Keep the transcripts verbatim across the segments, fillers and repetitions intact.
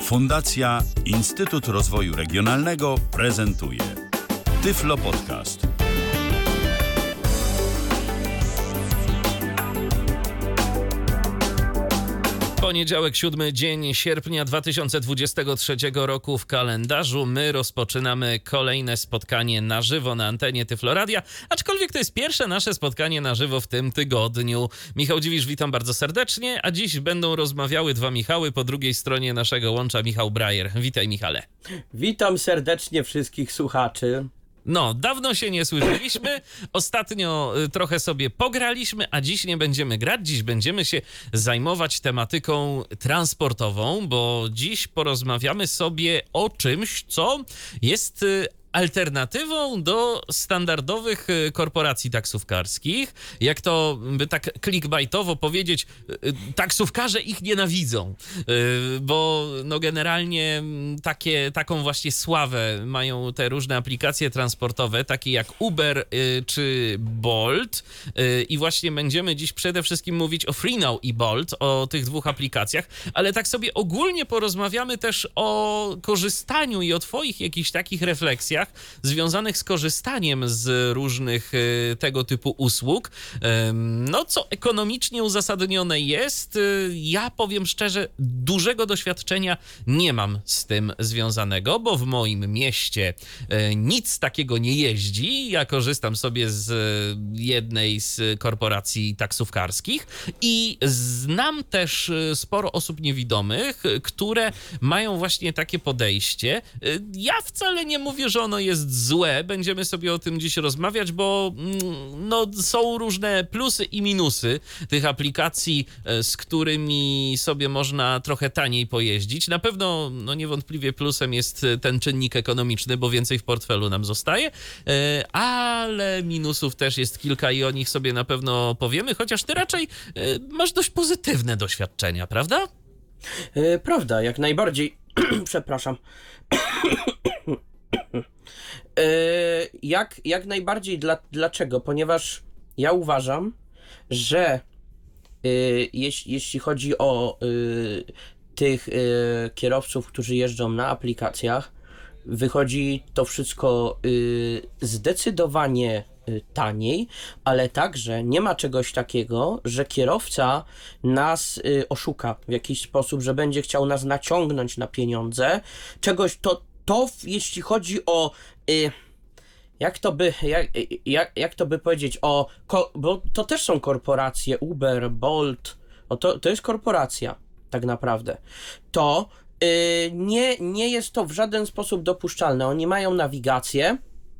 Fundacja Instytut Rozwoju Regionalnego prezentuje Tyflo Podcast. Poniedziałek, siódmy dzień sierpnia dwa tysiące dwudziestego trzeciego roku w kalendarzu. My rozpoczynamy kolejne spotkanie na żywo na antenie Tyflo Radia, aczkolwiek to jest pierwsze nasze spotkanie na żywo w tym tygodniu. Michał Dziwisz, witam bardzo serdecznie, a dziś będą rozmawiały dwa Michały. Po drugiej stronie naszego łącza Michał Brajer. Witaj, Michale. Witam serdecznie wszystkich słuchaczy. No, dawno się nie słyszeliśmy, ostatnio trochę sobie pograliśmy, a dziś nie będziemy grać, dziś będziemy się zajmować tematyką transportową, bo dziś porozmawiamy sobie o czymś, co jest alternatywą do standardowych korporacji taksówkarskich. Jak to by tak clickbaitowo powiedzieć, taksówkarze ich nienawidzą, bo no generalnie takie, taką właśnie sławę mają te różne aplikacje transportowe, takie jak Uber czy Bolt, i właśnie będziemy dziś przede wszystkim mówić o FreeNow i Bolt, o tych dwóch aplikacjach, ale tak sobie ogólnie porozmawiamy też o korzystaniu i o twoich jakichś takich refleksjach związanych z korzystaniem z różnych tego typu usług. No, co ekonomicznie uzasadnione jest. Ja powiem szczerze, dużego doświadczenia nie mam z tym związanego, bo w moim mieście nic takiego nie jeździ. Ja korzystam sobie z jednej z korporacji taksówkarskich i znam też sporo osób niewidomych, które mają właśnie takie podejście. Ja wcale nie mówię, że ono jest złe, będziemy sobie o tym dziś rozmawiać, bo no, są różne plusy i minusy tych aplikacji, z którymi sobie można trochę taniej pojeździć. Na pewno, no niewątpliwie plusem jest ten czynnik ekonomiczny, bo więcej w portfelu nam zostaje, ale minusów też jest kilka i o nich sobie na pewno powiemy, chociaż ty raczej masz dość pozytywne doświadczenia, prawda? Yy, prawda, jak najbardziej. Przepraszam. Yy, jak, jak najbardziej. Dla, dlaczego? Ponieważ ja uważam, że yy, jeś, jeśli chodzi o yy, tych yy, kierowców, którzy jeżdżą na aplikacjach, wychodzi to wszystko yy, zdecydowanie yy, taniej, ale także nie ma czegoś takiego, że kierowca nas yy, oszuka w jakiś sposób, że będzie chciał nas naciągnąć na pieniądze. Czegoś to, to jeśli chodzi o yy, jak to by, jak, jak, jak to by powiedzieć, o, ko, bo to też są korporacje, Uber, Bolt, o to, to jest korporacja tak naprawdę. To Yy, nie, nie jest to w żaden sposób dopuszczalne. Oni mają nawigację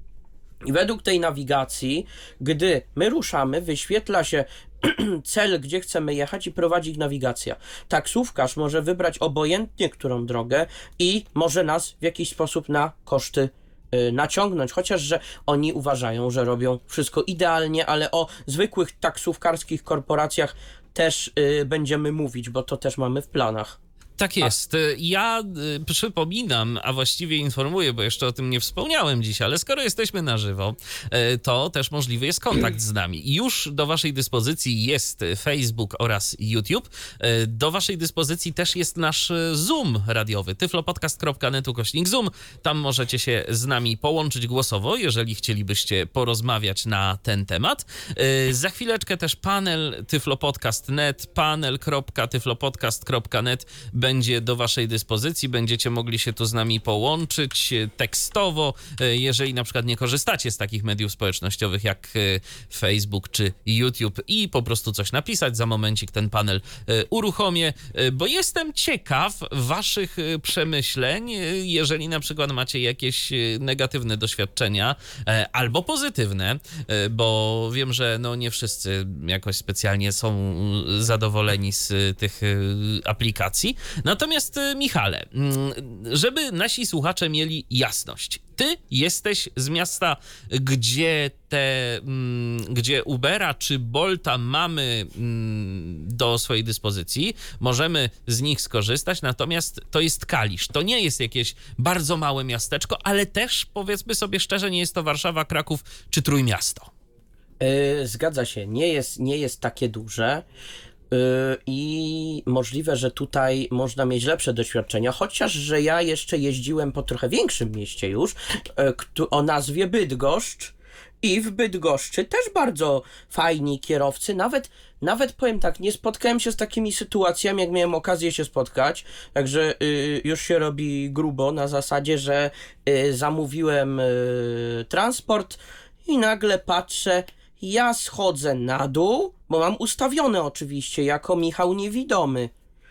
i według tej nawigacji, gdy my ruszamy, wyświetla się cel, gdzie chcemy jechać i prowadzi ich nawigacja. Taksówkarz może wybrać obojętnie którą drogę i może nas w jakiś sposób na koszty yy, naciągnąć, chociaż że oni uważają, że robią wszystko idealnie, ale o zwykłych taksówkarskich korporacjach też yy, będziemy mówić, bo to też mamy w planach. Tak jest. Ja y, przypominam, a właściwie informuję, bo jeszcze o tym nie wspomniałem dziś, ale skoro jesteśmy na żywo, y, to też możliwy jest kontakt z nami. Już do waszej dyspozycji jest Facebook oraz YouTube. Y, do waszej dyspozycji też jest nasz Zoom radiowy, tyflopodcast kropka net ukośnik Zoom. Tam możecie się z nami połączyć głosowo, jeżeli chcielibyście porozmawiać na ten temat. Y, za chwileczkę też panel tyflopodcast kropka net, panel kropka tyflopodcast kropka net będzie do waszej dyspozycji, będziecie mogli się tu z nami połączyć tekstowo, jeżeli na przykład nie korzystacie z takich mediów społecznościowych jak Facebook czy YouTube i po prostu coś napisać, za momencik ten panel uruchomię, bo jestem ciekaw waszych przemyśleń, jeżeli na przykład macie jakieś negatywne doświadczenia albo pozytywne, bo wiem, że no nie wszyscy jakoś specjalnie są zadowoleni z tych aplikacji. Natomiast Michale, żeby nasi słuchacze mieli jasność, ty jesteś z miasta, gdzie te, gdzie Ubera czy Bolta mamy do swojej dyspozycji, możemy z nich skorzystać, natomiast to jest Kalisz. To nie jest jakieś bardzo małe miasteczko, ale też, powiedzmy sobie szczerze, nie jest to Warszawa, Kraków czy Trójmiasto. Yy, zgadza się, nie jest, nie jest takie duże. I możliwe, że tutaj można mieć lepsze doświadczenia, chociaż, że ja jeszcze jeździłem po trochę większym mieście już, o nazwie Bydgoszcz, i w Bydgoszczy też bardzo fajni kierowcy, nawet, nawet powiem tak, nie spotkałem się z takimi sytuacjami, jak miałem okazję się spotkać, także y, już się robi grubo na zasadzie, że y, zamówiłem y, transport i nagle patrzę, ja schodzę na dół, bo mam ustawione oczywiście jako Michał Niewidomy,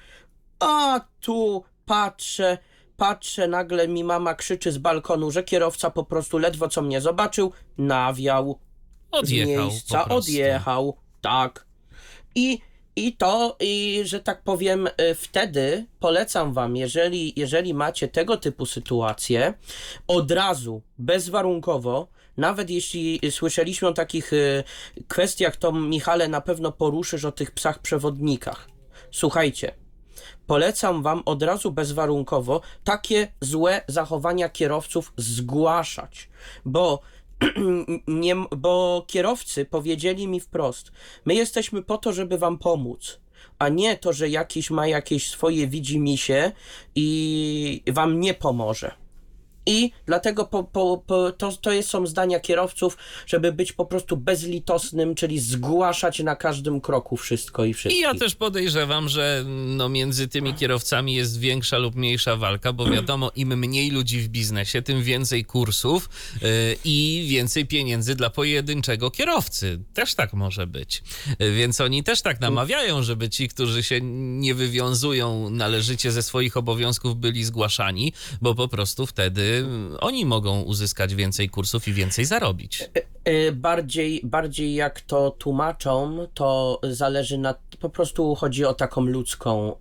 a tu patrzę, Patrzę, nagle mi mama krzyczy z balkonu, że kierowca po prostu ledwo co mnie zobaczył, nawiał Odjechał z miejsca, po prostu. odjechał, tak. I, i to, i że tak powiem, y, wtedy polecam wam, jeżeli, jeżeli macie tego typu sytuacje, od razu, bezwarunkowo, nawet jeśli słyszeliśmy o takich y, kwestiach, to Michale na pewno poruszysz o tych psach przewodnikach. Słuchajcie, polecam wam od razu bezwarunkowo takie złe zachowania kierowców zgłaszać, bo, nie, bo kierowcy powiedzieli mi wprost, my jesteśmy po to, żeby wam pomóc, a nie to, że jakiś ma jakieś swoje widzimisię i wam nie pomoże. I dlatego po, po, po, to, to jest, są zdania kierowców, żeby być po prostu bezlitosnym, czyli zgłaszać na każdym kroku wszystko i wszystkich. I ja też podejrzewam, że no, między tymi kierowcami jest większa lub mniejsza walka, bo wiadomo, im mniej ludzi w biznesie, tym więcej kursów yy, i więcej pieniędzy dla pojedynczego kierowcy. Też tak może być. Yy, więc oni też tak namawiają, żeby ci, którzy się nie wywiązują należycie ze swoich obowiązków, byli zgłaszani, bo po prostu wtedy oni mogą uzyskać więcej kursów i więcej zarobić. Bardziej, bardziej jak to tłumaczą, to zależy na, po prostu chodzi o taką ludzką,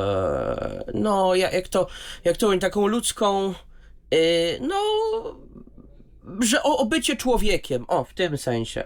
no jak to, jak to taką ludzką, no, że o, o bycie człowiekiem, o w tym sensie.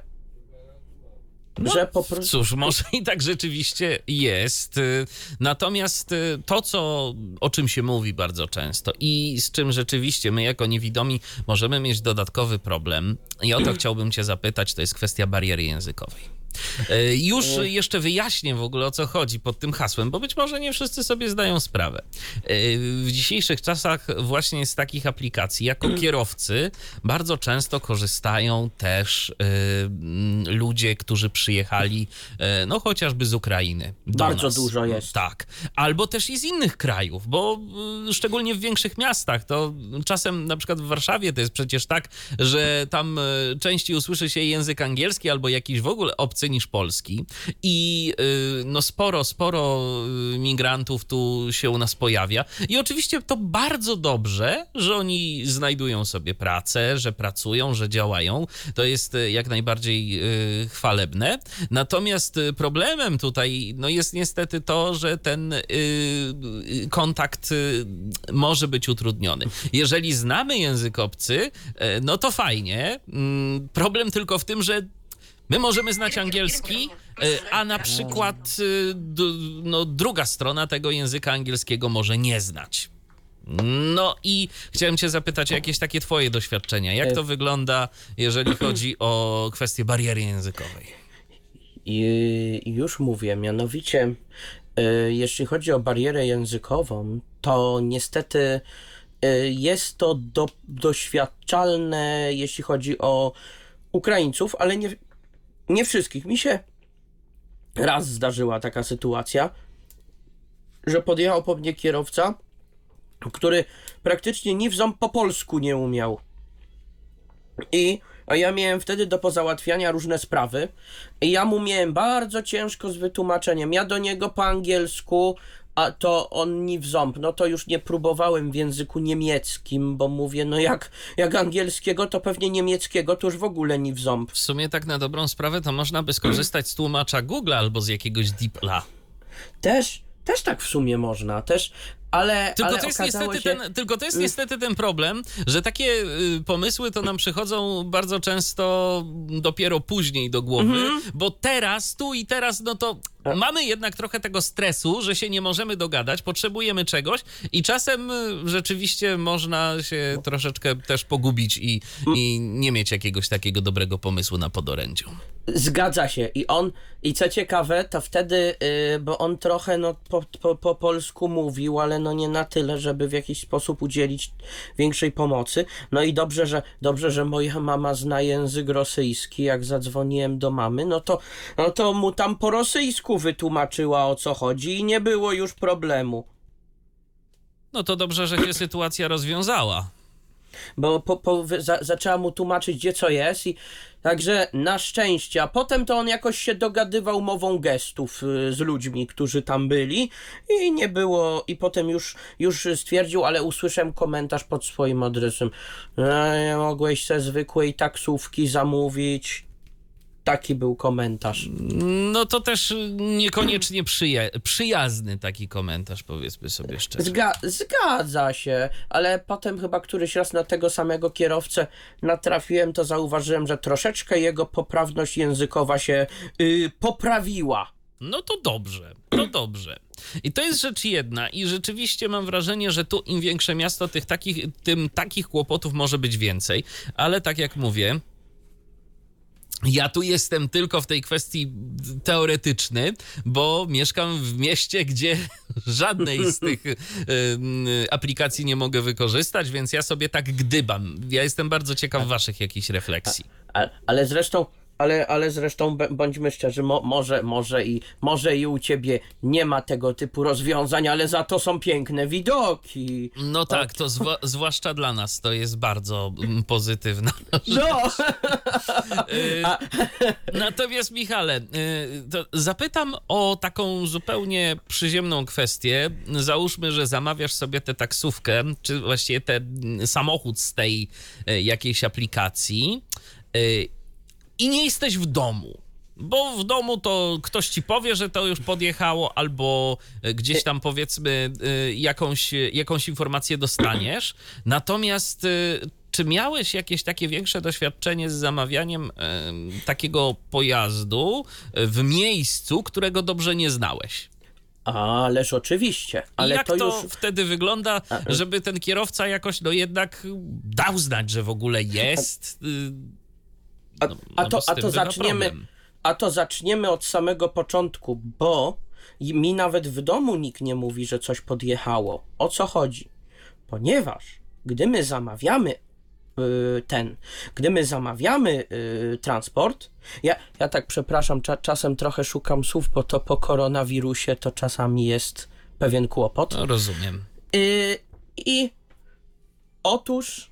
No, że po prostu... Cóż, może i tak rzeczywiście jest. Natomiast to, co, o czym się mówi bardzo często i z czym rzeczywiście my jako niewidomi możemy mieć dodatkowy problem, i o to chciałbym cię zapytać, to jest kwestia bariery językowej. Już jeszcze wyjaśnię w ogóle, o co chodzi pod tym hasłem, bo być może nie wszyscy sobie zdają sprawę. W dzisiejszych czasach właśnie z takich aplikacji jako kierowcy bardzo często korzystają też ludzie, którzy przyjechali no chociażby z Ukrainy do Bardzo nas. dużo jest. Tak. Albo też i z innych krajów, bo szczególnie w większych miastach, to czasem na przykład w Warszawie to jest przecież tak, że tam częściej usłyszy się język angielski albo jakiś w ogóle obcy niż polski i no sporo, sporo migrantów tu się u nas pojawia i oczywiście to bardzo dobrze, że oni znajdują sobie pracę, że pracują, że działają, to jest jak najbardziej chwalebne, natomiast problemem tutaj no jest niestety to, że ten kontakt może być utrudniony. Jeżeli znamy język obcy, no to fajnie, problem tylko w tym, że my możemy znać angielski, a na przykład no, druga strona tego języka angielskiego może nie znać. No i chciałem cię zapytać o jakieś takie twoje doświadczenia. Jak to wygląda, jeżeli chodzi o kwestię bariery językowej? I już mówię, mianowicie jeśli chodzi o barierę językową, to niestety jest to do, doświadczalne, jeśli chodzi o Ukraińców, ale nie... Nie wszystkich. Mi się raz zdarzyła taka sytuacja, że podjechał po mnie kierowca, który praktycznie ni w ząb po polsku nie umiał. I a ja miałem wtedy do pozałatwiania różne sprawy i ja mu miałem bardzo ciężko z wytłumaczeniem. Ja do niego po angielsku, a to on ni w ząb. No to już nie próbowałem w języku niemieckim, bo mówię, no jak, jak angielskiego, to pewnie niemieckiego, to już w ogóle ni w ząb. W sumie tak na dobrą sprawę to można by skorzystać z tłumacza Google albo z jakiegoś DeepLa. Też, też tak w sumie można. Też ale, Tylko, ale to jest okazało niestety się... ten, tylko to jest niestety ten problem, że takie y, pomysły to nam przychodzą bardzo często dopiero później do głowy, Mhm. bo teraz, tu i teraz, no to A- mamy jednak trochę tego stresu, że się nie możemy dogadać, potrzebujemy czegoś i czasem y, rzeczywiście można się troszeczkę też pogubić i, i nie mieć jakiegoś takiego dobrego pomysłu na podorędziu. Zgadza się. I on, i co ciekawe, to wtedy, yy, bo on trochę no, po, po, po polsku mówił, ale no nie na tyle, żeby w jakiś sposób udzielić większej pomocy. No i dobrze, że dobrze, że moja mama zna język rosyjski. Jak zadzwoniłem do mamy, no to, no to mu tam po rosyjsku wytłumaczyła, o co chodzi i nie było już problemu. No to dobrze, że się sytuacja rozwiązała. Bo po, po, wy- za, zaczęła mu tłumaczyć, gdzie co jest i także na szczęście, a potem to on jakoś się dogadywał mową gestów y, z ludźmi, którzy tam byli i nie było, i potem już, już stwierdził, ale usłyszałem komentarz pod swoim adresem: e, nie mogłeś se zwykłej taksówki zamówić. Taki był komentarz. No to też niekoniecznie przyja- przyjazny taki komentarz, powiedzmy sobie szczerze. Zga- zgadza się, ale potem chyba któryś raz na tego samego kierowcę natrafiłem, to zauważyłem, że troszeczkę jego poprawność językowa się yy, poprawiła. No to dobrze, to dobrze. I to jest rzecz jedna i rzeczywiście mam wrażenie, że tu im większe miasto, tych takich, tym takich kłopotów może być więcej, ale tak jak mówię, ja tu jestem tylko w tej kwestii teoretyczny, bo mieszkam w mieście, gdzie żadnej z tych y, y, aplikacji nie mogę wykorzystać, więc ja sobie tak gdybam. Ja jestem bardzo ciekaw waszych jakichś refleksji. A, ale zresztą, ale, ale zresztą b- bądźmy szczerzy, mo, może, może, i, może i u ciebie nie ma tego typu rozwiązań, ale za to są piękne widoki. No tak, to zwa- zwłaszcza dla nas to jest bardzo mm, pozytywna. No! Y, Natomiast Michale, y, to zapytam o taką zupełnie przyziemną kwestię. Załóżmy, że zamawiasz sobie tę taksówkę, czy właściwie ten samochód z tej y, jakiejś aplikacji y, i nie jesteś w domu. Bo w domu to ktoś ci powie, że to już podjechało, albo gdzieś tam powiedzmy y, jakąś, jakąś informację dostaniesz. Natomiast y, czy miałeś jakieś takie większe doświadczenie z zamawianiem y, takiego pojazdu w miejscu, którego dobrze nie znałeś? Ależ oczywiście, ale I jak to, to, już... wtedy wygląda, żeby ten kierowca jakoś no jednak dał znać, że w ogóle jest? y, A, no, a no to, bo z a tym to bywa zaczniemy... problem. A to zaczniemy od samego początku, bo i- mi nawet w domu nikt nie mówi, że coś podjechało. O co chodzi? Ponieważ gdy my zamawiamy y, ten, gdy my zamawiamy y, transport, ja, ja tak przepraszam, cza, czasem trochę szukam słów, bo to po koronawirusie to czasami jest pewien kłopot. No, rozumiem. Y, I otóż,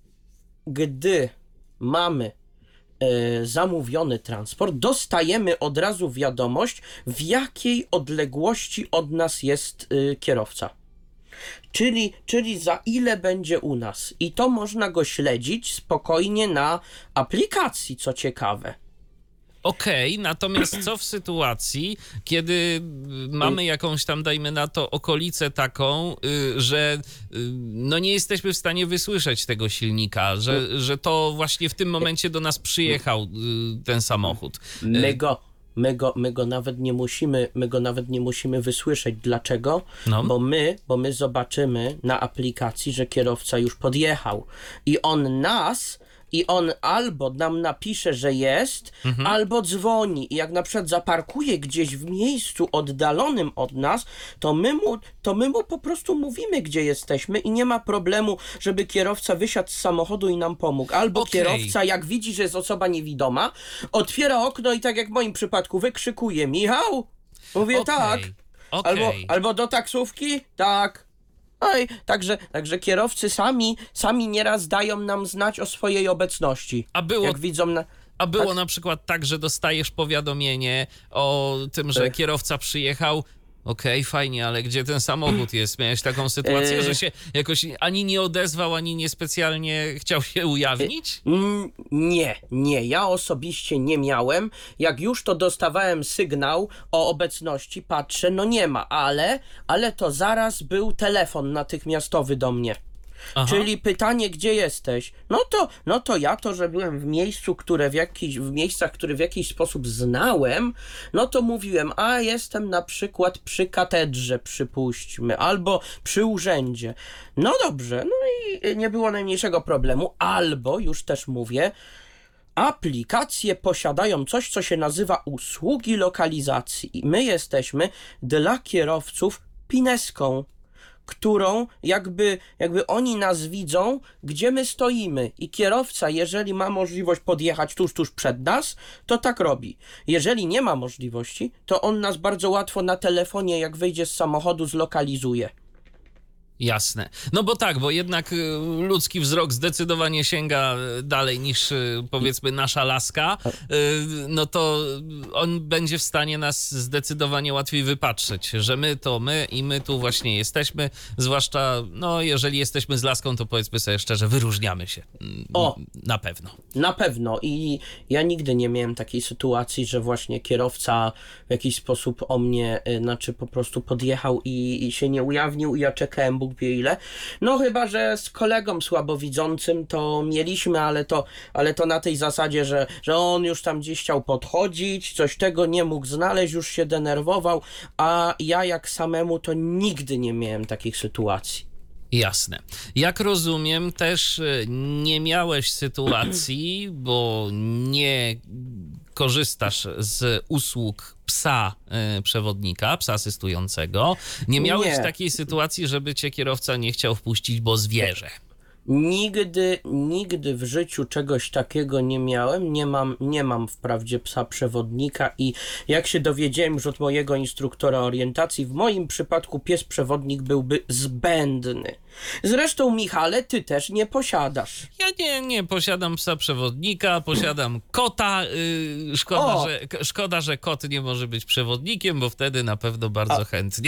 gdy mamy e, zamówiony transport, dostajemy od razu wiadomość, w jakiej odległości od nas jest e, kierowca. Czyli, czyli za ile będzie u nas. I to można go śledzić spokojnie na aplikacji, co ciekawe. Okej, natomiast co w sytuacji, kiedy mamy jakąś tam, dajmy na to, okolicę taką, y, że y, no nie jesteśmy w stanie wysłyszeć tego silnika, że, że to właśnie w tym momencie do nas przyjechał y, ten samochód. My go, my go, my go nawet nie musimy, my go nawet nie musimy wysłyszeć. Dlaczego? No. Bo my, bo my zobaczymy na aplikacji, że kierowca już podjechał i on nas i on albo nam napisze, że jest, Mhm. albo dzwoni. I jak na przykład zaparkuje gdzieś w miejscu oddalonym od nas, to my mu, to my mu po prostu mówimy, gdzie jesteśmy i nie ma problemu, żeby kierowca wysiadł z samochodu i nam pomógł. Albo Okej. kierowca, jak widzi, że jest osoba niewidoma, otwiera okno i tak jak w moim przypadku wykrzykuje: Michał? Mówię: Okej, tak. okej. Albo, albo do taksówki? Tak. Oj, także, także kierowcy sami, sami nieraz dają nam znać o swojej obecności. A było- Jak widzą na... A było tak. na przykład tak, że dostajesz powiadomienie o tym, że Ech. kierowca przyjechał okej, fajnie, ale gdzie ten samochód jest? Miałeś taką sytuację, że się jakoś ani nie odezwał, ani niespecjalnie chciał się ujawnić? Mm, Nie, nie, ja osobiście nie miałem. Jak już to dostawałem sygnał o obecności, patrzę, no nie ma, ale, ale to zaraz był telefon natychmiastowy do mnie. Aha. Czyli pytanie, gdzie jesteś? No to, no to ja to, że byłem w miejscu, które w jakiś, w miejscach, które w jakiś sposób znałem, no to mówiłem, a jestem na przykład przy katedrze, przypuśćmy, albo przy urzędzie. No dobrze, no i nie było najmniejszego problemu, albo już też mówię, aplikacje posiadają coś, co się nazywa usługi lokalizacji. I my jesteśmy dla kierowców pineską, którą jakby, jakby oni nas widzą, gdzie my stoimy. I kierowca, jeżeli ma możliwość podjechać tuż, tuż przed nas, to tak robi. Jeżeli nie ma możliwości, to on nas bardzo łatwo na telefonie, jak wyjdzie z samochodu, zlokalizuje. Jasne. No bo tak, bo jednak y, ludzki wzrok zdecydowanie sięga dalej niż y, powiedzmy nasza laska, y, no to on będzie w stanie nas zdecydowanie łatwiej wypatrzeć, że my to my i my tu właśnie jesteśmy, zwłaszcza no jeżeli jesteśmy z laską, to powiedzmy sobie szczerze, wyróżniamy się. O! Na pewno. Na pewno i ja nigdy nie miałem takiej sytuacji, że właśnie kierowca w jakiś sposób o mnie, y, znaczy po prostu podjechał i, i się nie ujawnił i ja czekałem Bóg wie ile. No chyba, że z kolegą słabowidzącym to mieliśmy, ale to, ale to na tej zasadzie, że, że on już tam gdzieś chciał podchodzić, coś tego nie mógł znaleźć, już się denerwował, a ja jak samemu to nigdy nie miałem takich sytuacji. Jasne. Jak rozumiem, też nie miałeś sytuacji, bo nie korzystasz z usług psa y, przewodnika, psa asystującego. Nie miałeś Nie. takiej sytuacji, żeby cię kierowca nie chciał wpuścić, bo zwierzę. Nigdy, nigdy w życiu czegoś takiego nie miałem, nie mam, nie mam wprawdzie psa przewodnika i jak się dowiedziałem już od mojego instruktora orientacji, w moim przypadku pies przewodnik byłby zbędny. Zresztą, Michale, ty też nie posiadasz. Ja nie, nie posiadam psa przewodnika, posiadam kota. Yy, szkoda, O! że, szkoda, że kot nie może być przewodnikiem, bo wtedy na pewno bardzo A. chętnie.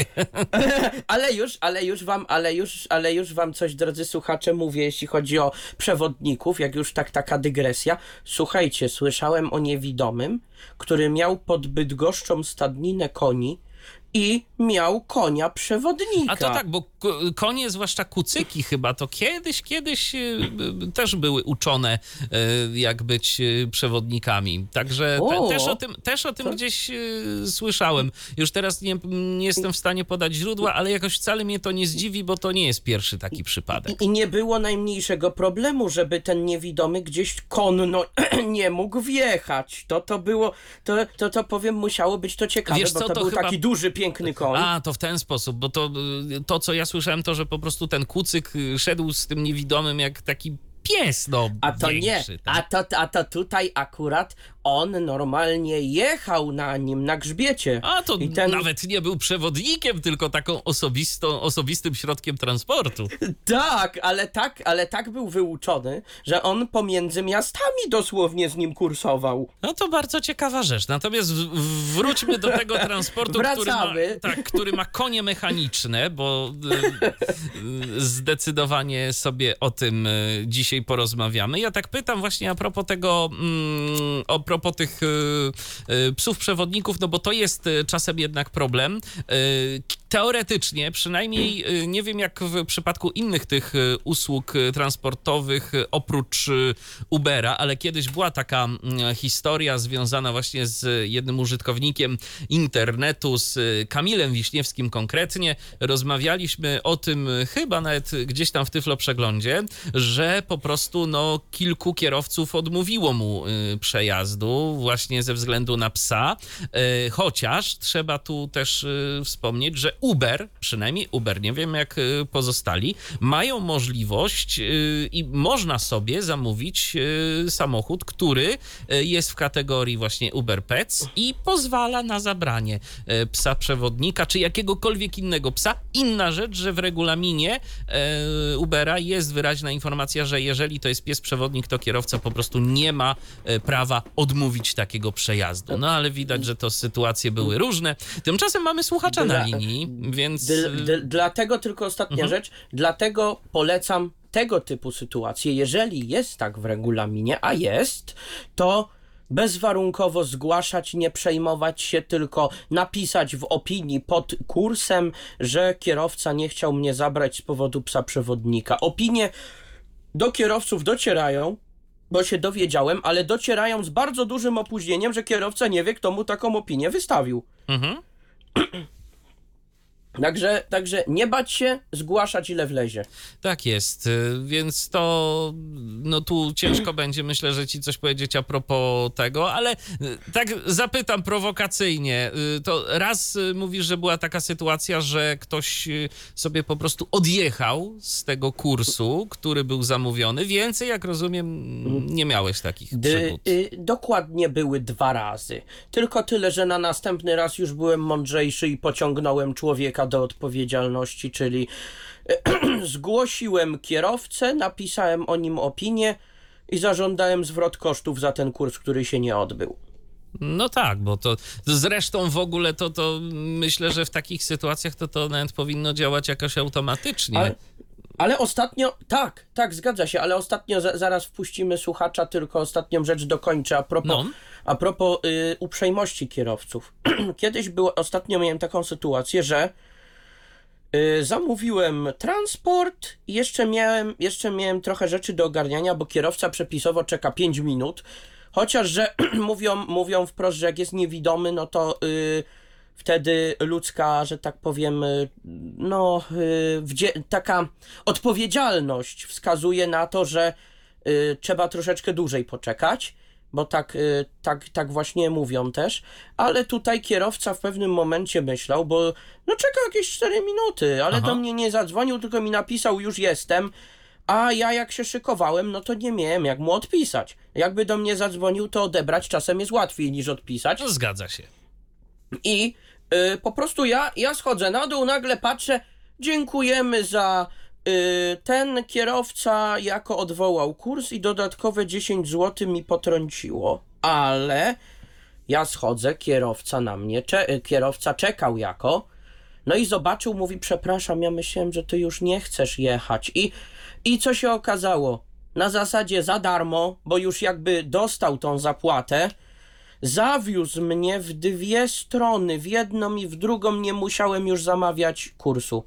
Ale już, ale już wam, ale już, ale już wam coś, drodzy słuchacze, mówię, jeśli chodzi o przewodników, jak już tak taka dygresja. Słuchajcie, słyszałem o niewidomym, który miał pod Bydgoszczą stadninę koni i miał konia przewodnika. A to tak, bo ko- konie, zwłaszcza kucyki chyba, to kiedyś, kiedyś y, y, też były uczone, y, jak być y, przewodnikami. Także te, O! też o tym, też o tym To- gdzieś y, słyszałem. Już teraz nie, nie jestem w stanie podać źródła, ale jakoś wcale mnie to nie zdziwi, bo to nie jest pierwszy taki przypadek. I, I nie było najmniejszego problemu, żeby ten niewidomy gdzieś konno nie mógł wjechać. To to było, to, to, to powiem, musiało być to ciekawe, Wiesz bo co, to, to był chyba- taki duży, piękny koń. A, to w ten sposób, bo to, y, to, co ja słyszałem, to, że po prostu ten kucyk y, szedł z tym niewidomym jak taki pies, no, A to większy, nie, tak? a to, a to tutaj akurat on normalnie jechał na nim, na grzbiecie. A to I ten- nawet nie był przewodnikiem, tylko taką osobistą, osobistym środkiem transportu. Tak, ale tak, ale tak był wyuczony, że on pomiędzy miastami dosłownie z nim kursował. No to bardzo ciekawa rzecz. Natomiast w- w- wróćmy do tego transportu, który ma, Wracamy. tak, który ma konie mechaniczne, bo y, y, zdecydowanie sobie o tym y, dzisiaj porozmawiamy. Ja tak pytam właśnie a propos tego, mm, a propos tych y, y, psów przewodników, no bo to jest y, czasem jednak problem. Y, Teoretycznie, przynajmniej y, nie wiem jak w przypadku innych tych y, usług y, transportowych y, oprócz y, Ubera, ale kiedyś była taka mm, historia związana właśnie z jednym użytkownikiem internetu, z y, Kamilem Wiśniewskim konkretnie. Rozmawialiśmy o tym y, chyba nawet gdzieś tam w Tyflo Przeglądzie, że po prostu no, kilku kierowców odmówiło mu y, przejazdu właśnie ze względu na psa, y, chociaż trzeba tu też y, wspomnieć, że Uber, przynajmniej Uber, nie wiem jak y, pozostali, mają możliwość y, i można sobie zamówić y, samochód, który y, jest w kategorii właśnie Uber Pets i pozwala na zabranie y, psa przewodnika, czy jakiegokolwiek innego psa. Inna rzecz, że w regulaminie y, Ubera jest wyraźna informacja, że jeżeli to jest pies przewodnik, to kierowca po prostu nie ma y, prawa odmówić odmówić takiego przejazdu. No ale widać, że to sytuacje były różne. Tymczasem mamy słuchacza Dla- na linii, więc... D- d- dlatego tylko ostatnia Mhm. rzecz, dlatego polecam tego typu sytuacje, jeżeli jest tak w regulaminie, a jest, to bezwarunkowo zgłaszać, nie przejmować się, tylko napisać w opinii pod kursem, że kierowca nie chciał mnie zabrać z powodu psa przewodnika. Opinie do kierowców docierają, bo się dowiedziałem, ale docierają z bardzo dużym opóźnieniem, że kierowca nie wie, kto mu taką opinię wystawił. Mhm. Także, także nie bać się, zgłaszać ile wlezie. Tak jest, y, więc to no tu ciężko będzie, myślę, że ci coś powiedzieć a propos tego, ale y, tak zapytam prowokacyjnie, y, to raz y, mówisz, że była taka sytuacja, że ktoś y, sobie po prostu odjechał z tego kursu, który był zamówiony. Więcej, jak rozumiem, nie miałeś takich D- przygód. y, dokładnie były dwa razy. Tylko tyle, że na następny raz już byłem mądrzejszy i pociągnąłem człowieka do odpowiedzialności, czyli zgłosiłem kierowcę, napisałem o nim opinię i zażądałem zwrot kosztów za ten kurs, który się nie odbył. No tak, bo to zresztą w ogóle to, to myślę, że w takich sytuacjach to to nawet powinno działać jakoś automatycznie. Ale, ale ostatnio, tak, tak, zgadza się, ale ostatnio, za, zaraz wpuścimy słuchacza, tylko ostatnią rzecz dokończę a propos, No. a propos y, uprzejmości kierowców. Kiedyś było, ostatnio miałem taką sytuację, że y, zamówiłem transport i jeszcze miałem, jeszcze miałem trochę rzeczy do ogarniania, bo kierowca przepisowo czeka pięć minut, chociaż, że mówią, mówią wprost, że jak jest niewidomy, no to y, wtedy ludzka, że tak powiem, y, no y, wdzie- taka odpowiedzialność wskazuje na to, że y, trzeba troszeczkę dłużej poczekać, bo tak, y, tak, tak właśnie mówią też, ale tutaj kierowca w pewnym momencie myślał, bo no czeka jakieś cztery minuty, ale Aha. do mnie nie zadzwonił, tylko mi napisał już jestem, a ja jak się szykowałem, no to nie miałem jak mu odpisać. Jakby do mnie zadzwonił, to odebrać czasem jest łatwiej niż odpisać. No zgadza się. I y, po prostu ja, ja schodzę na dół, nagle patrzę, dziękujemy za y, ten kierowca jako odwołał kurs i dodatkowe dziesięć złotych mi potrąciło. Ale ja schodzę, kierowca na mnie, cze- kierowca czekał jako, no i zobaczył, mówi przepraszam, ja myślałem, że ty już nie chcesz jechać. I, i co się okazało? Na zasadzie za darmo, bo już jakby dostał tą zapłatę, zawiózł mnie w dwie strony, w jedną i w drugą, nie musiałem już zamawiać kursu.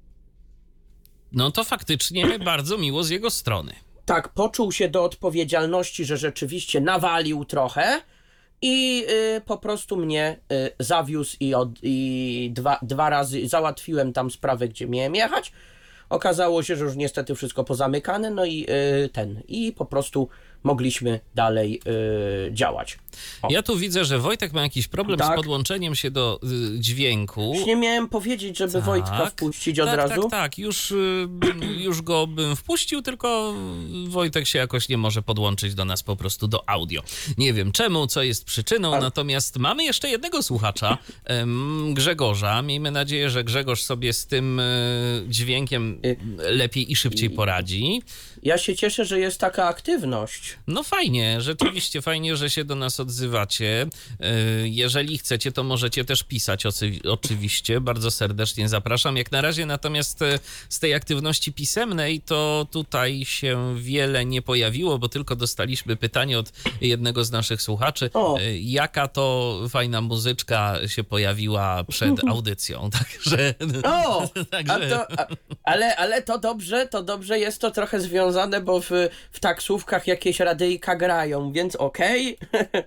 No to faktycznie bardzo miło z jego strony. Tak, poczuł się do odpowiedzialności, że rzeczywiście nawalił trochę i y, po prostu mnie y, zawiózł i, od, i dwa, dwa razy załatwiłem tam sprawę, gdzie miałem jechać. Okazało się, że już niestety wszystko pozamykane, no i y, ten, i po prostu mogliśmy dalej y, działać. O. Ja tu widzę, że Wojtek ma jakiś problem Tak. z podłączeniem się do y, dźwięku. Już nie miałem powiedzieć, żeby Tak. Wojtka wpuścić od tak, razu. Tak, tak, już, y, już go bym wpuścił, tylko Wojtek się jakoś nie może podłączyć do nas po prostu do audio. Nie wiem czemu, co jest przyczyną, A- natomiast mamy jeszcze jednego słuchacza, em, Grzegorza. Miejmy nadzieję, że Grzegorz sobie z tym y, dźwiękiem Y- lepiej i szybciej poradzi. Ja się cieszę, że jest taka aktywność. No fajnie, rzeczywiście fajnie, że się do nas odzywacie. Yy, Jeżeli chcecie, to możecie też pisać ocy- oczywiście. Bardzo serdecznie zapraszam. Jak na razie natomiast e, z tej aktywności pisemnej to tutaj się wiele nie pojawiło, bo tylko dostaliśmy pytanie od jednego z naszych słuchaczy. O. Yy, Jaka to fajna muzyczka się pojawiła przed audycją. Także... O! A także... to, a, ale, ale to dobrze, to dobrze jest to trochę związane, bo w, w taksówkach jakieś radyjka grają, więc okej.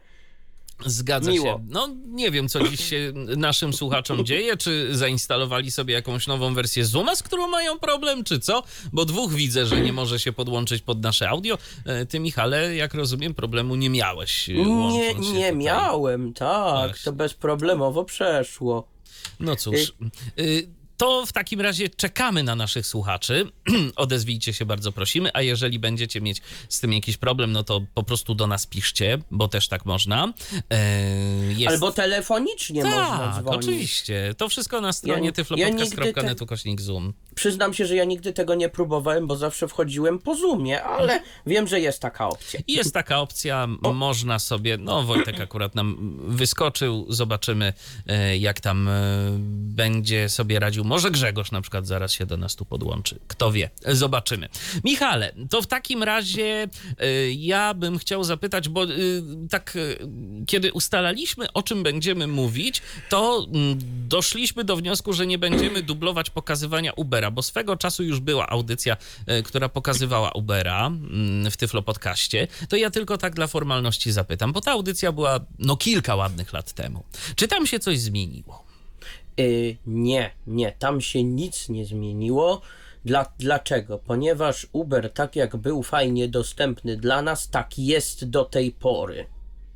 Zgadza Miło. się. No nie wiem, co dziś się naszym słuchaczom dzieje, czy zainstalowali sobie jakąś nową wersję Zooma, z którą mają problem, czy co? Bo dwóch widzę, że nie może się podłączyć pod nasze audio. E, Ty, Michale, jak rozumiem, problemu nie miałeś. e, Nie, łącząc się nie tutaj. miałem, tak, Właśnie. to bezproblemowo przeszło. No cóż. Y, To w takim razie czekamy na naszych słuchaczy. Odezwijcie się, bardzo prosimy, a jeżeli będziecie mieć z tym jakiś problem, no to po prostu do nas piszcie, bo też tak można. Jest... Albo telefonicznie tak, można dzwonić. oczywiście. To wszystko na stronie Ja- tyflopodcast kropka net ja nigdy ukośnik Zoom. Przyznam się, że ja nigdy tego nie próbowałem, bo zawsze wchodziłem po Zoomie, ale wiem, że jest taka opcja. I jest taka opcja, m- można sobie, no Wojtek akurat nam wyskoczył, zobaczymy e, jak tam e, będzie sobie radził. Może Grzegorz na przykład zaraz się do nas tu podłączy. Kto wie, zobaczymy. Michale, to w takim razie e, ja bym chciał zapytać, bo e, tak e, kiedy ustalaliśmy, o czym będziemy mówić, to mm, doszliśmy do wniosku, że nie będziemy dublować pokazywania Ubera, bo swego czasu już była audycja, e, która pokazywała Ubera mm, w Tyflo Podcaście. To ja tylko tak dla formalności zapytam, bo ta audycja była no kilka ładnych lat temu. Czy tam się coś zmieniło? Yy, nie, nie, tam się nic nie zmieniło. Dla, dlaczego? Ponieważ Uber, tak jak był fajnie dostępny dla nas, tak jest do tej pory.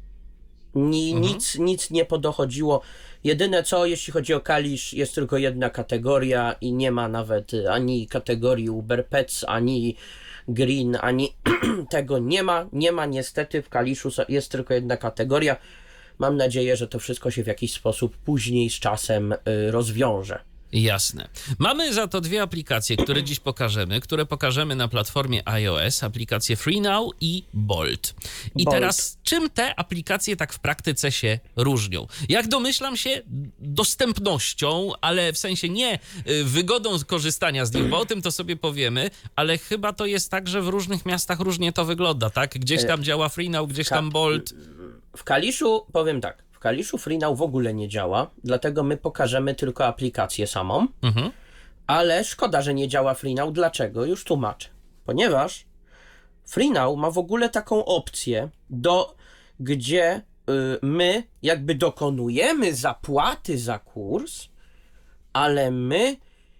Ni, Mhm. nic, nic nie podochodziło. Jedyne co, jeśli chodzi o Kalisz, jest tylko jedna kategoria i nie ma nawet ani kategorii Uber Pets, ani Green, ani tego nie ma. Nie ma niestety, w Kaliszu jest tylko jedna kategoria. Mam nadzieję, że to wszystko się w jakiś sposób później z czasem y, rozwiąże. Jasne. Mamy za to dwie aplikacje, które dziś pokażemy, które pokażemy na platformie iOS, aplikacje FreeNow i Bolt. I Bolt. teraz, czym te aplikacje tak w praktyce się różnią? Jak domyślam się, dostępnością, ale w sensie nie y, wygodą korzystania z nich, bo o tym to sobie powiemy, ale chyba to jest tak, że w różnych miastach różnie to wygląda, tak? Gdzieś tam działa FreeNow, gdzieś tam Bolt. W Kaliszu, powiem tak, w Kaliszu FreeNow w ogóle nie działa, dlatego my pokażemy tylko aplikację samą, Mhm. ale szkoda, że nie działa FreeNow. Dlaczego? Już tłumaczę. Ponieważ FreeNow ma w ogóle taką opcję, do, gdzie y, my jakby dokonujemy zapłaty za kurs, ale my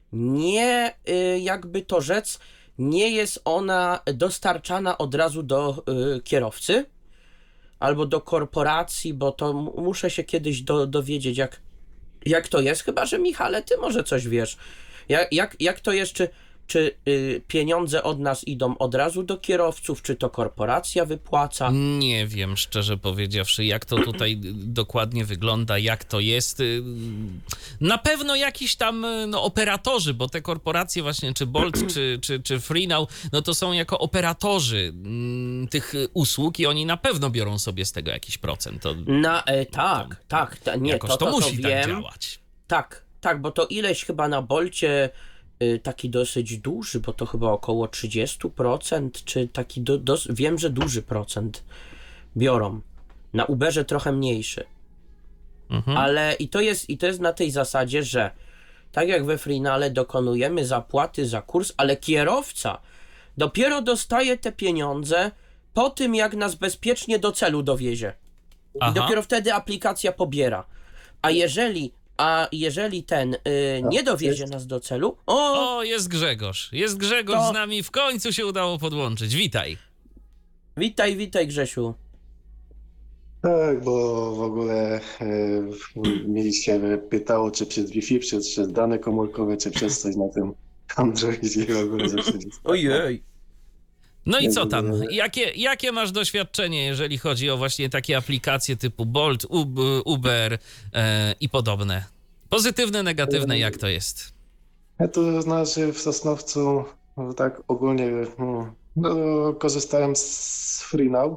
nie, y, jakby to rzec, nie jest ona dostarczana od razu do y, kierowcy albo do korporacji, bo to m- muszę się kiedyś do, dowiedzieć, jak, jak to jest, chyba że Michale, ty może coś wiesz. Jak, jak, jak to jest, czy, czy y, pieniądze od nas idą od razu do kierowców, czy to korporacja wypłaca? Nie wiem, szczerze powiedziawszy, jak to tutaj dokładnie wygląda, jak to jest. Na pewno jakiś tam no, operatorzy, bo te korporacje właśnie, czy Bolt, czy, czy, czy FreeNow, no to są jako operatorzy mm, tych usług i oni na pewno biorą sobie z tego jakiś procent. To Na, e, tak, tak, ta, nie, jakoś to, to, to, to musi tak wiem. działać. Tak, tak, bo to ileś chyba na Bolcie y, taki dosyć duży, bo to chyba około trzydzieści procent, czy taki, do, dos, wiem, że duży procent biorą. Na Uberze trochę mniejszy. Mhm. Ale i to jest, i to jest na tej zasadzie, że tak jak we Freenale dokonujemy zapłaty za kurs, ale kierowca dopiero dostaje te pieniądze po tym, jak nas bezpiecznie do celu dowiezie. I Aha. dopiero wtedy aplikacja pobiera. A jeżeli, a jeżeli ten y, nie dowiezie nas do celu, o, O, jest Grzegorz. Jest Grzegorz To- z nami. W końcu się udało podłączyć. Witaj. witaj, witaj Grzesiu. Tak, bo w ogóle e, mieliście pytało, czy przez Wi-Fi, przez, przez dane komórkowe, czy przez coś na tym Androidzie w ogóle zawsze jest. Ojej. No i co tam? Jakie, jakie masz doświadczenie, jeżeli chodzi o właśnie takie aplikacje typu Bolt, Ub- Uber e, i podobne? Pozytywne, negatywne, jak to jest? Ja to znaczy w Sosnowcu no, tak ogólnie no, no, korzystałem z FreeNow.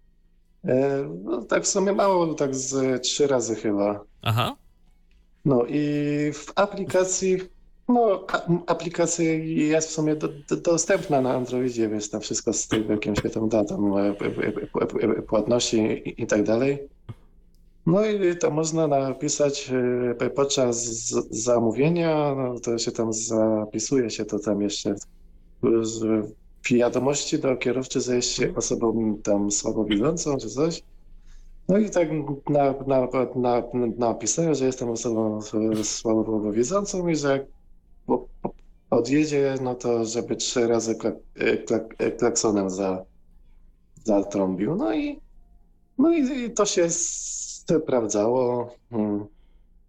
E, no, tak w sumie mało, tak z trzy razy chyba. Aha. No i w aplikacji, no a- aplikacja jest w sumie do, do, dostępna na Androidzie, więc tam wszystko z tym, jakim się tam da, tam e, p- p- p- p- płatności i, i tak dalej. No i to można napisać e, podczas z- zamówienia, no to się tam zapisuje się to tam jeszcze w z- w wiadomości do kierowcy, że jest się osobą tam słabowidzącą czy coś. No i tak na, na, na, napisałem, że jestem osobą słabowidzącą i że jak po- po- odjedzie, no to żeby trzy razy klak, klak, klaksonem za, zatrąbił. No i, no i, i to się sprawdzało. Mm.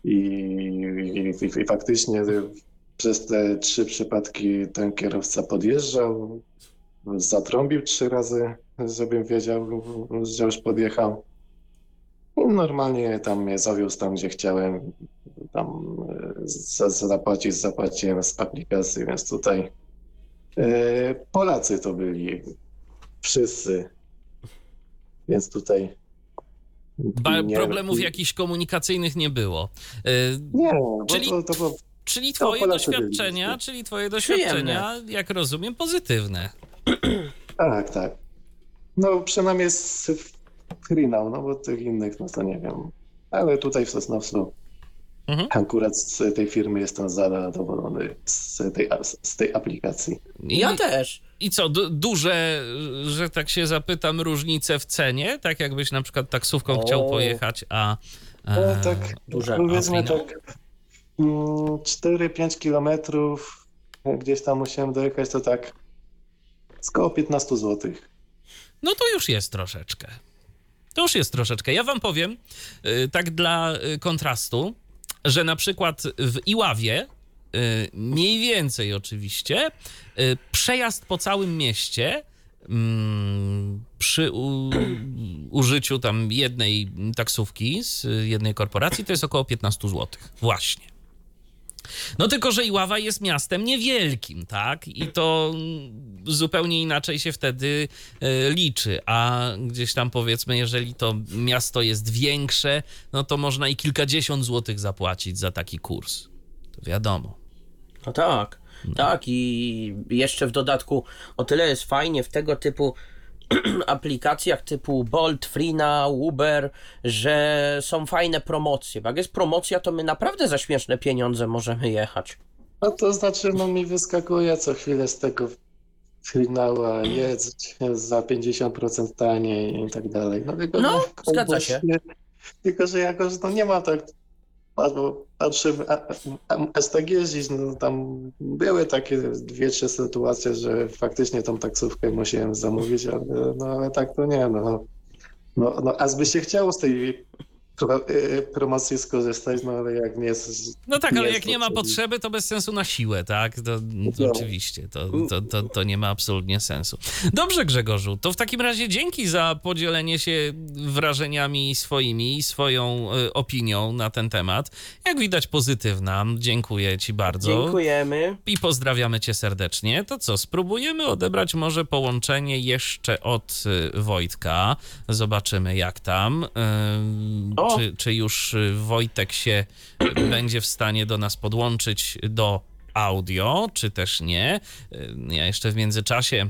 I, i, i, i faktycznie przez te trzy przypadki ten kierowca podjeżdżał, zatrąbił trzy razy, żebym wiedział, że już podjechał. I normalnie tam mnie zawiózł tam, gdzie chciałem. Tam za, zapłacić, zapłaciłem z aplikacji, więc tutaj e, Polacy to byli wszyscy. Więc tutaj Ba- nie, problemów jakichś komunikacyjnych nie było. Yy, Nie, bo Czyli- to, to było czyli twoje Polacy byli. doświadczenia, czyli twoje doświadczenia, jak rozumiem, pozytywne. Tak, tak. No przynajmniej z Freenaw, no bo tych innych, no to nie wiem. Ale tutaj w Sosnowcu Mhm. akurat z tej firmy jestem zadowolony z tej, z tej aplikacji. I, Ja też. I co, du- duże, że tak się zapytam, różnice w cenie? Tak jakbyś na przykład taksówką O. chciał pojechać, a... No e, tak, duże powiedzmy Freenaw? tak mm, cztery pięć kilometrów gdzieś tam musiałem dojechać, to tak z koło piętnaście złotych. No to już jest troszeczkę. To już jest troszeczkę. Ja wam powiem, y, tak dla y, kontrastu, że na przykład w Iławie, y, mniej więcej oczywiście, y, przejazd po całym mieście mm, przy u, użyciu tam jednej taksówki z jednej korporacji to jest około piętnaście złotych. Właśnie. No tylko, że Iława jest miastem niewielkim, tak? I to zupełnie inaczej się wtedy e, liczy, a gdzieś tam powiedzmy, jeżeli to miasto jest większe, no to można i kilkadziesiąt złotych zapłacić za taki kurs. To wiadomo. No tak, tak i jeszcze w dodatku o tyle jest fajnie w tego typu aplikacjach typu Bolt, Freena, Uber, że są fajne promocje. Bo jak jest promocja, to my naprawdę za śmieszne pieniądze możemy jechać. No to znaczy, no mi wyskakuje co chwilę z tego Freenawa jedź za pięćdziesiąt procent taniej i tak dalej. No, tylko, No, że- zgadza się. Tylko, że jakoś no nie ma tak, albo patrzę, aż tak jeździć, no tam były takie dwie, trzy sytuacje, że faktycznie tą taksówkę musiałem zamówić, ale, no, ale tak to nie, no. No, no aż by się chciało z tej pro, y, promocji skorzystać, no ale jak nie jest... No tak, ale jest jak nie ma potrzebne. potrzeby, to bez sensu na siłę, tak? To, to No. oczywiście, to, to, to, to nie ma absolutnie sensu. Dobrze, Grzegorzu, to w takim razie dzięki za podzielenie się wrażeniami swoimi, swoją y, opinią na ten temat. Jak widać pozytywna, dziękuję ci bardzo. Dziękujemy. I pozdrawiamy cię serdecznie. To co, spróbujemy odebrać może połączenie jeszcze od y, Wojtka. Zobaczymy jak tam. Y, O! czy, czy już y, Wojtek się y, będzie w stanie do nas podłączyć do audio, czy też nie. Y, ja jeszcze w międzyczasie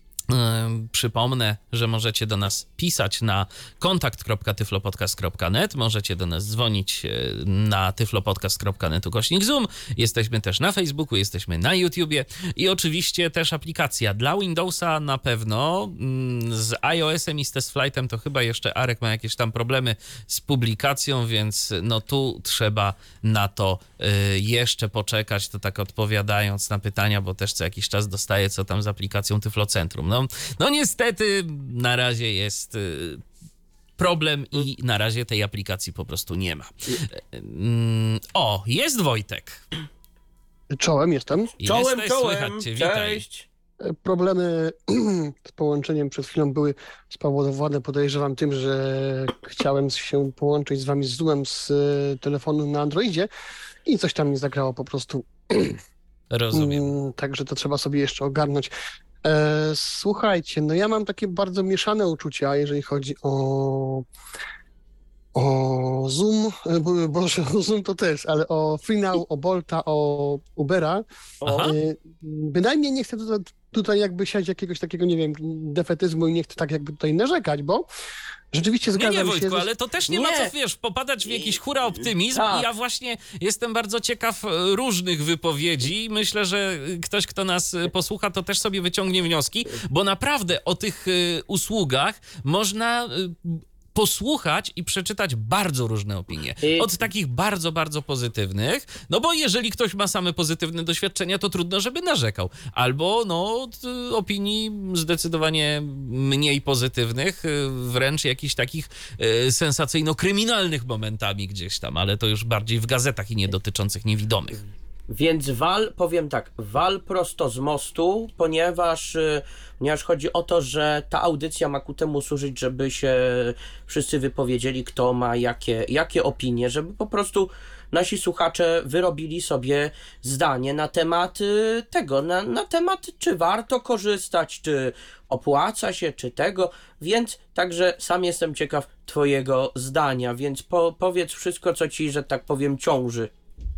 Yy, przypomnę, że możecie do nas pisać na kontakt kropka tyflopodcast kropka net, możecie do nas dzwonić yy, na tyflopodcast kropka net ukośnik Zoom, jesteśmy też na Facebooku, jesteśmy na YouTubie i oczywiście też aplikacja dla Windowsa na pewno, yy, z iOS-em i z TestFlightem to chyba jeszcze Arek ma jakieś tam problemy z publikacją, więc no tu trzeba na to yy, jeszcze poczekać, to tak odpowiadając na pytania, bo też co jakiś czas dostaję, co tam z aplikacją Tyflocentrum. No, no niestety na razie jest y, problem i na razie tej aplikacji po prostu nie ma. Mm, o, jest Wojtek. Czołem jestem. Czołem, Jesteś, czołem. słychać cię, witaj. Cześć. Problemy z połączeniem przed chwilą były spowodowane, podejrzewam, tym, że chciałem się połączyć z wami z Zoomem z y, telefonu na Androidzie i coś tam mi zagrało po prostu. Rozumiem. Mm, Także to trzeba sobie jeszcze ogarnąć. E, słuchajcie, no ja mam takie bardzo mieszane uczucia, jeżeli chodzi o o Zoom, e, bo- Boże, o Zoom to też, ale o Freenow, o Bolta, o Ubera. O, Aha. E, Bynajmniej nie chcę tutaj, tutaj jakby siać jakiegoś takiego, nie wiem, defetyzmu i nie chcę tak jakby tutaj narzekać, bo rzeczywiście Nie, zgadzam nie, się. Wojtku, że- ale to też nie, ma Nie. co, wiesz, popadać w jakiś hura optymizm Tak. i ja właśnie jestem bardzo ciekaw e, różnych wypowiedzi i myślę, że ktoś, kto nas e, posłucha, to też sobie wyciągnie wnioski, bo naprawdę o tych e, usługach można e, posłuchać i przeczytać bardzo różne opinie. I- Od takich bardzo, bardzo pozytywnych, no bo jeżeli ktoś ma same pozytywne doświadczenia, to trudno, żeby narzekał. Albo no od y, opinii zdecydowanie mniej pozytywnych, y, wręcz jakichś takich y, sensacyjno-kryminalnych momentami gdzieś tam, ale to już bardziej w gazetach i nie dotyczących niewidomych. Więc wal, powiem tak, wal prosto z mostu, ponieważ, y, ponieważ chodzi o to, że ta audycja ma ku temu służyć, żeby się wszyscy wypowiedzieli, kto ma jakie, jakie opinie, żeby po prostu nasi słuchacze wyrobili sobie zdanie na temat y, tego, na, na temat, czy warto korzystać, czy opłaca się, czy tego, więc także sam jestem ciekaw twojego zdania, więc po, powiedz wszystko, co ci, że tak powiem, ciąży.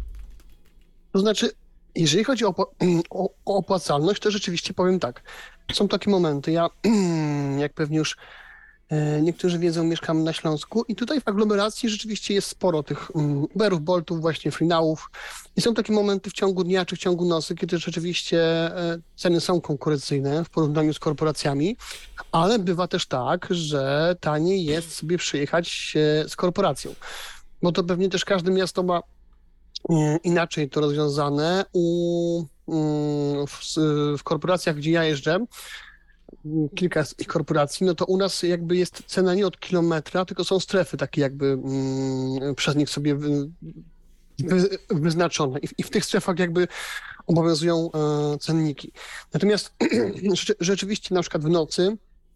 To znaczy, jeżeli chodzi o, opo- o, o opłacalność, to rzeczywiście powiem tak. Są takie momenty, ja, jak pewnie już e, niektórzy wiedzą, mieszkam na Śląsku i tutaj w aglomeracji rzeczywiście jest sporo tych um, Uberów, Boltów, właśnie Freenowów i są takie momenty w ciągu dnia czy w ciągu nocy, kiedy rzeczywiście e, ceny są konkurencyjne w porównaniu z korporacjami, ale bywa też tak, że taniej jest sobie przyjechać e, z korporacją, bo to pewnie też każde miasto ma inaczej to rozwiązane. U, w, w korporacjach, gdzie ja jeżdżę, kilka z ich korporacji, no to u nas jakby jest cena nie od kilometra, tylko są strefy takie jakby mm, przez nich sobie wy, wy, wyznaczone. I w, I w tych strefach jakby obowiązują e, cenniki. Natomiast rzeczy, rzeczywiście na przykład w nocy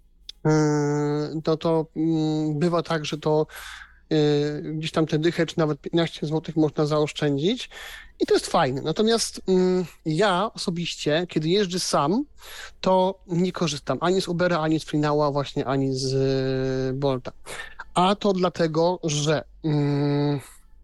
e, to, to mm, bywa tak, że to gdzieś tam te dychę, czy nawet piętnaście złotych można zaoszczędzić i to jest fajne. Natomiast mm, ja osobiście, kiedy jeżdżę sam, to nie korzystam ani z Ubera, ani z Freenowa, właśnie ani z y, Bolta. A to dlatego, że mm,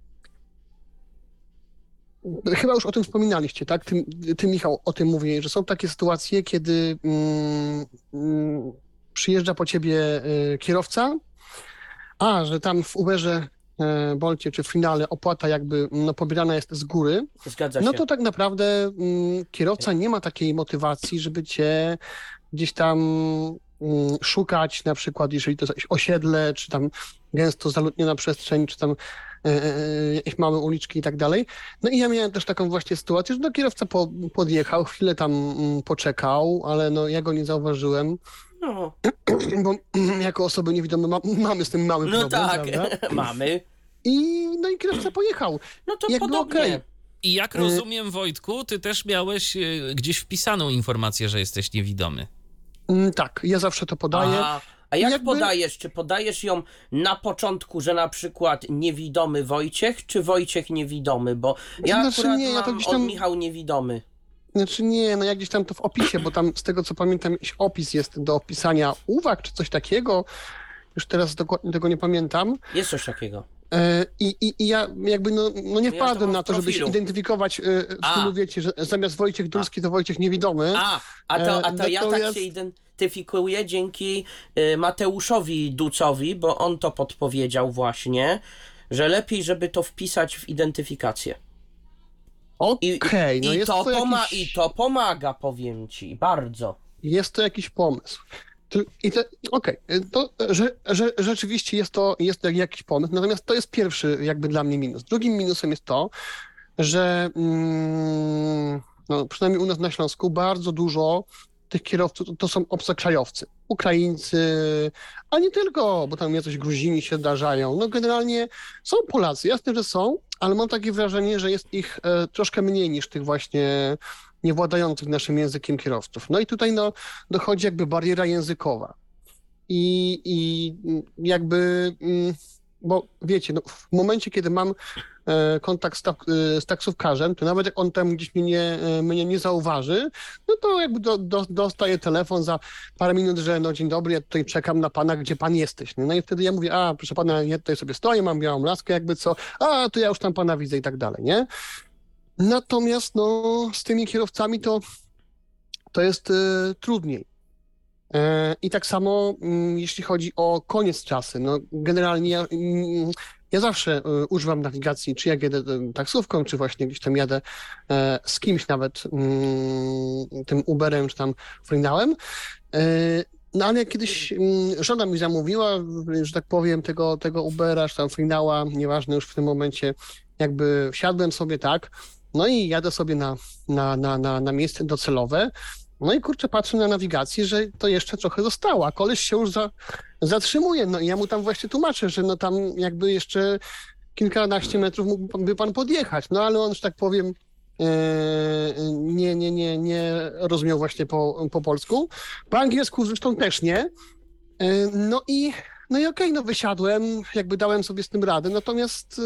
chyba już o tym wspominaliście, tak? Ty, ty Michał, o tym mówię, że są takie sytuacje, kiedy mm, mm, przyjeżdża po ciebie y, kierowca, a, że tam w Uberze, e, Bolcie czy Freenale opłata jakby no, pobierana jest z góry, Zgadza się. no to tak naprawdę mm, kierowca nie ma takiej motywacji, żeby cię gdzieś tam mm, szukać, na przykład jeżeli to jest osiedle, czy tam gęsto zaludniona przestrzeń, czy tam e, e, jakieś małe uliczki i tak dalej. No i ja miałem też taką właśnie sytuację, że no, kierowca po, podjechał, chwilę tam mm, poczekał, ale no ja go nie zauważyłem. No, Bo jako osoby niewidome ma, mamy z tym mały no problem, tak, prawda? mamy. I, no i kierowca pojechał. No to Jakby podobnie. okej. I jak rozumiem, Wojtku, ty też miałeś e, gdzieś wpisaną informację, że jesteś niewidomy. Mm, tak, ja zawsze to podaję. A, a jak Jakby- podajesz? Czy podajesz ją na początku, że na przykład niewidomy Wojciech, czy Wojciech niewidomy? Bo ja Znaczy akurat nie, ja mam to gdzieś tam- od Michał niewidomy. Znaczy nie, no ja gdzieś tam to w opisie, bo tam z tego co pamiętam jakiś opis jest do opisania uwag czy coś takiego. Już teraz dokładnie tego nie pamiętam. Jest coś takiego. E, I, i, i ja jakby no, no nie Ja to wpadłem mam na w to, żeby się profilu. identyfikować, e, w A. stylu wiecie, że zamiast Wojciech Dulski to Wojciech Niewidomy. A, a to, a to E, ja tak natomiast- się identyfikuję dzięki y, Mateuszowi Ducowi, bo on to podpowiedział właśnie, że lepiej, żeby to wpisać w identyfikację. I, Okej, no i, jest to to poma- jakiś... I to pomaga, powiem ci, bardzo. Jest to jakiś pomysł. Ty- I to, okej, to że, że, rzeczywiście jest to, jest to jakiś pomysł, natomiast to jest pierwszy jakby dla mnie minus. Drugim minusem jest to, że mm, no, przynajmniej u nas na Śląsku bardzo dużo tych kierowców to, to są obcokrajowcy. Ukraińcy, a nie tylko, bo tam jacyś Gruzini się zdarzają. No generalnie są Polacy, jasne, że są, ale mam takie wrażenie, że jest ich e, troszkę mniej niż tych właśnie niewładających naszym językiem kierowców. No i tutaj no, dochodzi jakby bariera językowa. I, i jakby, mm, bo wiecie, no, w momencie, kiedy mam e, kontakt z, tak, e, z taksówkarzem, to nawet jak on tam gdzieś mnie, e, mnie nie zauważy, no to jakby do, do, dostaję telefon za parę minut, że no dzień dobry, ja tutaj czekam na pana, gdzie pan jesteś. No i wtedy ja mówię, a proszę pana, ja tutaj sobie stoję, mam białą laskę, jakby co, a to ja już tam pana widzę i tak dalej, nie? Natomiast no, z tymi kierowcami to, to jest y, trudniej. E, I tak samo mm, jeśli chodzi o koniec trasy. No, generalnie ja, mm, ja zawsze y, używam nawigacji, czy jak jedę y, taksówką, czy właśnie gdzieś tam jadę e, z kimś nawet mm, tym Uberem, czy tam Freenowem. E, No ale jak kiedyś mm, żona mi zamówiła, że tak powiem, tego, tego Ubera, czy tam Freenowa, nieważne już w tym momencie, jakby wsiadłem sobie tak, no i jadę sobie na, na, na, na, na miejsce docelowe, no i kurczę, patrzę na nawigacji, że to jeszcze trochę zostało, a koleś się już za, zatrzymuje, no i ja mu tam właśnie tłumaczę, że no tam jakby jeszcze kilkanaście metrów mógłby pan podjechać, no ale on, że tak powiem, nie, nie, nie, nie rozumiał właśnie po, po polsku. Po angielsku zresztą też nie. No i, no i okej, okay, no wysiadłem, jakby dałem sobie z tym radę, natomiast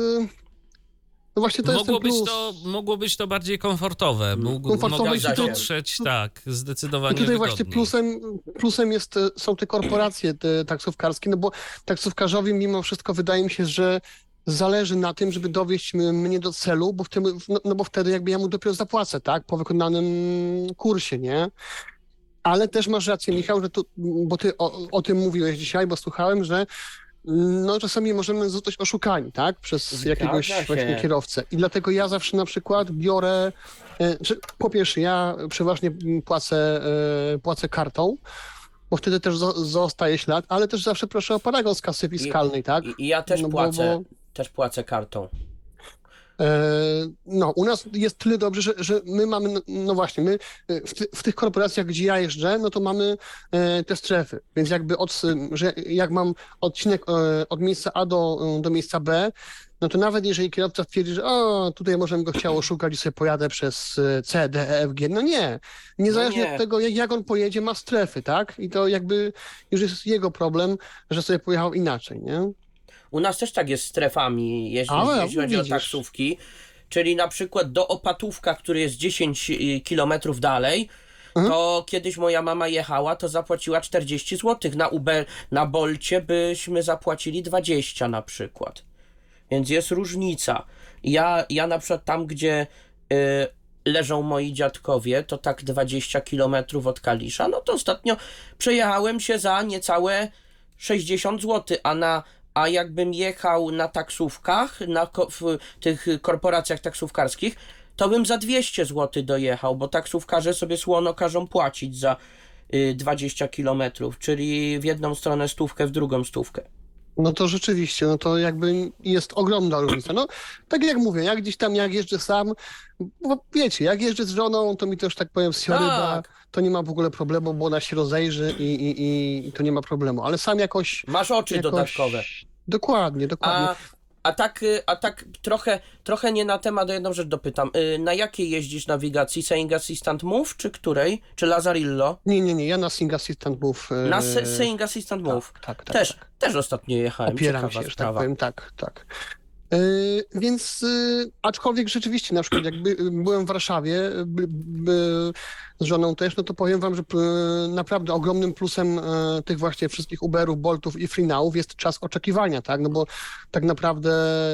no właśnie to mogło jest ten plus. Być to, mogło być to bardziej komfortowe. Mógł, komfortowe mogłeś i dotrzeć, tak, zdecydowanie I tutaj wygodniej. właśnie plusem, plusem jest, są te korporacje te taksówkarskie, no bo taksówkarzowi mimo wszystko wydaje mi się, że zależy na tym, żeby dowieźć mnie do celu, bo, w tym, no, no bo wtedy jakby ja mu dopiero zapłacę, tak, po wykonanym kursie, nie? Ale też masz rację, Michał, że tu, bo ty o, o tym mówiłeś dzisiaj, bo słuchałem, że no czasami możemy zostać oszukani, tak, przez Zgadza jakiegoś się. właśnie kierowcę. I dlatego ja zawsze na przykład biorę, e, że, po pierwsze ja przeważnie płacę, e, płacę kartą, bo wtedy też zo, zostaje ślad, ale też zawsze proszę o paragon z kasy fiskalnej, tak? I, i ja też No bo- płacę, bo- też płacę kartą. E, No, u nas jest tyle dobrze, że, że my mamy, no- no właśnie, my e, w, ty, w tych korporacjach, gdzie ja jeżdżę, no to mamy e, te strefy, więc jakby od, że jak mam odcinek e, od miejsca A do, do miejsca B, no to nawet jeżeli kierowca twierdzi, że o, tutaj możemy go chciało szukać i sobie pojadę przez e, C, D, E, F, G, no nie. Niezależnie No nie. od tego, jak, jak on pojedzie, ma strefy, tak? I to jakby już jest jego problem, że sobie pojechał inaczej, nie? U nas też tak jest z strefami, jeśli, Ale, jeśli chodzi o widzisz. taksówki. Czyli na przykład do Opatówka, który jest dziesięć kilometrów dalej, Mhm. to kiedyś moja mama jechała, to zapłaciła czterdzieści złotych. Na Uber, na Bolcie byśmy zapłacili dwadzieścia na przykład. Więc jest różnica. Ja, ja na przykład tam, gdzie y, leżą moi dziadkowie, to tak dwadzieścia kilometrów od Kalisza, no to ostatnio przejechałem się za niecałe sześćdziesiąt złotych, a na a jakbym jechał na taksówkach, na ko- w tych korporacjach taksówkarskich, to bym za dwieście złotych dojechał, bo taksówkarze sobie słono każą płacić za y, dwadzieścia kilometrów, czyli w jedną stronę stówkę, w drugą stówkę. No to rzeczywiście, no to jakby jest ogromna różnica. No tak jak mówię, jak gdzieś tam, jak jeżdżę sam, bo wiecie, jak jeżdżę z żoną, to mi też tak powiem sioryba, Tak. to nie ma w ogóle problemu, bo ona się rozejrzy i, i, i to nie ma problemu, ale sam jakoś... Masz oczy jakoś... dodatkowe. Dokładnie, dokładnie. A, a tak, y, a tak trochę, trochę nie na temat, o jedną rzecz dopytam. Y, Na jakiej jeździsz nawigacji? Saying Assistant Move, czy której? Czy Lazarillo? Nie, nie, nie, ja na Sing Assistant Move... e, Na Se- Saying Assistant Move. Tak, tak, Też, tak. też ostatnio jechałem. Opieram Ciekawa się, że tak sprawa. powiem, tak, tak. Yy, więc yy, aczkolwiek rzeczywiście, na przykład jak by, byłem w Warszawie by, by, z żoną też, no to powiem wam, że yy, naprawdę ogromnym plusem yy, tych właśnie wszystkich Uberów, Boltów i Freenowów jest czas oczekiwania, tak, no bo tak naprawdę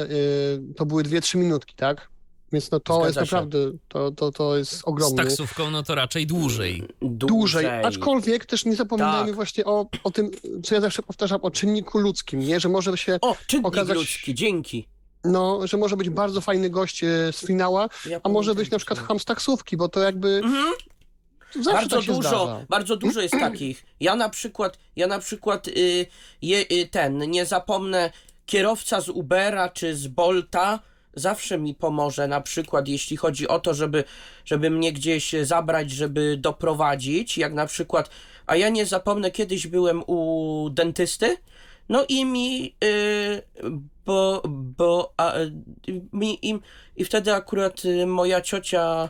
yy, to były dwie, trzy minutki, tak, więc no to Zgadza jest się. naprawdę, to, to, to jest Z ogromny. taksówką no to raczej dłużej. Dłużej, aczkolwiek też nie zapominajmy Tak. właśnie o, o tym, co ja zawsze powtarzam, o czynniku ludzkim, nie, że może się O, czynnik okazać- ludzki, dzięki. No, że może być bardzo fajny gość e, z finała, Ja a może pamiętam być na przykład to. ham z taksówki, bo to jakby Mhm. zawsze Bardzo tak się dużo, zdarza. bardzo dużo jest takich. Ja na przykład, ja na przykład y, je, y, ten, nie zapomnę, kierowca z Ubera czy z Bolta zawsze mi pomoże, na przykład jeśli chodzi o to, żeby, żeby mnie gdzieś zabrać, żeby doprowadzić, jak na przykład, a ja nie zapomnę, kiedyś byłem u dentysty, no i mi, y, bo, bo, a, y, mi, im, i wtedy akurat y, moja ciocia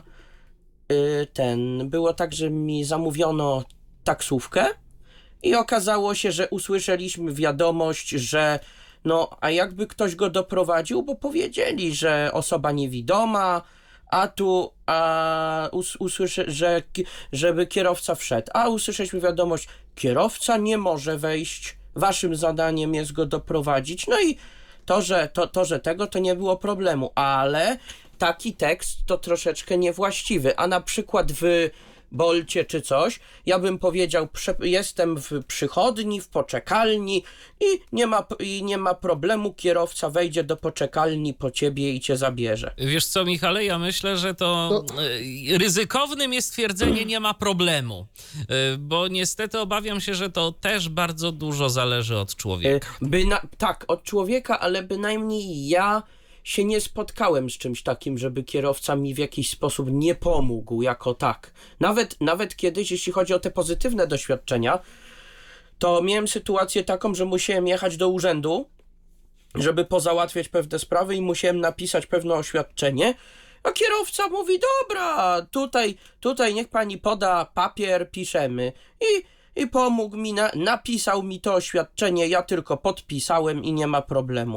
y, ten, było tak, że mi zamówiono taksówkę i okazało się, że usłyszeliśmy wiadomość, że no, a jakby ktoś go doprowadził, bo powiedzieli, że osoba niewidoma, a tu, a us, usłyszę, że, ki- żeby kierowca wszedł, a usłyszeliśmy wiadomość, kierowca nie może wejść, waszym zadaniem jest go doprowadzić, no i to, że, to, to, że tego, to nie było problemu, ale taki tekst to troszeczkę niewłaściwy, a na przykład w Bolcie czy coś, ja bym powiedział, prze, jestem w przychodni, w poczekalni i nie ma, i nie ma problemu, kierowca wejdzie do poczekalni po ciebie i cię zabierze. Wiesz co, Michale, ja myślę, że to No. y, ryzykownym jest twierdzenie nie ma problemu, y, bo niestety obawiam się, że to też bardzo dużo zależy od człowieka. Y, By na, tak, od człowieka, ale bynajmniej ja się nie spotkałem z czymś takim, żeby kierowca mi w jakiś sposób nie pomógł jako tak. Nawet, nawet kiedyś, jeśli chodzi o te pozytywne doświadczenia, to miałem sytuację taką, że musiałem jechać do urzędu, żeby pozałatwiać pewne sprawy i musiałem napisać pewne oświadczenie, a kierowca mówi, dobra, tutaj, tutaj niech pani poda papier, piszemy. I, i pomógł mi, na, napisał mi to oświadczenie, ja tylko podpisałem i nie ma problemu.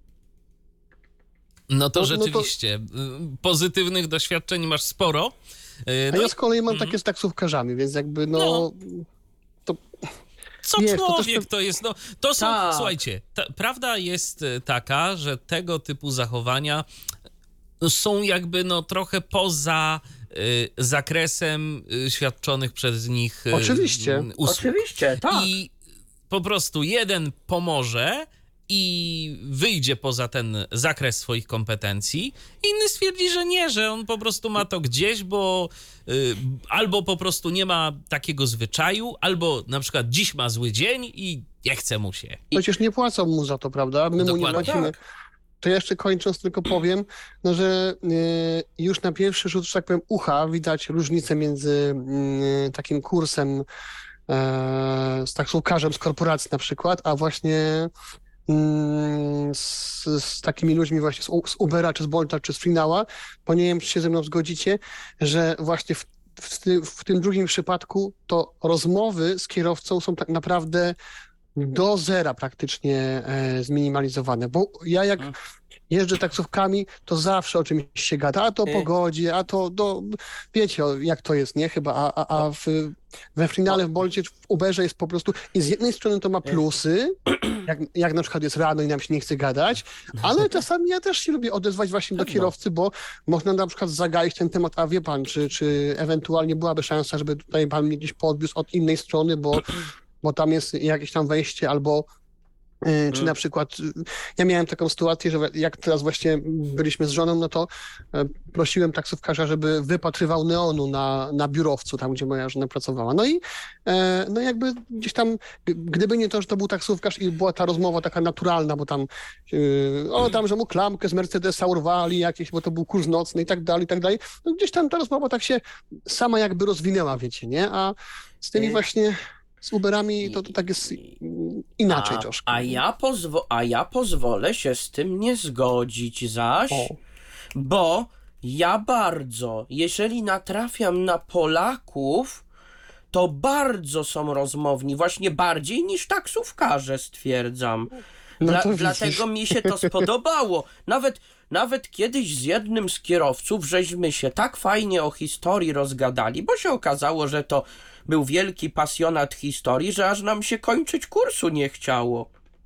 No to No- no to- rzeczywiście, y, pozytywnych doświadczeń masz sporo. Y, A No ja i z kolei mam takie z taksówkarzami, więc jakby no... No. co wiesz, to też człowiek pe- to jest, no to są, Tak. słuchajcie, ta, prawda jest y, taka, że tego typu zachowania są jakby no trochę poza y, zakresem y, świadczonych przez nich y, Oczywiście. y, usług. Oczywiście, tak. I po prostu jeden pomoże i wyjdzie poza ten zakres swoich kompetencji, inny stwierdzi, że nie, że on po prostu ma to gdzieś, bo y, albo po prostu nie ma takiego zwyczaju, albo na przykład dziś ma zły dzień i nie chce mu się. Przecież nie płacą mu za to, prawda? My mu nie Dokładnie. płacimy. To ja jeszcze kończąc tylko powiem, no, że y, już na pierwszy rzut, że tak powiem, ucha widać różnicę między y, takim kursem y, z taksówkarzem z korporacji na przykład, a właśnie y, z, z takimi ludźmi właśnie z, U- z Ubera, czy z Bolta, czy z Freenowa, bo nie wiem, czy się ze mną zgodzicie, że właśnie w, w, ty, w tym drugim przypadku to rozmowy z kierowcą są tak naprawdę do zera praktycznie e, zminimalizowane, bo ja jak Mhm. jeżdżę taksówkami, to zawsze o czymś się gada, a to o Y. pogodzie, a to do, wiecie o, jak to jest, nie? Chyba, a, a, a w, we Freenale, w Bolcie, w Uberze jest po prostu, i z jednej strony to ma plusy, jak, jak na przykład jest rano i nam się nie chce gadać, ale czasami ja też się lubię odezwać właśnie do Pewno. kierowcy, bo można na przykład zagaić ten temat, a wie pan, czy, czy ewentualnie byłaby szansa, żeby tutaj pan mnie gdzieś podwiózł od innej strony, bo bo tam jest jakieś tam wejście, albo y, czy na przykład, y, ja miałem taką sytuację, że jak teraz właśnie byliśmy z żoną, no to e, prosiłem taksówkarza, żeby wypatrywał neonu na, na biurowcu, tam gdzie moja żona pracowała. No i e, no jakby gdzieś tam, g- gdyby nie to, że to był taksówkarz i była ta rozmowa taka naturalna, bo tam y, o tam, że mu klamkę z Mercedesa urwali jakieś, bo to był kurs nocny i tak dalej, i tak dalej. No gdzieś tam ta rozmowa tak się sama jakby rozwinęła, wiecie, nie? A z tymi Y, właśnie z Uberami to, to tak jest inaczej a, troszkę. a, ja pozwo- a ja pozwolę się z tym nie zgodzić zaś, O. bo ja bardzo, jeżeli natrafiam na Polaków, to bardzo są rozmowni, właśnie bardziej niż taksówkarze, stwierdzam. No Dla, to widzisz. dlatego mi się to spodobało. Nawet, nawet kiedyś z jednym z kierowców żeśmy się tak fajnie o historii rozgadali, bo się okazało, że to był wielki pasjonat historii, że aż nam się kończyć kursu nie chciało.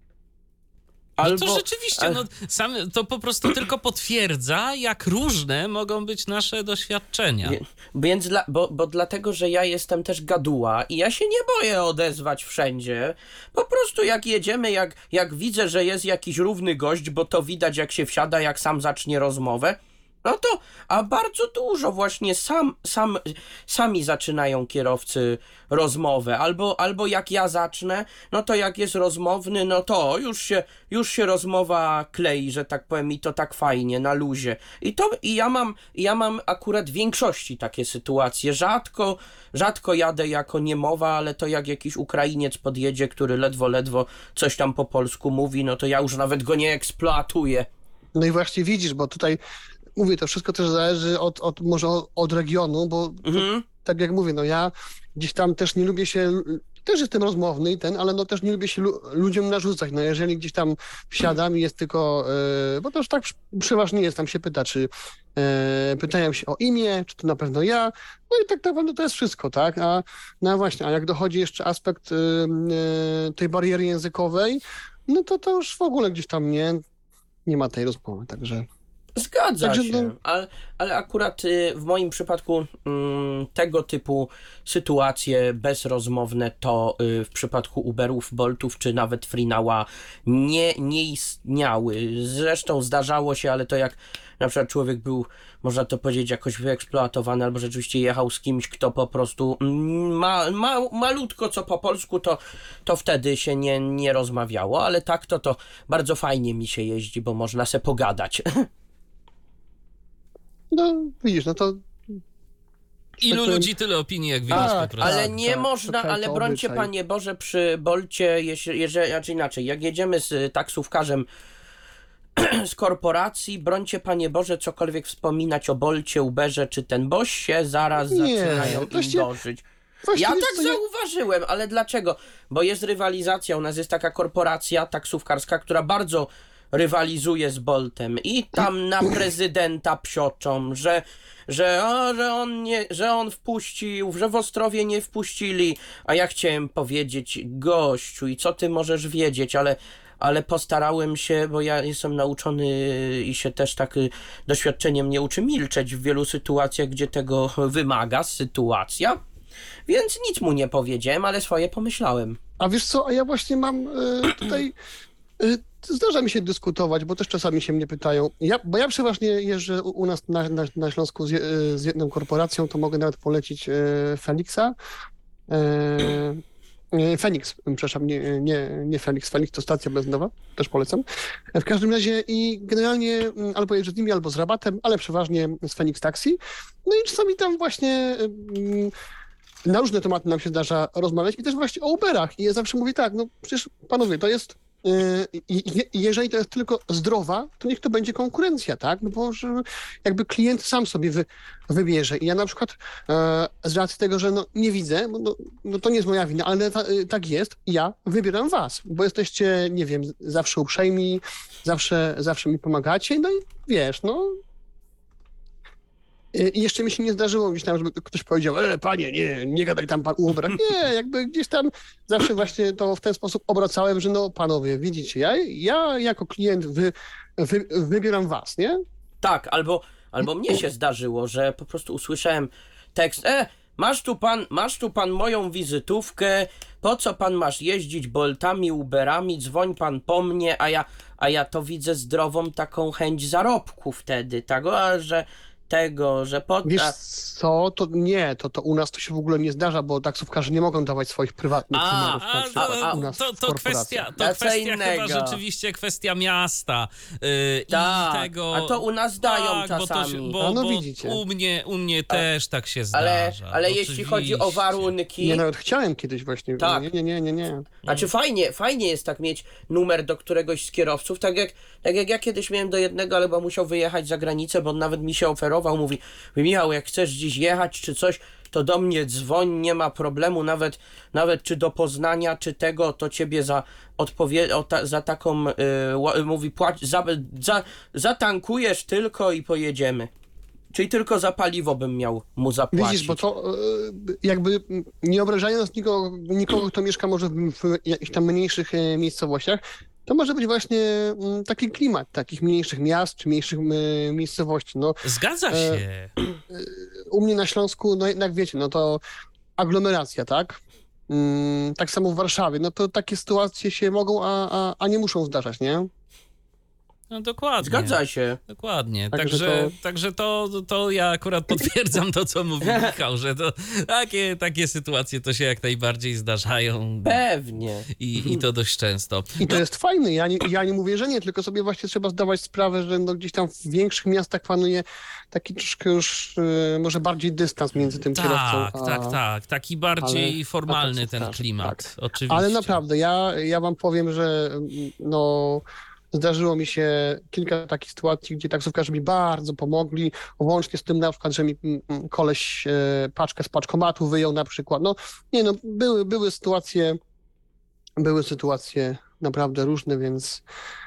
No to rzeczywiście, no, sam, to po prostu tylko potwierdza, jak różne mogą być nasze doświadczenia. Wie- Więc dla, bo, bo dlatego, że ja jestem też gaduła i ja się nie boję odezwać wszędzie. Po prostu jak jedziemy, jak, jak widzę, że jest jakiś równy gość, bo to widać jak się wsiada, jak sam zacznie rozmowę, no to, a bardzo dużo właśnie sam, sam, sami zaczynają kierowcy rozmowę, albo, albo jak ja zacznę, no to jak jest rozmowny, no to już się, już się rozmowa klei, że tak powiem, i to tak fajnie, na luzie. I to, i ja mam, ja mam akurat w większości takie sytuacje, rzadko, rzadko jadę jako niemowa, ale to jak jakiś Ukrainiec podjedzie, który ledwo, ledwo coś tam po polsku mówi, no to ja już nawet go nie eksploatuję. No i właśnie widzisz, bo tutaj mówię, to wszystko też zależy od, od może od regionu, bo to, Mhm. tak jak mówię, no ja gdzieś tam też nie lubię się, też jestem rozmowny i ten, ale no też nie lubię się lu- ludziom narzucać. No jeżeli gdzieś tam wsiadam i jest tylko, e, bo to już tak przy- przeważnie jest, tam się pyta, czy e, pytają się o imię, czy to na pewno ja, no i tak naprawdę to jest wszystko, tak? A no właśnie, a jak dochodzi jeszcze aspekt e, e, tej bariery językowej, no to to już w ogóle gdzieś tam nie, nie ma tej rozmowy, także... Zgadza Także się, no- ale, ale akurat y, w moim przypadku mm, tego typu sytuacje bezrozmowne to y, w przypadku Uberów, Boltów czy nawet Freenowa nie, nie istniały. Zresztą zdarzało się, ale to jak na przykład człowiek był, można to powiedzieć, jakoś wyeksploatowany albo rzeczywiście jechał z kimś, kto po prostu mm, ma, ma, malutko co po polsku, to, to wtedy się nie, nie rozmawiało, ale tak to to bardzo fajnie mi się jeździ, bo można se pogadać. No widzisz, no to Ilu powiem- ludzi, tyle opinii, jak widać Tak, po prostu. Ale tak, nie tak, można, to ale to brońcie obyczaj. Panie Boże przy Bolcie, jeśli, jeżeli, znaczy inaczej, jak jedziemy z taksówkarzem z korporacji, brońcie Panie Boże cokolwiek wspominać o Bolcie, Uberze czy ten, bo się zaraz Nie, zaczynają im właśnie- dożyć. Właśnie Ja wiesz tak co, ja- zauważyłem, ale dlaczego? Bo jest rywalizacja, u nas jest taka korporacja taksówkarska, która bardzo rywalizuje z Boltem i tam na prezydenta psioczą, że, że, o, że, on nie, że on wpuścił, że w Ostrowie nie wpuścili, a ja chciałem powiedzieć, gościu, i co ty możesz wiedzieć, ale, ale postarałem się, bo ja jestem nauczony i się też tak y, doświadczeniem nie uczy milczeć w wielu sytuacjach, gdzie tego wymaga sytuacja. Więc nic mu nie powiedziałem, ale swoje pomyślałem. A wiesz co, a ja właśnie mam e, tutaj, e, zdarza mi się dyskutować, bo też czasami się mnie pytają, ja, bo ja przeważnie jeżdżę u, u nas na, na, na Śląsku z, je- z jedną korporacją, to mogę nawet polecić e, Felixa. E, nie, Fenix, przepraszam, nie, nie, nie Felix, Felix to stacja benzynowa, też polecam. W każdym razie i generalnie mm, albo jeżdżę z nimi, albo z rabatem, ale przeważnie z Fenix Taxi. No i czasami tam właśnie mm, na różne tematy nam się zdarza rozmawiać i też właśnie o Uberach. I ja zawsze mówię tak, no przecież panowie, to jest, yy, i- i- jeżeli to jest tylko zdrowa, to niech to będzie konkurencja, tak? No bo że jakby klient sam sobie wy, wybierze. I ja na przykład e, z racji tego, że no, nie widzę, bo no, no to nie jest moja wina, ale ta, y, tak jest, ja wybieram was, bo jesteście, nie wiem, zawsze uprzejmi, zawsze, zawsze mi pomagacie, no i wiesz, no i jeszcze mi się nie zdarzyło gdzieś tam, żeby ktoś powiedział, e, panie, nie, nie gadaj tam pan o Uberach. Nie, jakby gdzieś tam zawsze właśnie to w ten sposób obracałem, że no panowie, widzicie, ja, ja jako klient wy, wy, wybieram was, nie? Tak, albo, albo mnie się zdarzyło, że po prostu usłyszałem tekst, e, masz tu pan, masz tu pan moją wizytówkę, po co pan masz jeździć Boltami, Uberami, dzwoń pan po mnie, a ja, a ja to widzę zdrową taką chęć zarobku wtedy, tak, o, że tego, że po... Wiesz a- co, to nie, to, to u nas to się w ogóle nie zdarza, bo taksówkarze nie mogą dawać swoich prywatnych A, numerów na A, przykład to, u nas to, w to kwestia, korporacjach. to A co kwestia innego. chyba rzeczywiście kwestia miasta yy, Tak, i tego... a to u nas dają tak, bo to czasami. Się, bo, A no bo widzicie. u mnie, u mnie też tak się Ale, zdarza. ale jeśli chodzi o oczywiście. warunki... Nie, nawet chciałem kiedyś właśnie, Tak. nie, nie, nie, nie, nie. Znaczy fajnie, fajnie jest tak mieć numer do któregoś z kierowców, tak jak, tak jak ja kiedyś miałem do jednego, ale bo musiał wyjechać za granicę, bo on nawet mi się oferował, mówi, Michał, jak chcesz gdzieś jechać czy coś, to do mnie dzwoń, nie ma problemu, nawet, nawet czy do Poznania, czy tego, to ciebie za odpowie, o ta, za taką, y, ła- mówi, płać, za, za, zatankujesz tylko i pojedziemy. Czyli tylko za paliwo bym miał mu zapłacić. Widzisz, bo to e, jakby nie obrażając nikogo, nikogo, kto mieszka może w, w jakichś tam mniejszych e, miejscowościach, to może być właśnie mm, taki klimat takich mniejszych miast czy mniejszych e, miejscowości. No, Zgadza E, się. u mnie na Śląsku, no jednak wiecie, no to aglomeracja, tak? Mm, tak samo w Warszawie, no to takie sytuacje się mogą, a, a, a nie muszą zdarzać, nie? No dokładnie. Zgadza się. Dokładnie. Także Także, to- także to, to ja akurat potwierdzam to, co mówi Michał, że to takie, takie sytuacje to się jak najbardziej zdarzają Pewnie. i, i to dość często. I to jest fajne, ja nie, ja nie mówię, że nie, tylko sobie właśnie trzeba zdawać sprawę, że no gdzieś tam w większych miastach panuje taki troszkę już e, może bardziej dystans między tym Tak, kierowcą a... tak, tak. Taki bardziej ale- formalny a tak, ten tak, klimat. tak. Oczywiście. Ale naprawdę, ja, ja wam powiem, że mm, no, zdarzyło mi się kilka takich sytuacji, gdzie taksówkarze mi bardzo pomogli, łącznie z tym na przykład, że mi mm, mm, koleś e, paczkę z paczkomatu wyjął na przykład. No nie no, były, były sytuacje, były sytuacje naprawdę różne, więc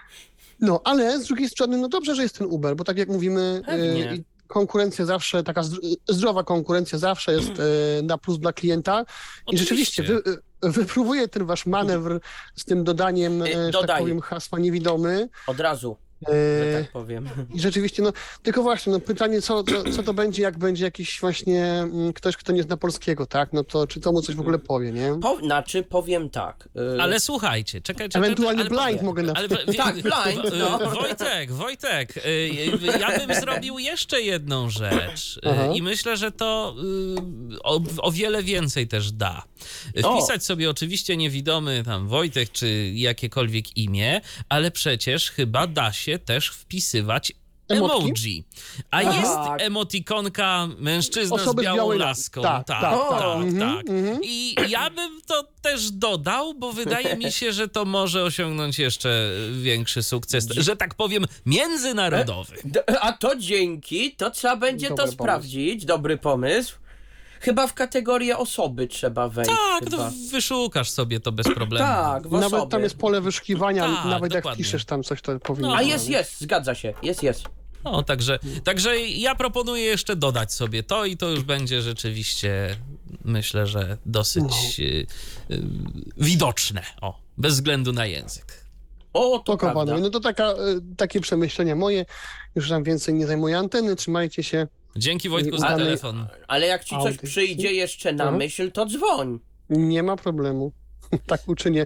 no, ale z drugiej strony, no dobrze, że jest ten Uber, bo tak jak mówimy, Pewnie. e, i konkurencja zawsze, taka zdr- zdrowa konkurencja zawsze jest e, na plus dla klienta. I Oczywiście. rzeczywiście wy, wypróbuję ten wasz manewr z tym dodaniem, Y, e, że dodaj. tak powiem, hasła niewidomy. Od razu. że E, tak powiem. I rzeczywiście, no tylko właśnie, no pytanie, co, co, co to będzie, jak będzie jakiś właśnie mm, ktoś, kto nie zna polskiego, tak? No to czy to mu coś w ogóle powie, nie? Po, znaczy, powiem tak. y, Ale słuchajcie, czekaj, czekaj. Ewentualnie ale- blind mogę na... Ale, wie- Tak, blind, Wo- no. Wojtek, Wojtek, y, y, ja bym zrobił jeszcze jedną rzecz y, Aha. i myślę, że to y, o, o wiele więcej też da. O. Wpisać sobie oczywiście niewidomy tam Wojtek czy jakiekolwiek imię, ale przecież chyba da się też wpisywać Emotki? emoji. A Aha. jest emotikonka mężczyzna Osoby z z białą białej laską. laską. Tak, Tak, tak, tak. tak. Mhm, tak. mhm. I ja bym to też dodał, bo wydaje mi się, że to może osiągnąć jeszcze większy sukces, że tak powiem, międzynarodowy. D- A to dzięki, to trzeba będzie Dobry to pomysł. sprawdzić. Dobry pomysł. Chyba w kategorię osoby trzeba wejść. Tak, chyba. to wyszukasz sobie to bez problemu. Tak, w Nawet osoby. tam jest pole wyszukiwania, Tak, nawet jak dokładnie. piszesz tam coś, to powinno... No, A być. jest, jest, zgadza się. Jest, jest. No, także, także ja proponuję jeszcze dodać sobie to i to już będzie rzeczywiście, myślę, że dosyć No. y, y, widoczne, o, bez względu na język. O, to Spoko, prawda. panowie. No to taka, y, takie przemyślenia moje. Już tam więcej nie zajmuję anteny. Trzymajcie się. Dzięki Wojtku za Ale- telefon. Ale jak ci coś Audycji. przyjdzie jeszcze na Mhm. myśl, to dzwoń. Nie ma problemu. Tak uczynię.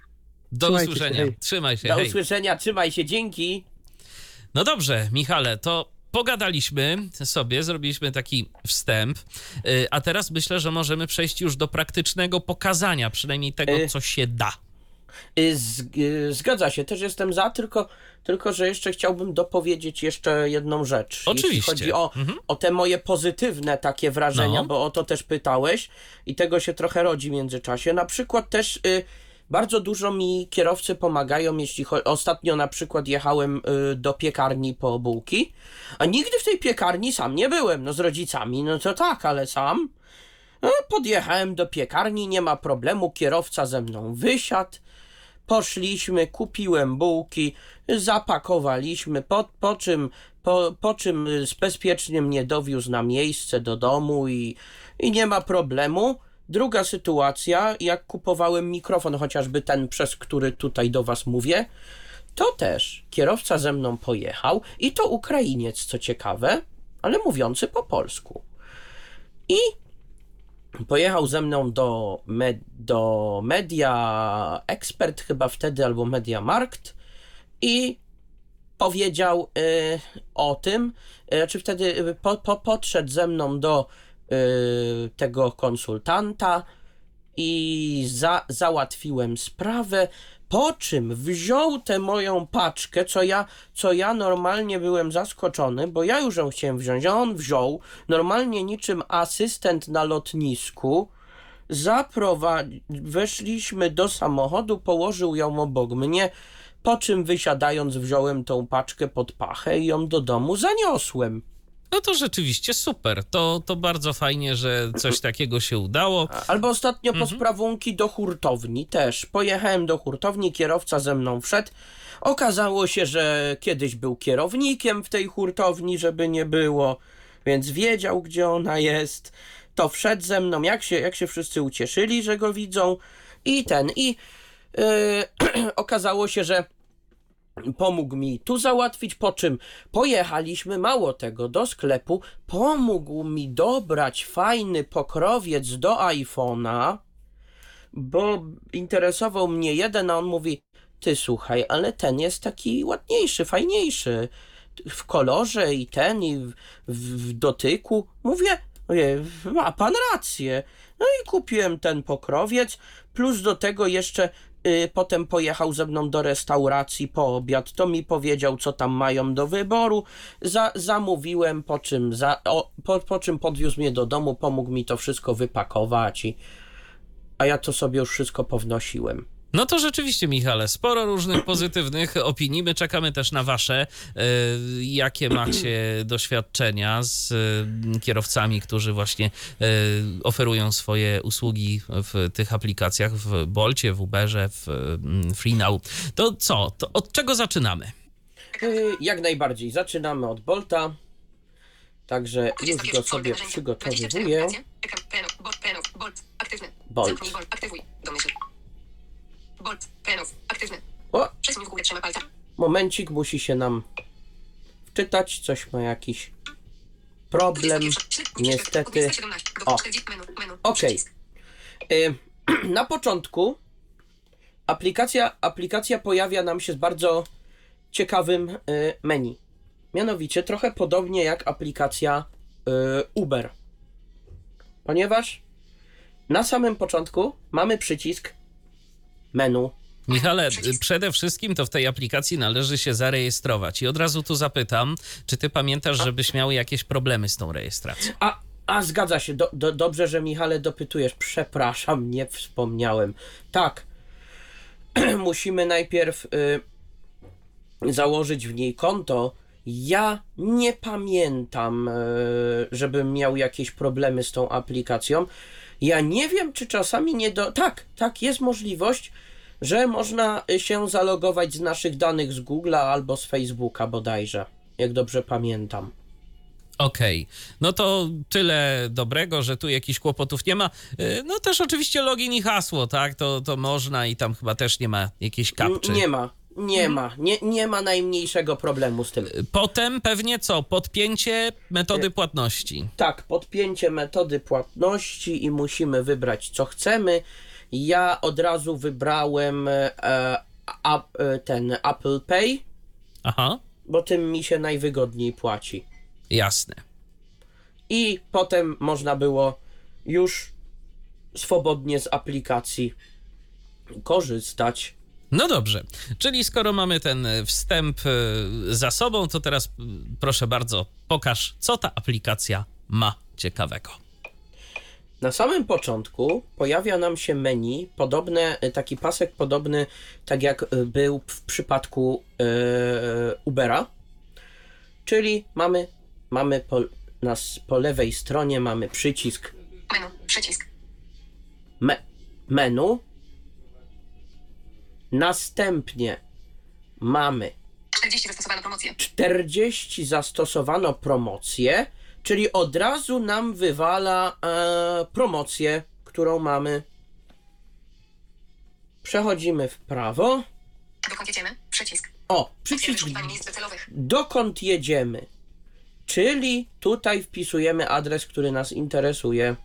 Do Trzymajcie się, usłyszenia. hej. Trzymaj się, Do hej. usłyszenia, trzymaj się, dzięki. No dobrze, Michale, to pogadaliśmy sobie, zrobiliśmy taki wstęp, y, a teraz myślę, że możemy przejść już do praktycznego pokazania, przynajmniej tego, Y. co się da. Y, Z, y, zgadza się, też jestem za, tylko, tylko że jeszcze chciałbym dopowiedzieć jeszcze jedną rzecz. Oczywiście. Jeśli chodzi o, Mhm. o te moje pozytywne takie wrażenia, No. bo o to też pytałeś i tego się trochę rodzi w międzyczasie. Na przykład też y, bardzo dużo mi kierowcy pomagają, jeśli chodzi... Ostatnio na przykład jechałem y, do piekarni po bułki, a nigdy w tej piekarni sam nie byłem. No z rodzicami, no to tak, ale sam. No, podjechałem do piekarni, nie ma problemu, kierowca ze mną wysiadł. Poszliśmy, kupiłem bułki, zapakowaliśmy, po, po, czym, po, po czym bezpiecznie mnie dowiózł na miejsce do domu i, i nie ma problemu. Druga sytuacja, jak kupowałem mikrofon, chociażby ten, przez który tutaj do was mówię, to też kierowca ze mną pojechał i to Ukrainiec, co ciekawe, ale mówiący po polsku. I pojechał ze mną do, med, do Media Expert chyba wtedy, albo Media Markt i powiedział y, o tym, y, znaczy wtedy y, po, po, podszedł ze mną do y, tego konsultanta i za, załatwiłem sprawę, po czym wziął tę moją paczkę, co ja, co ja normalnie byłem zaskoczony, bo ja już ją chciałem wziąć, a on wziął, normalnie niczym asystent na lotnisku, zaprowadzi... weszliśmy do samochodu, położył ją obok mnie, po czym wysiadając wziąłem tą paczkę pod pachę i ją do domu zaniosłem. No to rzeczywiście super. To, to bardzo fajnie, że coś takiego się udało. Albo ostatnio po Mhm. sprawunki do hurtowni też. Pojechałem do hurtowni, kierowca ze mną wszedł. Okazało się, że kiedyś był kierownikiem w tej hurtowni, żeby nie było, więc wiedział, gdzie ona jest. To wszedł ze mną, jak się, jak się wszyscy ucieszyli, że go widzą. I ten, i yy, okazało się, że pomógł mi tu załatwić, po czym pojechaliśmy, mało tego, do sklepu, pomógł mi dobrać fajny pokrowiec do iPhone'a, bo interesował mnie jeden, a on mówi, ty słuchaj, ale ten jest taki ładniejszy, fajniejszy, w kolorze i ten, i w, w, w dotyku. Mówię, ojej, ma pan rację. No i kupiłem ten pokrowiec, plus do tego jeszcze y, potem pojechał ze mną do restauracji po obiad, to mi powiedział, co tam mają do wyboru, za, zamówiłem, po czym, za, o, po, po czym podwiózł mnie do domu, pomógł mi to wszystko wypakować, i, a ja to sobie już wszystko pownosiłem. No to rzeczywiście, Michale, sporo różnych pozytywnych opinii. My czekamy też na wasze. Y, jakie macie doświadczenia z y, kierowcami, którzy właśnie y, oferują swoje usługi w tych aplikacjach, w Bolcie, w Uberze, w y, FreeNow. To co? To od czego zaczynamy? Y, jak najbardziej. Zaczynamy od Bolta. Także już go sobie przygotowuję. Bolt. Bolt, aktywuj. Domyśl. Bolt, Penów, aktywny. O, Przesuń w górę trzema palca. Momencik, musi się nam wczytać, coś ma jakiś problem, niestety. O, okej. Okay. Na początku aplikacja, aplikacja pojawia nam się z bardzo ciekawym y, menu. Mianowicie trochę podobnie jak aplikacja y, Uber. Ponieważ na samym początku mamy przycisk menu. Michale, przede wszystkim to w tej aplikacji należy się zarejestrować. I od razu tu zapytam, czy ty pamiętasz, żebyś miał jakieś problemy z tą rejestracją? A, a zgadza się. Do, do, dobrze, że Michale dopytujesz. Przepraszam, nie wspomniałem. Tak. Musimy najpierw y, założyć w niej konto. Ja nie pamiętam, y, żebym miał jakieś problemy z tą aplikacją. Ja nie wiem, czy czasami nie do... Tak, tak, jest możliwość, że można się zalogować z naszych danych z Google'a albo z Facebooka bodajże, jak dobrze pamiętam. Okej, okay. No to tyle dobrego, że tu jakichś kłopotów nie ma. No też oczywiście login i hasło, tak? To, to można i tam chyba też nie ma jakiejś kapczy. Nie ma, nie ma, nie, nie ma najmniejszego problemu z tym. Potem pewnie co? Podpięcie metody płatności. Tak, podpięcie metody płatności i musimy wybrać co chcemy. Ja od razu wybrałem e, a, ten Apple Pay, Aha. bo tym mi się najwygodniej płaci. Jasne. I potem można było już swobodnie z aplikacji korzystać. No dobrze, czyli skoro mamy ten wstęp za sobą, to teraz proszę bardzo, pokaż, co ta aplikacja ma ciekawego. Na samym początku pojawia nam się menu, podobne, taki pasek podobny, tak jak był w przypadku yy, Ubera, czyli mamy, mamy po, nas, po lewej stronie mamy przycisk menu, przycisk me, menu, następnie mamy czterdzieści zastosowano promocję, czterdzieści zastosowano promocję, czyli od razu nam wywala e, promocję, którą mamy. Przechodzimy w prawo. dokąd jedziemy, przycisk, O, przycisk wyszukiwanie miejsc docelowych, dokąd jedziemy, czyli tutaj wpisujemy adres, który nas interesuje.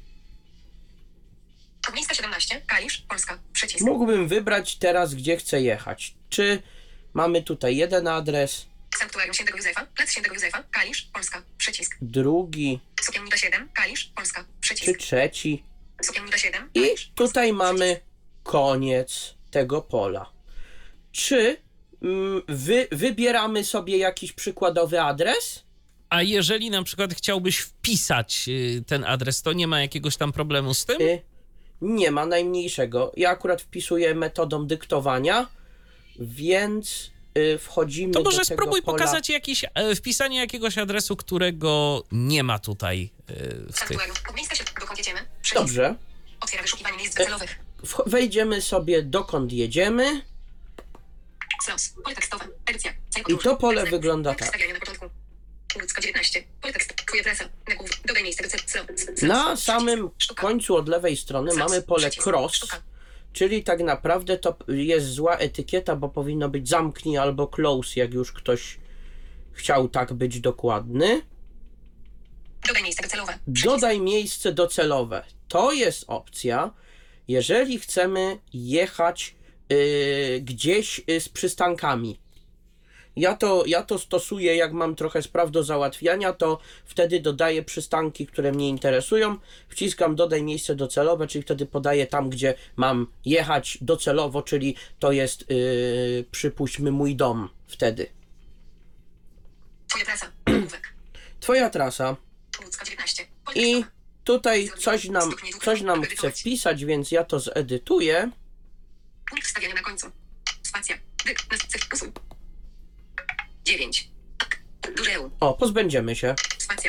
Miejska siedemnaście, Kalisz, Polska, przycisk, Mógłbym wybrać teraz, gdzie chcę jechać. Czy mamy tutaj jeden adres, Sanktuarium Świętego Józefa, Plac Świętego Józefa, Kalisz, Polska, przycisk, drugi Sukiennika siedem, Kalisz, Polska, czy przycisk, trzeci? Sukiennika siedem, I Kalisz, Polska, tutaj mamy przycisk. koniec tego pola. Czy mm, wy, wybieramy sobie jakiś przykładowy adres? A jeżeli na przykład chciałbyś wpisać ten adres, to nie ma jakiegoś tam problemu z tym? Y, nie ma najmniejszego. Ja akurat wpisuję metodą dyktowania, więc y, wchodzimy To do może tego spróbuj pola. pokazać jakiś, e, wpisanie jakiegoś adresu, którego nie ma tutaj e, w tych... Sanktuarium, Miejska siedem, dokąd jedziemy, przycisk, Dobrze. otwiera wyszukiwanie miejsc docelowych, Wch- wejdziemy sobie dokąd jedziemy. Slos, pole tekstowe, edycja, I to pole wygląda tak. Wstawianie na początku, Łódzka dziewiętnaście, pole tekst, twoja adresa, na głów, dodaj miejsce, slos, Na samym końcu od lewej strony mamy pole cross, czyli tak naprawdę to jest zła etykieta, bo powinno być zamknij albo close, jak już ktoś chciał tak być dokładny. Dodaj miejsce docelowe, Dodaj miejsce docelowe. To jest opcja, jeżeli chcemy jechać yy, gdzieś yy, z przystankami. Ja to, ja to stosuję, jak mam trochę spraw do załatwiania, to wtedy dodaję przystanki, które mnie interesują, wciskam dodaj miejsce docelowe, czyli wtedy podaję tam, gdzie mam jechać docelowo, czyli to jest, yy, przypuśćmy, mój dom wtedy. twoja trasa, nagłówek, Twoja trasa. Łódzka dziewiętnaście, pole I tekstowe, tutaj coś nam, coś nam chce wpisać, więc ja to zedytuję. punkt wstawiania na końcu, spacja, dyk, następcy, usuń, dziewięć, duże U, O, pozbędziemy się. spacja,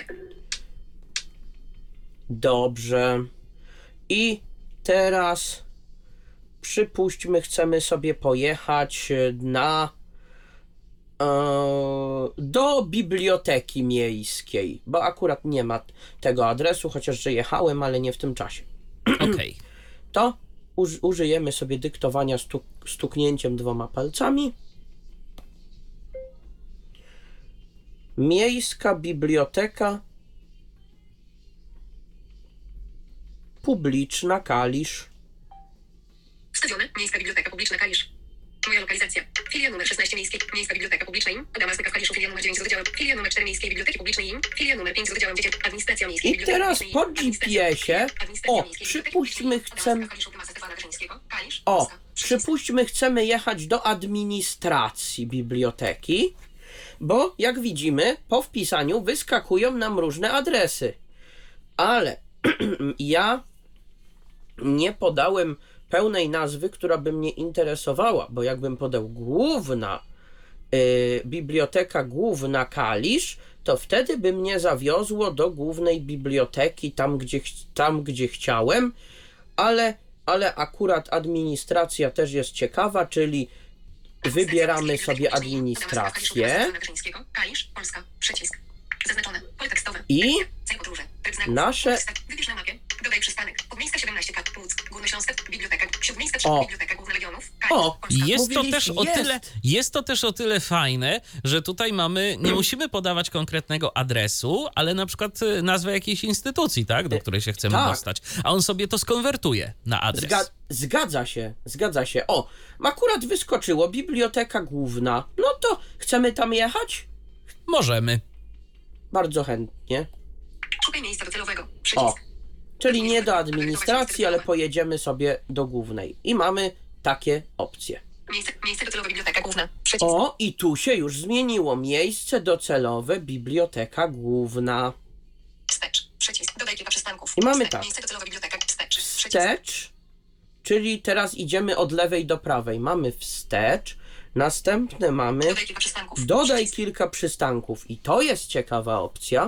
Dobrze. I teraz przypuśćmy, chcemy sobie pojechać na e, do biblioteki miejskiej, bo akurat nie ma tego adresu, chociaż że jechałem, ale nie w tym czasie. Okej. To uż, użyjemy sobie dyktowania stuk, stuknięciem dwoma palcami. Miejska Biblioteka Publiczna Kalisz. Wstawione. Miejska Biblioteka Publiczna Kalisz. Moja lokalizacja. Filia numer szesnaście Miejskiej. Miejska Biblioteka Publiczna im. Adama Zbyka w Kaliszu. Filia numer dziewięć z oddziałem. Filia numer cztery Miejskiej Biblioteki Publicznej im. Filia numer pięć z oddziałem dziecięcia. Administracja Miejskiej I Biblioteki teraz Publicznej po im. G P S-ie, o, przypuśćmy chcemy, o, przypuśćmy chcemy jechać do administracji biblioteki, bo jak widzimy, po wpisaniu wyskakują nam różne adresy. Ale ja nie podałem pełnej nazwy, która by mnie interesowała, bo jakbym podał główna y, biblioteka główna Kalisz, to wtedy by mnie zawiozło do głównej biblioteki, tam gdzie, tam, gdzie chciałem, ale, ale akurat administracja też jest ciekawa, czyli wybieramy sobie administrację i nasze... Wybierz na mapie. Dodaj przystanek. Podmiejska siedemnaście K. Płuc. Górnośląska. Biblioteka. Śródmiejska trzy. O. Biblioteka Główna Legionów. O. Jest to, też o jest. tyle, jest to też o tyle fajne, że tutaj mamy, nie musimy podawać konkretnego adresu, ale na przykład y, nazwę jakiejś instytucji, tak, do której się chcemy Tak. dostać, a on sobie to skonwertuje na adres. Zga- zgadza się, zgadza się. O, akurat wyskoczyło Biblioteka Główna. No to chcemy tam jechać? Możemy. Bardzo chętnie. Szukaj miejsca docelowego. O, Przycisk. czyli nie do administracji, ale pojedziemy sobie do głównej. I mamy takie opcje. Miejsce, miejsce docelowe. Biblioteka Główna. Przycisk. O, i tu się już zmieniło. Miejsce docelowe, Biblioteka Główna. Wstecz. Przycisk. Dodaj kilka przystanków. I mamy Wstecz. tak. Miejsce docelowe. Biblioteka. Wstecz. Przycisk. Wstecz, czyli teraz idziemy od lewej do prawej. Mamy wstecz, następne mamy Dodaj kilka przystanków. dodaj Przycisk. kilka przystanków. I to jest ciekawa opcja,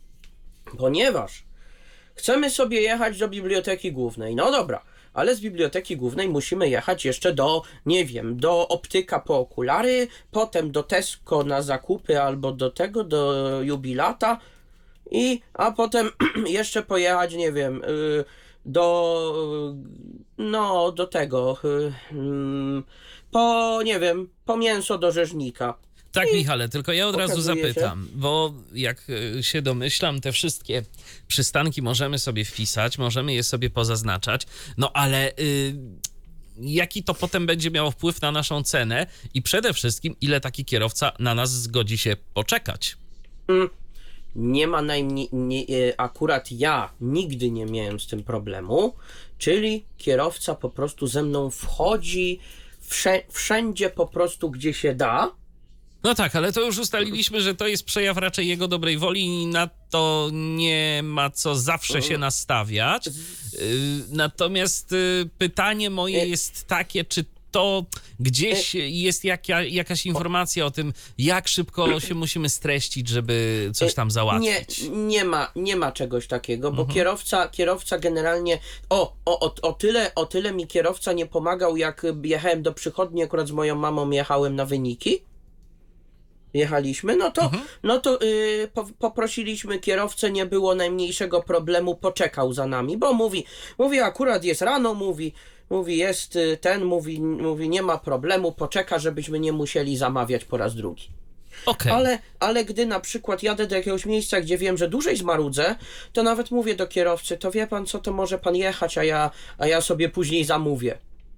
ponieważ chcemy sobie jechać do biblioteki głównej. No dobra, ale z biblioteki głównej musimy jechać jeszcze do, nie wiem, do optyka po okulary, potem do Tesco na zakupy albo do tego, do Jubilata i, a potem jeszcze pojechać, nie wiem, y, do, no, do tego, y, mm, po, nie wiem, po mięso do rzeźnika. Tak, Michale, tylko ja od razu Okazuje się- zapytam, bo jak y, się domyślam, te wszystkie przystanki możemy sobie wpisać, możemy je sobie pozaznaczać, no ale y, jaki to potem będzie miało wpływ na naszą cenę i przede wszystkim, ile taki kierowca na nas zgodzi się poczekać? Mm, Nie ma najmniej, nie, e, akurat ja nigdy nie miałem z tym problemu, czyli kierowca po prostu ze mną wchodzi wsze, wszędzie po prostu, gdzie się da. No tak, ale to już ustaliliśmy, że to jest przejaw raczej jego dobrej woli i na to nie ma co zawsze się nastawiać. Y, Natomiast y, pytanie moje jest takie, czy to gdzieś jest jaka, jakaś informacja o tym, jak szybko się musimy streścić, żeby coś tam Nie, załatwić? nie ma, nie ma czegoś takiego, bo kierowca, kierowca generalnie, o, o, o, o tyle, o tyle mi kierowca nie pomagał, jak jechałem do przychodni, akurat z moją mamą jechałem na wyniki. Jechaliśmy, no to, no to yy, po, poprosiliśmy kierowcę, nie było najmniejszego problemu, poczekał za nami, bo mówi, mówi akurat jest rano, mówi, mówi jest y, ten, mówi, mówi nie ma problemu, poczeka, żebyśmy nie musieli zamawiać po raz drugi. Okej. Ale, ale gdy na przykład jadę do jakiegoś miejsca, gdzie wiem, że dłużej zmarudzę, to nawet mówię do kierowcy, to wie pan co, to może pan jechać, a ja, a ja sobie później zamówię.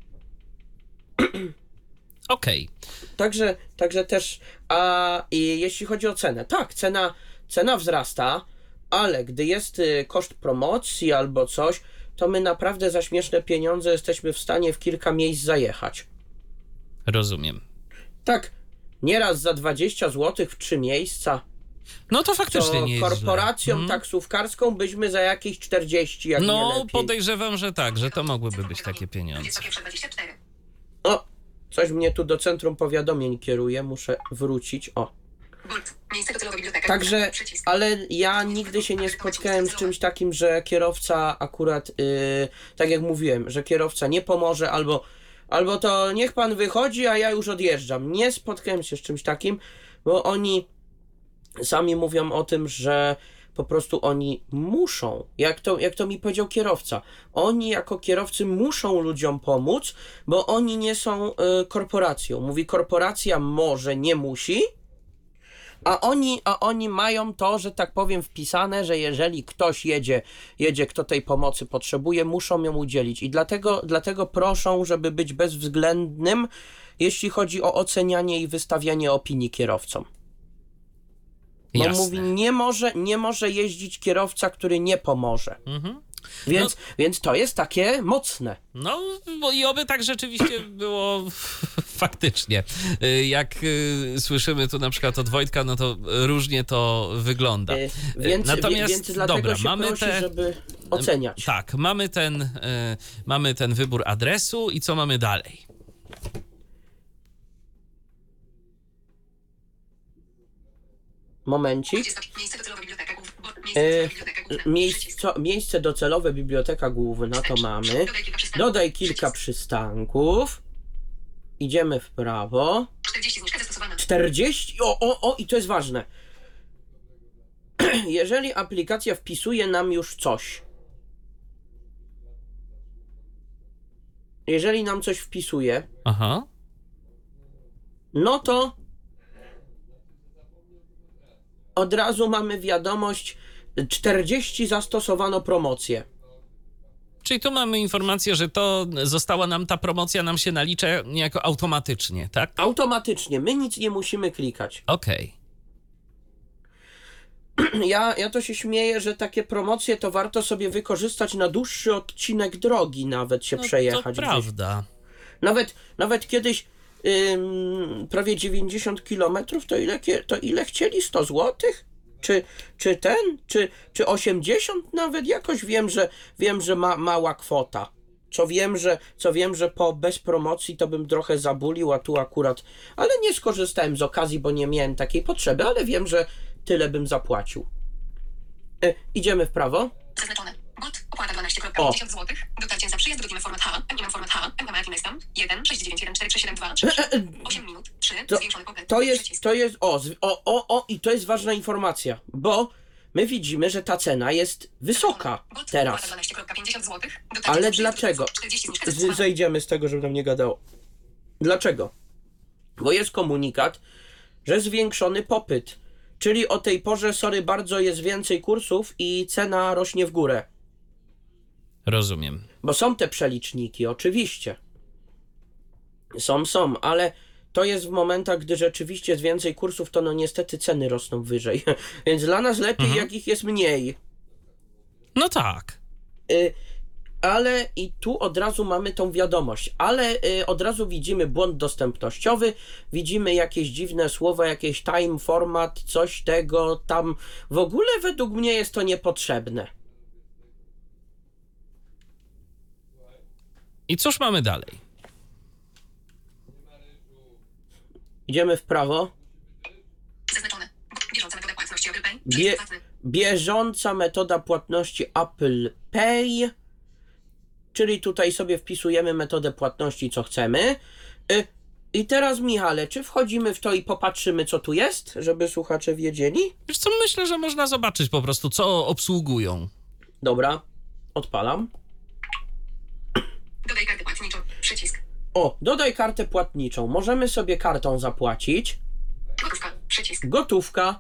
Okej. Także, także też, a i jeśli chodzi o cenę, tak, cena, cena wzrasta, ale gdy jest y, koszt promocji albo coś, to my naprawdę za śmieszne pieniądze jesteśmy w stanie w kilka miejsc zajechać. Rozumiem. Tak, nieraz za dwadzieścia złotych w trzy miejsca, No to faktycznie to nie jest korporacją źle. Mhm. taksówkarską byśmy za jakieś czterdzieści, jak nie No, lepiej. podejrzewam, że tak, że to mogłyby być takie pieniądze. dwadzieścia pierwsza dwadzieścia cztery. O, coś mnie tu do centrum powiadomień kieruje, muszę wrócić, o. Bolt. Miejsce docelowe. Biblioteka. Także, Główna. Przycisk. ale ja nigdy się nie spotkałem z czymś takim, że kierowca akurat, yy, tak jak mówiłem, że kierowca nie pomoże, albo, albo to niech pan wychodzi, a ja już odjeżdżam. Nie spotkałem się z czymś takim, bo oni sami mówią o tym, że po prostu oni muszą, jak to, jak to mi powiedział kierowca, oni jako kierowcy muszą ludziom pomóc, bo oni nie są y, korporacją. Mówi, korporacja może, nie musi, A oni, a oni mają to, że tak powiem, wpisane, że jeżeli ktoś jedzie, jedzie, kto tej pomocy potrzebuje, muszą ją udzielić. I dlatego, dlatego proszą, żeby być bezwzględnym, jeśli chodzi o ocenianie i wystawianie opinii kierowcom. Bo Jasne. mówi, nie może, nie może jeździć kierowca, który nie pomoże. Mhm. Więc, więc to jest takie mocne. No, bo i oby tak rzeczywiście było faktycznie. Y, Jak y, słyszymy tu na przykład od Wojtka, no to różnie to wygląda. Y, Więc, Natomiast, więc dlatego dobra, się mamy prosi, te... żeby oceniać. Tak, mamy ten, y, mamy ten wybór adresu i co mamy dalej? Momencik. Miejsce docelowe biblioteka główna. E, Miejsce miejsce, docelowe biblioteka główna. Przycisk. miejsce docelowe biblioteka główna to mamy. Dodaj kilka przystanków. Dodaj kilka Przycisk. przystanków. Idziemy w prawo. czterdzieści zniżka zastosowana. czterdzieści. O, o, o, i to jest ważne. Jeżeli aplikacja wpisuje nam już coś. Jeżeli nam coś wpisuje, Aha. no to od razu mamy wiadomość, czterdzieści zastosowano promocję. Czyli tu mamy informację, że to została nam, ta promocja nam się nalicza niejako automatycznie, tak? Automatycznie, my nic nie musimy klikać. Okej. Ja, ja to się śmieję, że takie promocje to warto sobie wykorzystać na dłuższy odcinek drogi, nawet się No, przejechać. to gdzieś. prawda. Nawet, nawet kiedyś ym, prawie dziewięćdziesiąt kilometrów, to ile, kie- to ile chcieli? sto złotych? Czy, czy ten? Czy, czy osiemdziesiąt nawet? Jakoś wiem, że wiem, że ma, mała kwota. Co wiem, że, co wiem, że po bez promocji to bym trochę zabulił, a tu akurat... Ale nie skorzystałem z okazji, bo nie miałem takiej potrzeby, ale wiem, że tyle bym zapłacił. E, idziemy w prawo. Zaznaczone. Bot. Opłata dwanaście O. pięćdziesiąt złotych. Dotarcie za przyjazd. Drugi format H. M mam format H. M mam stamp. jeden sześć dziewięć jeden cztery trzy siedem dwa trzy E, e, osiem minut. trzy. To- Zwiększony pocket. To jest, Przycisk. to jest, o, z- o, o, o, i to jest ważna informacja, bo my widzimy, że ta cena jest wysoka Bot. Opłata teraz. dwanaście pięćdziesiąt złotych. Dotarcie Ale za przyjazd. dlaczego? czterdzieści zniżka Z, zastosowana. zejdziemy z tego, żeby nam nie gadało. Dlaczego? Bo jest komunikat, że zwiększony popyt, czyli o tej porze, sorry, bardzo jest więcej kursów i cena rośnie w górę. Rozumiem. Bo są te przeliczniki, oczywiście. Są, są, ale to jest w momentach, gdy rzeczywiście jest więcej kursów, to no niestety ceny rosną wyżej. Więc dla nas lepiej, Mhm. jak ich jest mniej. No tak. Y, ale i tu od razu mamy tą wiadomość, ale y, od razu widzimy błąd dostępnościowy, widzimy jakieś dziwne słowa, jakieś time format, coś tego tam. W ogóle według mnie jest to niepotrzebne. I cóż mamy dalej? Idziemy w prawo. Zaznaczone. Bieżąca metoda płatności Apple Pay. Bie- Przycisk płatny. Bieżąca metoda płatności Apple Pay, czyli tutaj sobie wpisujemy metodę płatności, co chcemy. Y, I teraz, Michale, czy wchodzimy w to i popatrzymy, co tu jest, żeby słuchacze wiedzieli? Wiesz co, myślę, że można zobaczyć po prostu, co obsługują. Dobra, odpalam. Dodaj kartę płatniczą. Przycisk. O, dodaj kartę płatniczą. Możemy sobie kartą zapłacić. Gotówka. Przycisk. Gotówka.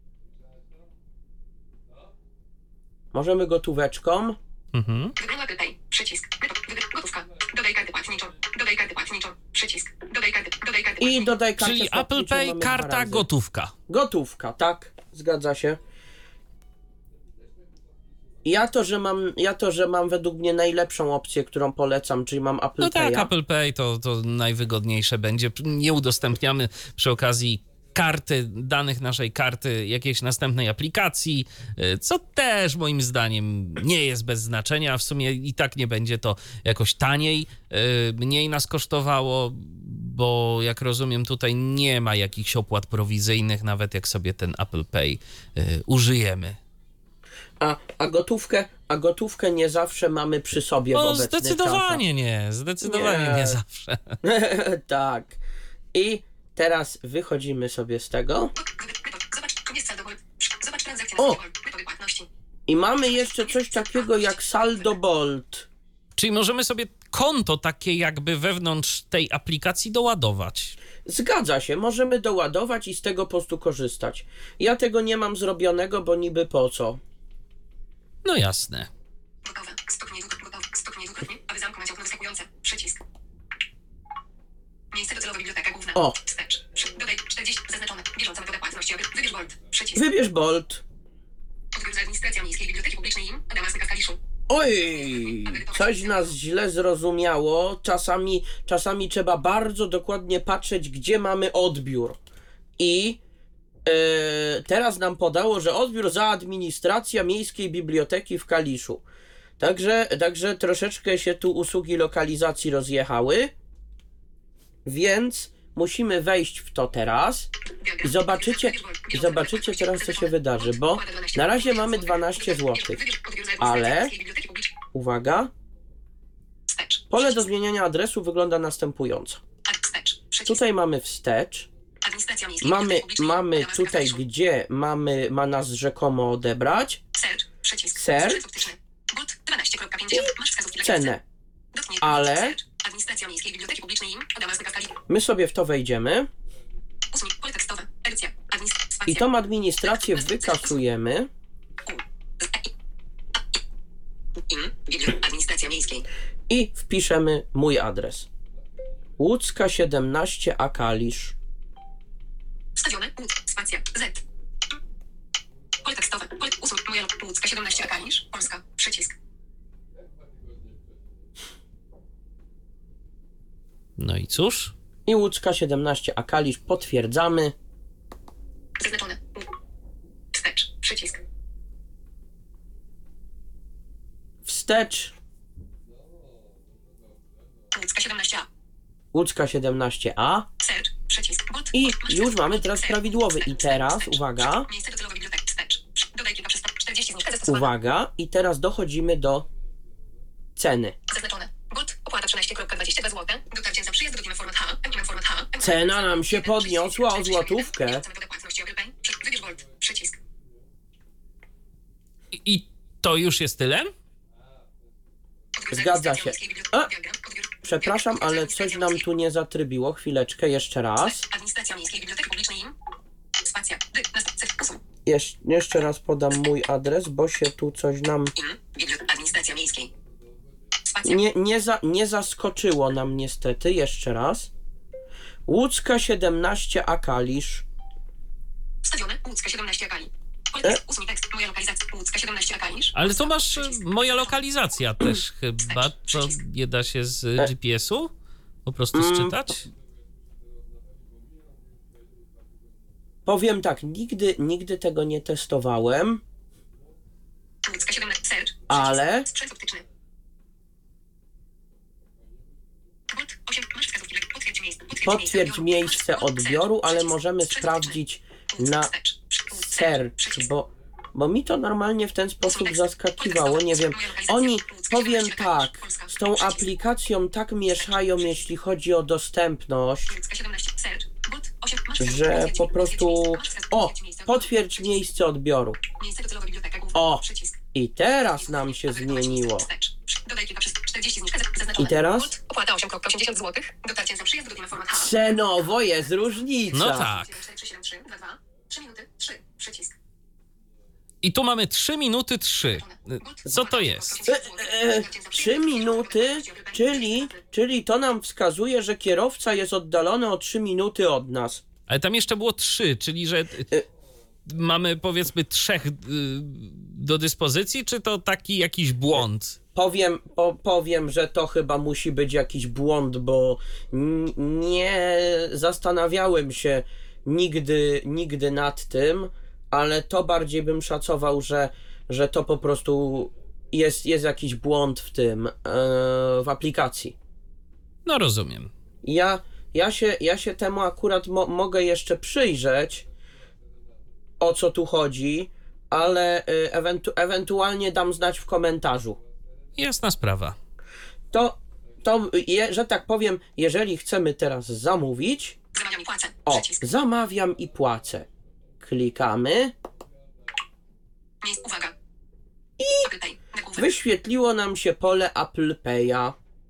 Możemy gotóweczką. Mhm. Wybrano Apple Pay. Przycisk. Wybór. Gotówka. Dodaj kartę płatniczą. Dodaj kartę płatniczą. Przycisk. Dodaj kartę. Dodaj kartę I płatniczą. dodaj kartę Czyli płatniczą. Apple Pay, mamy dwa karta, razy. gotówka. Gotówka, tak, zgadza się. Ja to, że mam, ja to, że mam według mnie najlepszą opcję, którą polecam, czyli mam Apple No tak, Pay'a. Apple Pay to, to najwygodniejsze będzie. Nie udostępniamy przy okazji karty, danych naszej karty jakiejś następnej aplikacji, y, co też moim zdaniem nie jest bez znaczenia, a w sumie i tak nie będzie to jakoś taniej, y, mniej nas kosztowało, bo jak rozumiem tutaj nie ma jakichś opłat prowizyjnych, nawet jak sobie ten Apple Pay y, użyjemy. A, a, gotówkę, a gotówkę nie zawsze mamy przy sobie w No obecnych zdecydowanie nie, zdecydowanie nie, Nie. zawsze. czasach. Tak. I teraz wychodzimy sobie z tego. Zobacz, jest saldo Bolt. Zobacz transakcję O! na Bolt. Metody płatności. I mamy jeszcze coś takiego jak saldo Bolt. Czyli możemy sobie konto takie jakby wewnątrz tej aplikacji doładować. Zgadza się, możemy doładować i z tego po prostu korzystać. Ja tego nie mam zrobionego, bo niby po co? No jasne. Gotowe. Stopnie gotowe. Stopnie dwukrotnie, aby zamknąć okno wyskakujące. Przycisk. Miejsce docelowe biblioteka główna. O. Wstecz. Dodaj czterdzieści. Zaznaczone. Bieżąca metoda płatności. Wybierz Bolt. Przycisk. Wybierz Bolt. Odbiór z administracja Miejskiej Biblioteki Publicznej im. Adama Styka w Kaliszu. Oj, coś nas źle zrozumiało. Czasami, czasami trzeba bardzo dokładnie patrzeć, gdzie mamy odbiór. I e, teraz nam podało, że odbiór za administracja Miejskiej Biblioteki w Kaliszu. Także, także troszeczkę się tu usługi lokalizacji rozjechały. Więc musimy wejść w to teraz. I zobaczycie, i zobaczycie teraz, co się wydarzy, bo na razie mamy dwanaście złotych. Ale, uwaga, pole do zmieniania adresu wygląda następująco. Tutaj mamy wstecz, mamy, mamy tutaj, gdzie mamy, ma nas rzekomo odebrać, search i cenę, ale my sobie w to wejdziemy i tą administrację wykasujemy. Administracja Miejskiej. I wpiszemy mój adres. Łódzka siedemnaście a Kalisz. Wstawione. Łódź. Spacja. Z. Pole tekstowe. Pole usług. Moja lub Łódzka siedemnaście a Kalisz. Polska. Przycisk. No i cóż? I Łódzka siedemnaście a Kalisz potwierdzamy. Zaznaczone. Wstecz. Przycisk. Wstecz. Łódzka siedemnaście a. Łódzka siedemnaście a. Search. Przycisk. Bot. I już mamy teraz prawidłowy. I teraz, uwaga, Miejsce docelowe bibliotek. Wstecz. Dodaj kilka przez czterdzieści zniżka zastosowana. uwaga. I teraz dochodzimy do ceny. Zaznaczone. Bot. Opłata trzynaście dwadzieścia dwa zł. Dotarcie za przyjazd do format H. M M format H. Cena nam się podniosła o złotówkę. Metoda płatności. Wybierz Bolt. Przycisk. I, i to już jest tyle? Zgadza się. A, przepraszam, ale coś nam tu nie zatrybiło. Chwileczkę, jeszcze raz. Administracja Miejskiej Biblioteki Publicznej im. Spacja. Dy. Następcy. Usuń. Jesz jeszcze raz podam mój adres, bo się tu coś nam Im. Biblioteka. Administracja Miejskiej. Spacja. nie, nie, za nie zaskoczyło nam niestety. Jeszcze raz. Łódzka siedemnaście a Kalisz. Wstawione. Łódzka siedemnaście a Kali. E? Usuń tekst. Moja lokalizacja. Łódzka siedemnaście a Kalisz. Ale to masz e, moja lokalizacja też chyba. To nie da się z G P S-u po prostu sczytać? Powiem tak, nigdy, nigdy tego nie testowałem, Łódzka siedemnaście. Search. ale Sprzęt optyczny. Bot. osiem. Masz wskazówki. Potwierdź miejsce. potwierdź miejsce odbioru, ale możemy sprawdzić na search, bo, bo mi to normalnie w ten sposób zaskakiwało, nie wiem. Oni, powiem tak, z tą aplikacją tak mieszają, jeśli chodzi o dostępność, że po prostu... O, potwierdź miejsce odbioru. O, i teraz nam się zmieniło. I teraz? Opłata osiem osiemdziesiąt złotych. Dotarcie za przyjazd do format H. Cenowo jest różnica. No tak. trzy minuty, trzy. Przycisk. I tu mamy trzy minuty trzy. Co to jest? E, e, trzy minuty, czyli, czyli to nam wskazuje, że kierowca jest oddalony o trzy minuty od nas. Ale tam jeszcze było trzy, czyli że mamy powiedzmy trzech y, do dyspozycji, czy to taki jakiś błąd? Powiem, po, powiem, że to chyba musi być jakiś błąd, bo n- nie zastanawiałem się nigdy, nigdy nad tym, ale to bardziej bym szacował, że, że to po prostu jest, jest jakiś błąd w tym, yy, w aplikacji. No rozumiem. Ja, ja, się, ja się temu akurat mo- mogę jeszcze przyjrzeć, o co tu chodzi, ale yy, ewentu- ewentualnie dam znać w komentarzu. Jasna sprawa. To, to je, że tak powiem, jeżeli chcemy teraz zamówić, Zamawiam i płacę. o, Przycisk. zamawiam i płacę. Klikamy Miejsc, uwaga. i Apple Pay. wyświetliło nam się pole Apple Pay'a.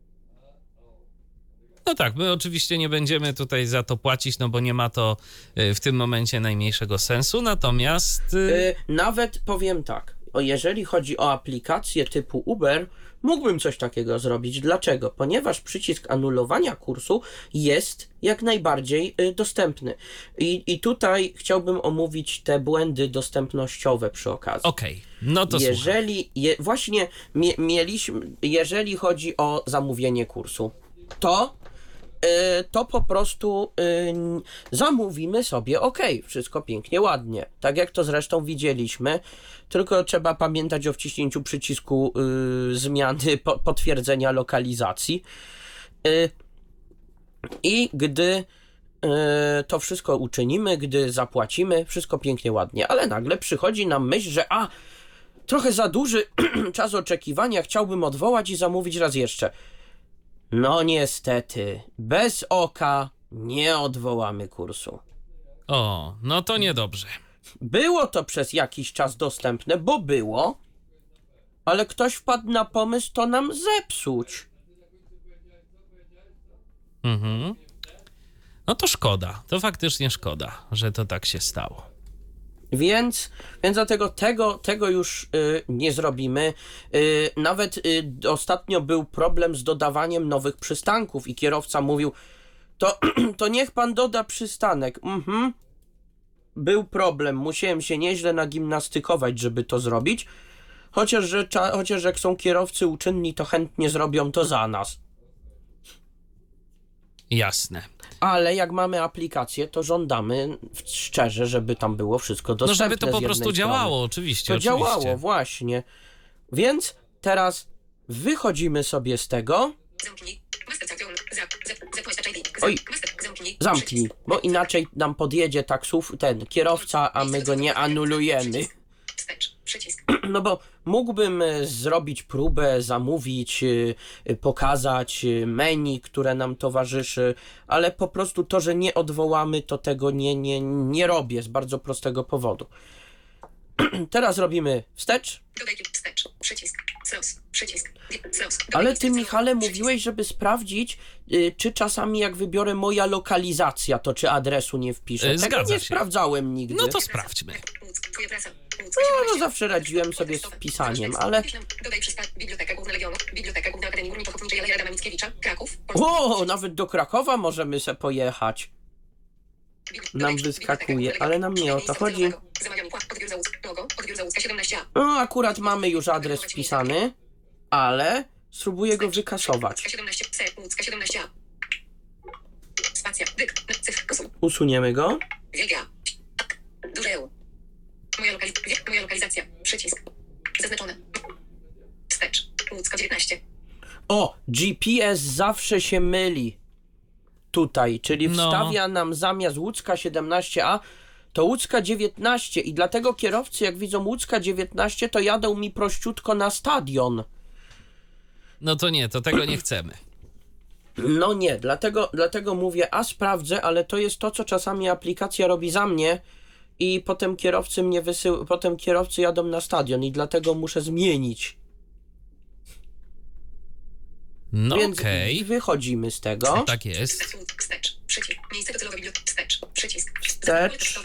No tak, my oczywiście nie będziemy tutaj za to płacić, no bo nie ma to y, w tym momencie najmniejszego sensu, natomiast... Y... Yy, nawet powiem tak, o jeżeli chodzi o aplikacje typu Uber, mógłbym coś takiego zrobić. Dlaczego? Ponieważ przycisk anulowania kursu jest jak najbardziej y, dostępny. I, I tutaj chciałbym omówić te błędy dostępnościowe przy okazji. Okej, okay. No to jeżeli je, Właśnie mie, mieliśmy, jeżeli chodzi o zamówienie kursu, to to po prostu y, zamówimy sobie, ok, wszystko pięknie, ładnie, tak jak to zresztą widzieliśmy, tylko trzeba pamiętać o wciśnięciu przycisku y, zmiany po, potwierdzenia lokalizacji y, i gdy y, to wszystko uczynimy, gdy zapłacimy, wszystko pięknie, ładnie, ale nagle przychodzi nam myśl, że a, trochę za duży czas oczekiwania, chciałbym odwołać i zamówić raz jeszcze. No niestety, bez oka nie odwołamy kursu. O, no to niedobrze. Było to przez jakiś czas dostępne, bo było, ale ktoś wpadł na pomysł to nam zepsuć. Mhm. No to szkoda, to faktycznie szkoda, że to tak się stało. Więc, więc dlatego tego, tego już y, nie zrobimy. Y, nawet y, ostatnio był problem z dodawaniem nowych przystanków i kierowca mówił, to, to niech pan doda przystanek. Mhm. Był problem, musiałem się nieźle nagimnastykować, żeby to zrobić. Chociaż, że, chociaż jak są kierowcy uczynni, to chętnie zrobią to za nas. Jasne. Ale jak mamy aplikację, to żądamy szczerze, żeby tam było wszystko dostępne. No żeby to po prostu strony. działało, oczywiście. To oczywiście. działało, właśnie. Więc teraz wychodzimy sobie z tego. Zamknij. Zapłać I D. Oj, Zamknij. zamknij, bo inaczej nam podjedzie taksów, ten kierowca, a my go nie anulujemy. Wstecz. Przycisk. No bo mógłbym e, zrobić próbę, zamówić, e, pokazać e, menu, które nam towarzyszy, ale po prostu to, że nie odwołamy, to tego nie, nie, nie robię z bardzo prostego powodu. Teraz robimy wstecz. Dodaj wstecz. Przycisk. Close. Przycisk. Close. Ale ty, Michale, mówiłeś, żeby sprawdzić, y, czy czasami jak wybiorę moja lokalizacja, to czy adresu nie wpiszę. Yy, Tego nie się. sprawdzałem nigdy. No to sprawdźmy. Twoja praca. No, no zawsze radziłem sobie z wpisaniem, ale... Dodaj przystanek. Biblioteka Główna Legionu. Biblioteka Główna Akademii Górniczo-Hutniczej Adama Mickiewicza. Kraków. O, nawet do Krakowa możemy se pojechać. Nam wyskakuje, ale nam nie o to chodzi. No, akurat mamy już adres wpisany, ale spróbuję go wykasować. Usuniemy go. Moja lokalizacja. Przycisk. Zaznaczone. Wstecz. Łódzka dziewiętnaście. O, G P S zawsze się myli. Tutaj, czyli No. wstawia nam zamiast Łódzka siedemnaście A, to Łódzka dziewiętnaście i dlatego kierowcy jak widzą Łódzka dziewiętnaście, to jadą mi prościutko na stadion. No to nie, to tego nie chcemy. No nie, dlatego, dlatego mówię, a sprawdzę, ale to jest to, co czasami aplikacja robi za mnie i potem kierowcy mnie wysył, potem kierowcy jadą na stadion i dlatego muszę zmienić. No Więc okej. okay. Wychodzimy z tego. Tak jest. Wstecz. Przycisk. Miejsce docelowe biblioteki. Wstecz. Przycisk. Wstecz.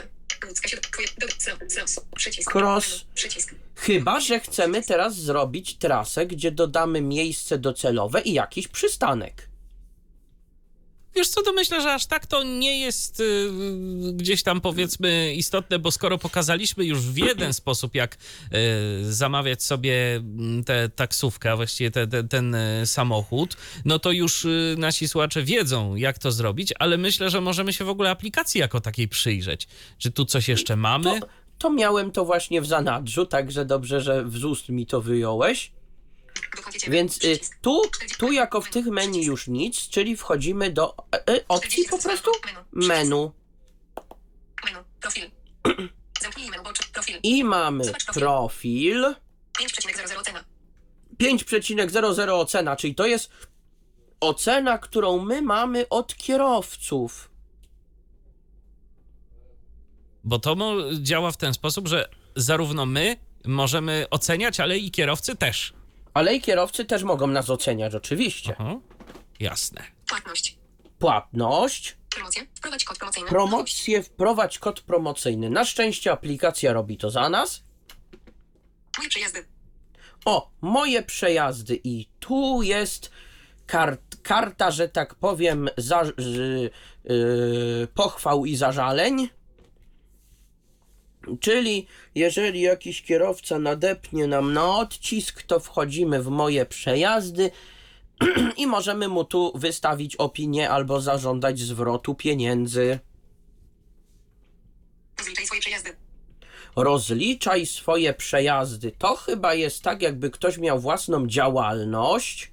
Przycisk. Cross. Przycisk. Chyba że chcemy teraz zrobić trasę, gdzie dodamy miejsce docelowe i jakiś przystanek. Wiesz co, to myślę, że aż tak to nie jest y, gdzieś tam powiedzmy istotne, bo skoro pokazaliśmy już w jeden sposób, jak y, zamawiać sobie tę taksówkę, a właściwie te, te, ten y, samochód, no to już y, nasi słuchacze wiedzą, jak to zrobić, ale myślę, że możemy się w ogóle aplikacji jako takiej przyjrzeć. Czy tu coś jeszcze mamy? To, to miałem to właśnie w zanadrzu, także dobrze, że z ust mi to wyjąłeś. Więc y, tu, tu jako w tych menu już nic, czyli wchodzimy do y, opcji po prostu menu. Menu. Profil. Zamknij menu. Profil. I mamy profil. pięć przecinek zero zero ocena. pięć przecinek zero zero ocena, czyli to jest ocena, którą my mamy od kierowców. Bo to mo- działa w ten sposób, że zarówno my możemy oceniać, ale i kierowcy też. Ale i kierowcy też mogą nas oceniać, oczywiście. Aha. Jasne. Płatność. Płatność, Promocje. Wprowadź kod promocyjny. promocje, wprowadź kod promocyjny. Na szczęście aplikacja robi to za nas. Moje przejazdy. O, moje przejazdy i tu jest kart, karta, że tak powiem, za, yy, yy, pochwał i zażaleń. Czyli jeżeli jakiś kierowca nadepnie nam na odcisk, to wchodzimy w moje przejazdy i możemy mu tu wystawić opinię albo zażądać zwrotu pieniędzy. Rozliczaj swoje przejazdy. Rozliczaj swoje przejazdy. To chyba jest tak, jakby ktoś miał własną działalność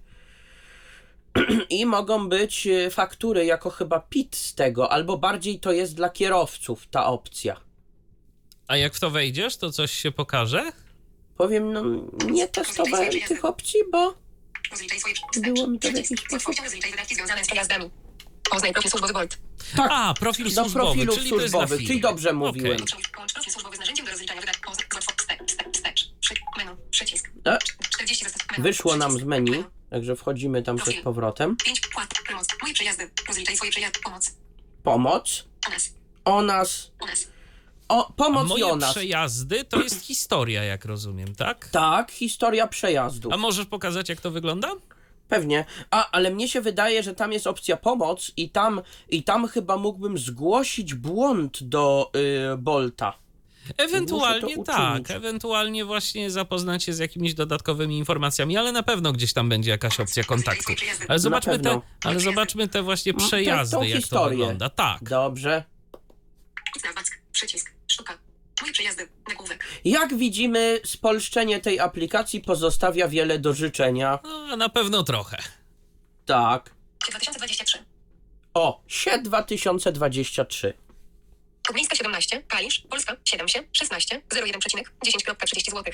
i mogą być faktury jako chyba P I T z tego, albo bardziej to jest dla kierowców ta opcja. A jak w to wejdziesz, to coś się pokaże? Powiem, no nie testowałem tych opcji, bo Rozliczaj swoje było mi to w przycisk. jakiś sposób. Rozliczaj wydatki związane z przejazdami. Poznaj profil służbowy Volt. Tak, A, profil do służbowy, profilów czyli to jest dla służbowych, firmy. czyli dobrze Okej. mówiłem. Połącz profil służbowy z narzędziem do rozliczania wydatków. Wstecz, wstecz, wstecz, menu, przycisk. E, czterdzieści zestaw, menu, Wyszło nam z przycisk, menu, menu. także wchodzimy tam przed powrotem. pięć płat, promoc, moje przejazdy. Rozliczaj swoje przejazdy. Pomoc. Pomoc. O nas. O nas. O nas. O, A pomoc i moje o nas. przejazdy to jest historia, jak rozumiem, tak? Tak, historia przejazdów. A możesz pokazać, jak to wygląda? Pewnie. A, ale mnie się wydaje, że tam jest opcja pomoc i tam, i tam chyba mógłbym zgłosić błąd do y, Bolta. Ewentualnie Muszę to tak, uczynić. ewentualnie właśnie zapoznać się z jakimiś dodatkowymi informacjami, ale na pewno gdzieś tam będzie jakaś opcja kontaktu. Ale zobaczmy te, pewno. ale zobaczmy te właśnie Mm, tę- przejazdy, tą jak to historię. wygląda. Tak. Dobrze. Znawack, przycisk, sztuka. Moje przejazdy. Nagłówek. Jak widzimy, spolszczenie tej aplikacji pozostawia wiele do życzenia. No, na pewno trochę. Tak. dwa tysiące dwadzieścia trzy. O, sie dwa tysiące dwadzieścia trzy. Górnicka siedemnaście, Kalisz, Polska, siedem się, szesnaście, zero jeden przecinek, dziesięć trzydzieści złotych.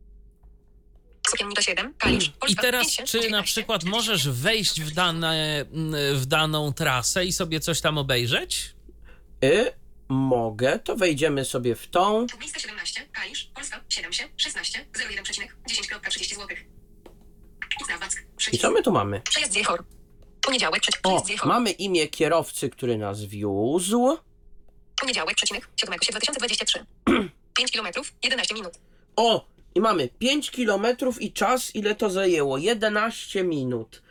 Sukiennicza siedem, Kalisz, I Polska, teraz, pięć się, czy na dziewiętnaście, przykład czterdzieści, możesz wejść w, dane, w daną trasę i sobie coś tam obejrzeć? Y, mogę, to wejdziemy sobie w tą. Górnicka siedemnaście, Kalisz, Polska, siedem się, szesnaście, zero jeden przecinek, dziesięć trzydzieści złotych. Znawack, I przycisk. co my tu mamy? Przejazd Wiechor. Poniedziałek, przecinek, O, przejazd Wiechor. mamy imię kierowcy, który nas wiózł. Poniedziałek, przecinek, siódmego się dwa tysiące dwadzieścia trzy. pięć kilometrów, jedenaście minut. O, i mamy pięć kilometrów i czas, ile to zajęło? jedenaście minut.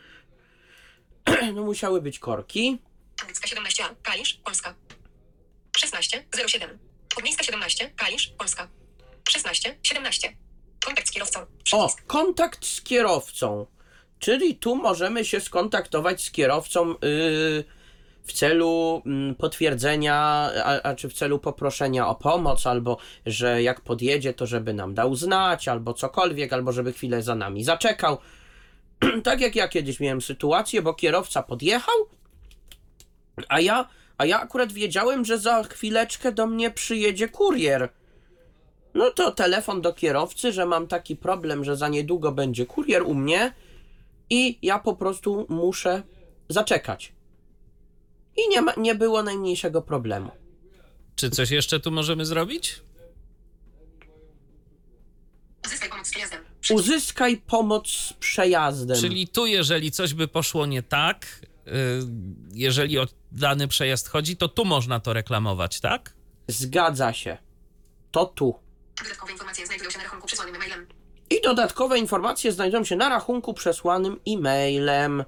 No musiały być korki. Podnicka siedemnaście A, Kalisz, Polska. szesnaście, zero siedem. Podnicka siedemnaście, Kalisz, Polska. szesnaście, siedemnaście. Kontakt z kierowcą. O, Przycisk. kontakt z kierowcą. Czyli tu możemy się skontaktować z kierowcą yy, w celu yy, potwierdzenia, a, a czy w celu poproszenia o pomoc, albo że jak podjedzie, to żeby nam dał znać, albo cokolwiek, albo żeby chwilę za nami zaczekał. Tak jak ja kiedyś miałem sytuację, bo kierowca podjechał, a ja, a ja akurat wiedziałem, że za chwileczkę do mnie przyjedzie kurier. No to telefon do kierowcy, że mam taki problem, że za niedługo będzie kurier u mnie i ja po prostu muszę zaczekać. I nie, ma, nie było najmniejszego problemu. Czy coś jeszcze tu możemy zrobić? Uzyskaj pomoc z przejazdem. Uzyskaj pomoc z przejazdem. Czyli tu, jeżeli coś by poszło nie tak, yy, jeżeli o dany przejazd chodzi, to tu można to reklamować, tak? Zgadza się. To tu. Dodatkowe informacje znajdują się na rachunku przysłanym e-mailem. I dodatkowe informacje znajdują się na rachunku przesłanym e-mailem.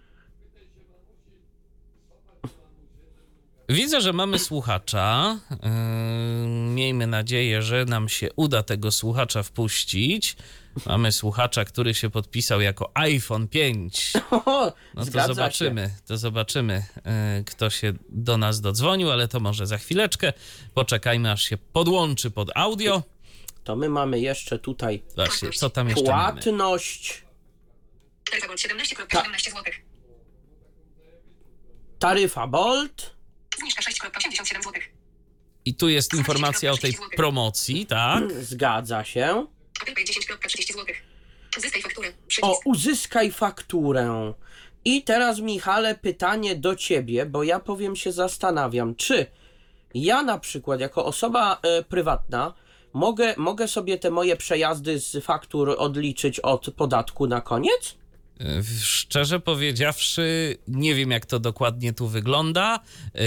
Widzę, że mamy słuchacza. Yy, miejmy nadzieję, że nam się uda tego słuchacza wpuścić. Mamy słuchacza, który się podpisał jako iPhone pięć. Oho, No to zgadza zobaczymy, się. to zobaczymy, yy, kto się do nas dodzwonił, ale to może za chwileczkę. Poczekajmy, aż się podłączy pod audio. To my mamy jeszcze tutaj Właśnie, co tam jeszcze mamy? płatność, Taryfa Volt siedemnaście, siedemnaście złotych. taryfa Bolt. Zniżka sześć osiemdziesiąt siedem złotych. I tu jest informacja o tej promocji, tak? Zgadza się. Apple dziesięć trzydzieści złotych. Uzyskaj fakturę. O, Przycisk. uzyskaj fakturę. I teraz, Michale, pytanie do ciebie, bo ja powiem się zastanawiam, czy ja na przykład jako osoba e, prywatna mogę, mogę sobie te moje przejazdy z faktur odliczyć od podatku na koniec? Szczerze powiedziawszy, nie wiem, jak to dokładnie tu wygląda. Yy,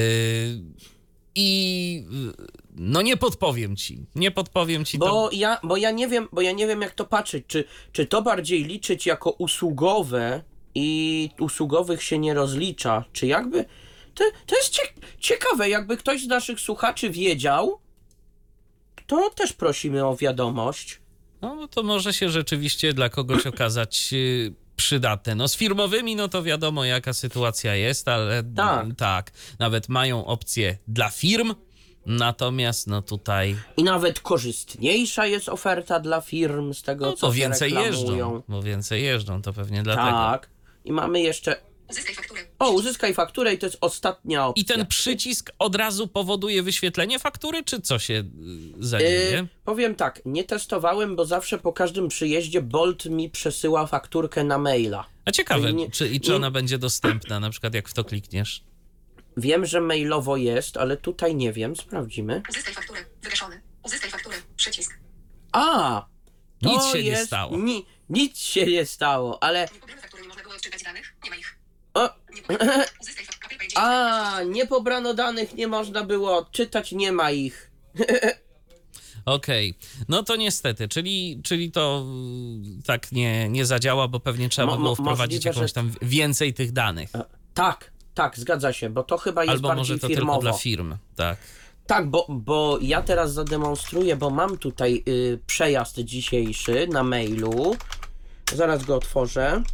I no nie podpowiem ci. Nie podpowiem ci Bo to. ja, bo ja nie wiem, bo ja nie wiem, jak to patrzeć. Czy, czy to bardziej liczyć jako usługowe i usługowych się nie rozlicza? Czy jakby. To, to jest cie, ciekawe, jakby ktoś z naszych słuchaczy wiedział, to też prosimy o wiadomość. No to może się rzeczywiście dla kogoś okazać yy, przydatne. No z firmowymi, no to wiadomo, jaka sytuacja jest, ale Tak. tak, nawet mają opcję dla firm, natomiast no tutaj I nawet korzystniejsza jest oferta dla firm z tego, no co to się więcej reklamują. jeżdżą, bo więcej jeżdżą, to pewnie dlatego. Tak. I mamy jeszcze. Uzyskaj fakturę. O, uzyskaj fakturę i to jest ostatnia opcja. I ten przycisk od razu powoduje wyświetlenie faktury, czy co się y, zadzieje? Yy, powiem tak, nie testowałem, bo zawsze po każdym przyjeździe Bolt mi przesyła fakturkę na maila. A ciekawe, nie- czy, i czy nie- ona będzie dostępna, na przykład jak w to klikniesz? Wiem, że mailowo jest, ale tutaj nie wiem, sprawdzimy. Uzyskaj fakturę. Wygaszony. Uzyskaj fakturę. Przycisk. A! To Nic się nie jest, stało. Ni, nic się nie stało, ale. Niepobrane faktury, nie można było odczytać danych. Nie ma ich. O, Niepobrane. Uzyskaj fakturę. Apple Pay a, nie pobrano danych, nie można było odczytać, nie ma ich. Okej, no to niestety, czyli, czyli to y, tak nie, nie zadziała, bo pewnie trzeba Mo- było mo- wprowadzić możliwe, jakąś że- tam więcej tych danych. Tak, tak, zgadza się, bo to chyba jest Albo bardziej może to firmowo. tylko dla firm, tak. Tak, bo, bo ja teraz zademonstruję, bo mam tutaj y, przejazd dzisiejszy na mailu. Zaraz go otworzę.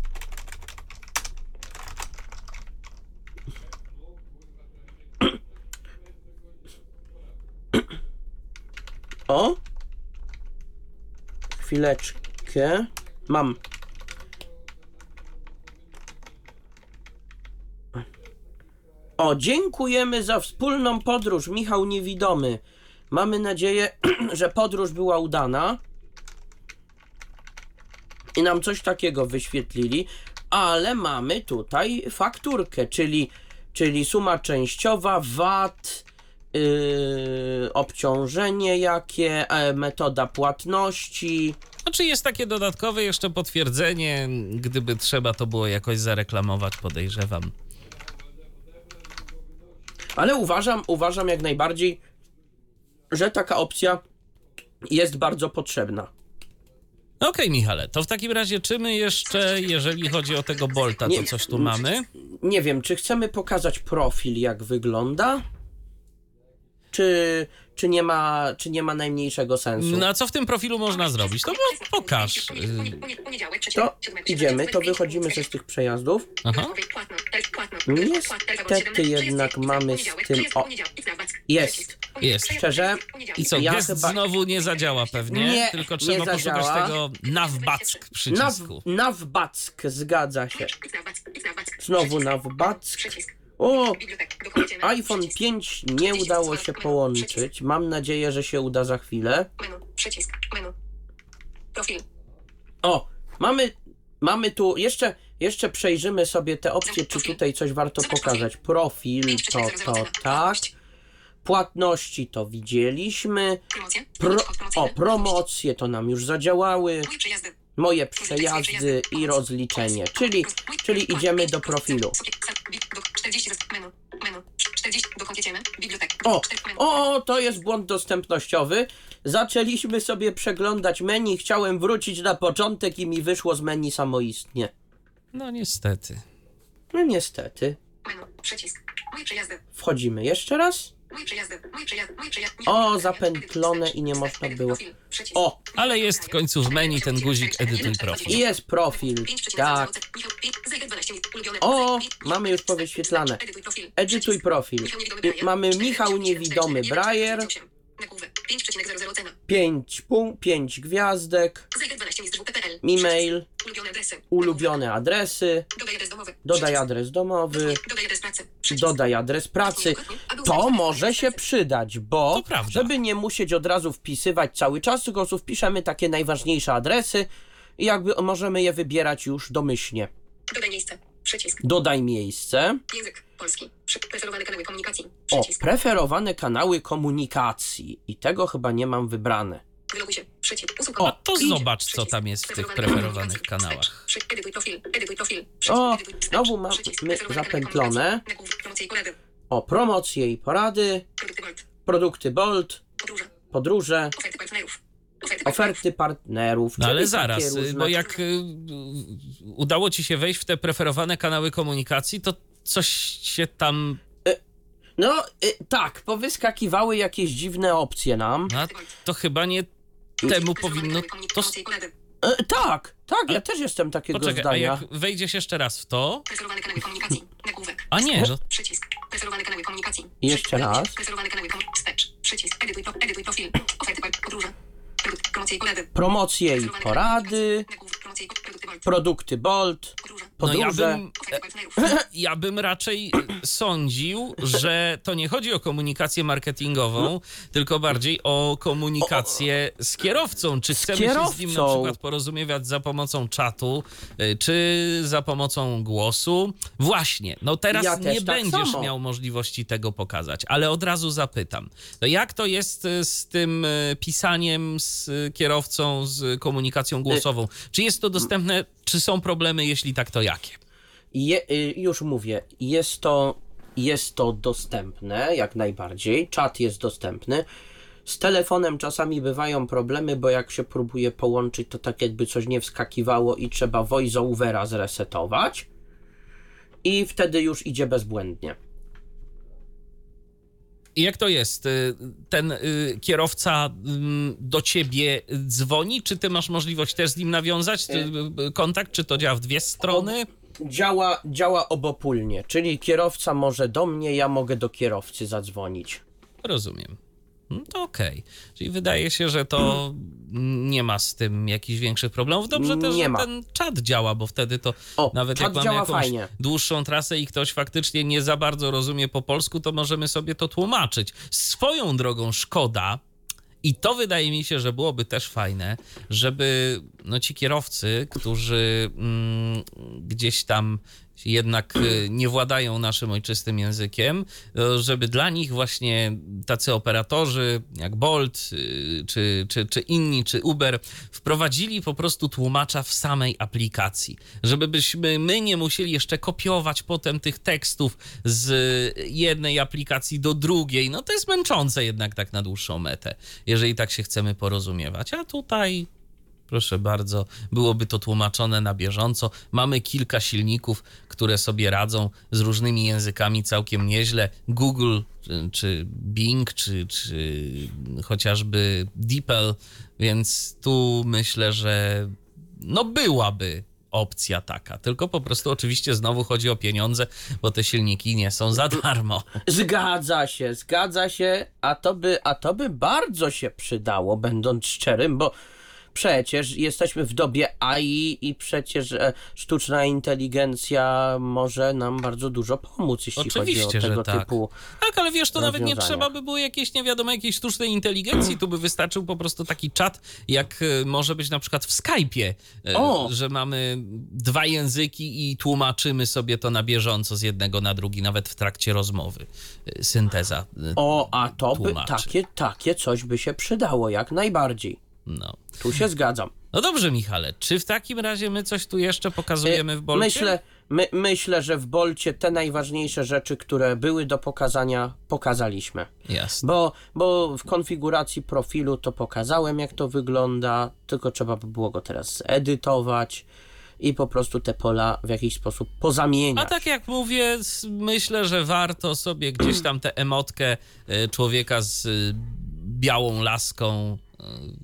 O! Chwileczkę. Mam. O, dziękujemy za wspólną podróż, Michał Niewidomy. Mamy nadzieję, że podróż była udana. I nam coś takiego wyświetlili, ale mamy tutaj fakturkę, czyli, czyli suma częściowa, V A T, yy, obciążenie jakie, e, metoda płatności. Znaczy jest takie dodatkowe jeszcze potwierdzenie, gdyby trzeba to było jakoś zareklamować, podejrzewam. Ale uważam, uważam jak najbardziej, że taka opcja jest bardzo potrzebna. Okej, Michale, to w takim razie czy my jeszcze, jeżeli chodzi o tego Bolta, to Nie- coś tu mamy? Nie wiem, czy chcemy pokazać profil, jak wygląda? Czy, czy, nie, ma, czy nie ma najmniejszego sensu? No a co w tym profilu można zrobić? To bo pokaż. Poniedziałek, To idziemy, to wychodzimy ze z tych przejazdów. Aha. Niestety jednak mamy z tym... O, jest. Jest. Szczerze? I co, Ja gest chyba- znowu nie zadziała pewnie? Nie, Tylko nie trzeba poszukać zadziała. tego nawback przycisku. Naw, nawback, zgadza się. Znowu Znowu nawback. O, iPhone pięć nie udało się połączyć. Mam nadzieję, że się uda za chwilę. Menu, przycisk, menu. Profil. O, mamy, mamy tu, jeszcze, jeszcze przejrzymy sobie te opcje, czy tutaj coś warto pokazać. Profil, to, to, tak. Płatności to widzieliśmy. Promocje. Pro, o, promocje to nam już zadziałały. Moje przejazdy. Moje przejazdy i rozliczenie, czyli, czyli idziemy do profilu. czterdzieści menu, menu, czterdzieści dokąd jedziemy? Bibliotek. O, o, to jest błąd dostępnościowy. Zaczęliśmy sobie przeglądać menu, chciałem wrócić na początek i mi wyszło z menu samoistnie. No niestety. No niestety. Menu, przycisk. Moje przejazdy. Wchodzimy jeszcze raz. Moje przejazdy. Moje przejazdy. Moje przejazdy. O, zapętlone i nie można było. O, Ale jest w końcu w menu ten guzik edytuj profil. i jest profil. Tak. O, mamy już powyświetlane. Edytuj profil. I mamy Michał Niewidomy Brajer. pięć punkt pięć gwiazdek. E-mail. Ulubione adresy. Ulubione adresy. Dodaj adres domowy. Dodaj adres domowy. Dodaj adres pracy. Dodaj adres pracy. To może się przydać, bo To prawda. żeby nie musieć od razu wpisywać cały czas, tylko tu wpiszemy takie najważniejsze adresy i jakby możemy je wybierać już domyślnie. Dodaj miejsce. Przycisk. Dodaj miejsce. Język polski. Przy- Preferowane kanały komunikacji. O, Przycisk. preferowane kanały komunikacji. I tego chyba nie mam wybrane. Wyloguj się. Przycisk. Usługa. A to idzie. zobacz, co tam jest w tych preferowanych kanałach. Edytuj profil. Edytuj profil. O, znowu mamy zapętlone. Promocje i porady. O, promocje i porady, Produkty Bolt. produkty Bolt, Podróże. podróże, Oferty partnerów. Oferty partnerów. oferty partnerów. No czyli ale takie zaraz, różne- bo jak y, udało ci się wejść w te preferowane kanały komunikacji, to coś się tam... No, y, tak, powyskakiwały jakieś dziwne opcje nam. A to chyba nie temu powinno... To... Promocje i porady. Y, tak, tak, ja Ale- też jestem takiego Poczekaj, a zdania. jak wejdziesz jeszcze raz w to... Preferowane kanały komunikacji. Nagłówek. A nie, że... Przycisk. Preferowane kanały komunikacji. Jeszcze raz. Preferowane kanały komunikacji. Wstecz. Przycisk. Edytuj, pro, edytuj profil. Oferty part- podróże. Produkt, promocje i porady. Promocje i Preferowane porady, kanały komunikacji. Nagłówek. Promocje i produkty Bolt. produkty Bolt, Podróże. No ja podróże. bym... Oferty partnerów. Ja bym raczej sądził, że to nie chodzi o komunikację marketingową, tylko bardziej o komunikację z kierowcą. Czy chcemy się z nim na kierowcą. przykład porozumiewać za pomocą czatu, y, czy za pomocą głosu? Właśnie, no teraz Ja też nie tak będziesz samo. miał możliwości tego pokazać, ale od razu zapytam, no jak to jest y, z tym y, pisaniem z y, kierowcą, z komunikacją głosową? Czy jest to dostępne, czy są problemy, jeśli tak, to jakie? Je, y, już mówię, jest to, jest to dostępne jak najbardziej, czat jest dostępny. Z telefonem czasami bywają problemy, bo jak się próbuje połączyć, to tak jakby coś nie wskakiwało i trzeba voice-overa zresetować i wtedy już idzie bezbłędnie. I jak to jest? Y, Ten y, kierowca ym, do ciebie dzwoni? Czy ty masz możliwość też z nim nawiązać czy, y, kontakt? Czy to działa w dwie strony? Działa, działa obopólnie, czyli kierowca może do mnie, ja mogę do kierowcy zadzwonić. Rozumiem. No to okej. Czyli wydaje się, że to nie ma z tym jakichś większych problemów. Dobrze też, Nie że ma. ten czat działa, bo wtedy to O, nawet czat jak mamy działa jakąś fajnie. dłuższą trasę i ktoś faktycznie nie za bardzo rozumie po polsku, to możemy sobie to tłumaczyć. Swoją drogą szkoda, i to wydaje mi się, że byłoby też fajne, żeby no, ci kierowcy, którzy mm, gdzieś tam jednak y, nie władają naszym ojczystym językiem, y, żeby dla nich właśnie tacy operatorzy jak Bolt, y, czy, czy, czy inni, czy Uber wprowadzili po prostu tłumacza w samej aplikacji, żeby byśmy my nie musieli jeszcze kopiować potem tych tekstów z jednej aplikacji do drugiej. No to jest męczące jednak tak na dłuższą metę, jeżeli tak się chcemy porozumiewać. A tutaj... Proszę bardzo, byłoby to tłumaczone na bieżąco. Mamy kilka silników, które sobie radzą z różnymi językami całkiem nieźle. Google, czy, czy Bing, czy, czy chociażby DeepL, więc tu myślę, że no byłaby opcja taka. Tylko po prostu oczywiście znowu chodzi o pieniądze, bo te silniki nie są za darmo. Zgadza się, zgadza się, a to by, a to by bardzo się przydało, będąc szczerym, bo przecież jesteśmy w dobie A I i przecież e, sztuczna inteligencja może nam bardzo dużo pomóc, jeśli Oczywiście, chodzi o że tego tak. typu... Tak, ale wiesz, to nawet nie rozwiązania. trzeba by było jakiejś, nie wiadomo, jakiejś sztucznej inteligencji. Tu by wystarczył po prostu taki czat, jak e, może być na przykład w Skype'ie, e, O! że mamy dwa języki i tłumaczymy sobie to na bieżąco z jednego na drugi, nawet w trakcie rozmowy. E, Synteza. e, O, a to by, Tłumaczy. takie, takie coś by się przydało, jak najbardziej. No. Tu się zgadzam. no dobrze, Michale, czy w takim razie my coś tu jeszcze pokazujemy w Bolcie? Myślę, my, myślę, że w Bolcie te najważniejsze rzeczy, które były do pokazania, pokazaliśmy. Jasne. Bo, bo w konfiguracji profilu to pokazałem, jak to wygląda, tylko trzeba by było go teraz zedytować i po prostu te pola w jakiś sposób pozamieniać. A tak jak mówię, s- myślę, że warto sobie gdzieś tam tę emotkę e, człowieka z e, białą laską e,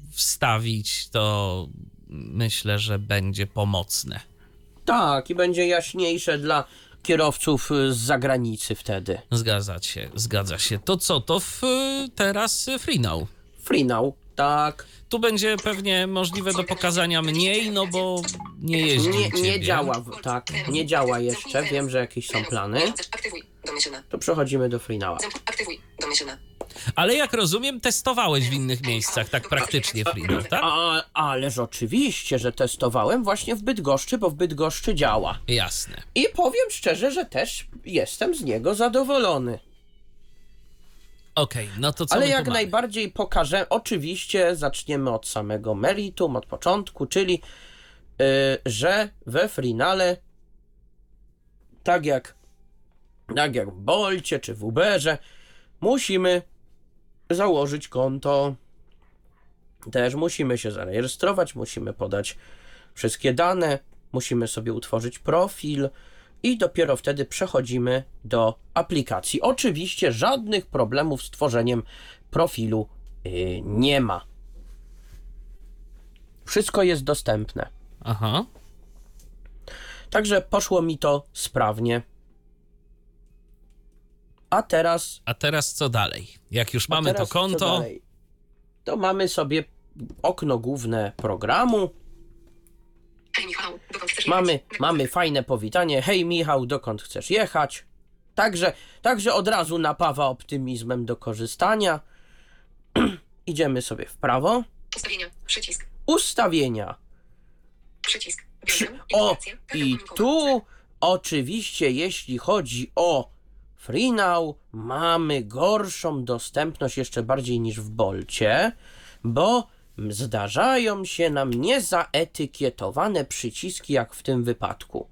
wstawić, to myślę, że będzie pomocne. Tak, i będzie jaśniejsze dla kierowców y, z zagranicy wtedy. Zgadza się, zgadza się. To co, to w, teraz Free Now. Free now, tak. Tu będzie pewnie możliwe do pokazania mniej, no bo nie jeździ Nie, u ciebie. nie działa, w- tak, nie działa jeszcze, wiem, że jakieś są plany. Aktywuj. Domyślna. To przechodzimy do Free Nowa. Aktywuj. Domyślna. Ale jak rozumiem, testowałeś w innych miejscach tak praktycznie Free Now, tak? A, ależ oczywiście, że testowałem właśnie w Bydgoszczy, bo w Bydgoszczy działa. Jasne. I powiem szczerze, że też jestem z niego zadowolony. Okej, no to co Ale my jak tu mamy? najbardziej pokażę, oczywiście zaczniemy od samego meritum, od początku, czyli yy, że we Freenale, tak jak, tak jak w Bolcie czy w Uberze, musimy założyć konto. Też musimy się zarejestrować, musimy podać wszystkie dane, musimy sobie utworzyć profil i dopiero wtedy przechodzimy do aplikacji. Oczywiście żadnych problemów z tworzeniem profilu yy, nie ma. Wszystko jest dostępne. Aha. Także poszło mi to sprawnie. A teraz... A teraz co dalej? Jak już a mamy teraz to co konto, dalej? To mamy sobie okno główne programu. Hej Michał, dokąd chcesz Mamy, jechać? mamy fajne powitanie. Hej Michał, dokąd chcesz jechać? Także, także od razu napawa optymizmem do korzystania. Idziemy sobie w prawo. Ustawienia, przycisk, Ustawienia. przycisk. Przy, Biurze, o, informacje, karta i komunikowa. tu oczywiście jeśli chodzi o Freenow, mamy gorszą dostępność jeszcze bardziej niż w Bolcie, bo zdarzają się nam niezaetykietowane przyciski jak w tym wypadku.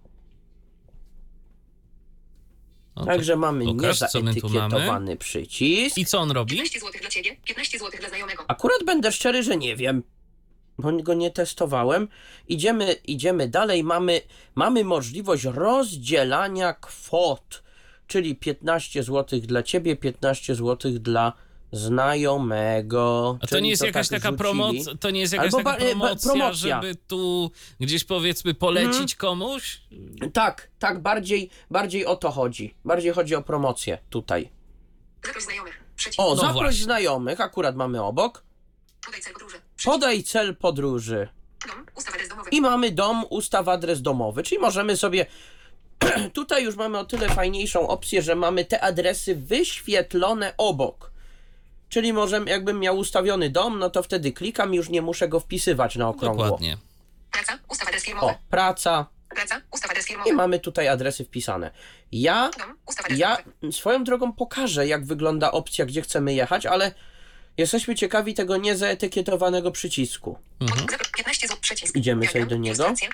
no to Także mamy pokaż, co my tu mamy. niezaetykietowany przycisk. I co on robi? piętnaście złotych dla ciebie, piętnaście złotych dla znajomego. Akurat będę szczery, że nie wiem, bo go nie testowałem. Idziemy, idziemy dalej. Mamy, mamy możliwość rozdzielania kwot, czyli piętnaście złotych dla ciebie, piętnaście złotych dla znajomego. A to Czyli nie jest jakaś tak taka rzucili. promocja, to nie jest jakaś Albo taka ba- e, ba- promocja, promocja. żeby tu gdzieś powiedzmy polecić Mhm. komuś? Tak, tak, bardziej, bardziej o to chodzi. Bardziej chodzi o promocję tutaj. Zaproś znajomych, przycisk. O, No zaproś właśnie. znajomych, akurat mamy obok. Podaj cel podróży, przycisk. Podaj cel podróży. Dom, ustaw adres domowy. I mamy dom, ustaw adres domowy, czyli możemy sobie... Tutaj już mamy o tyle fajniejszą opcję, że mamy te adresy wyświetlone obok. Czyli możemy, jakbym miał ustawiony dom, no to wtedy klikam i już nie muszę go wpisywać na okrągło. Dokładnie. Praca, ustaw adres O, firmowy. praca. Praca, ustaw adres firmowy. I mamy tutaj adresy wpisane. Ja, Dom, ustaw adres ja domowy. swoją drogą pokażę, jak wygląda opcja, gdzie chcemy jechać, ale jesteśmy ciekawi tego niezaetykietowanego przycisku. Mhm. Zapro- piętnaście złotych, przycisk. Idziemy sobie Diagram, do niego. ilustracje.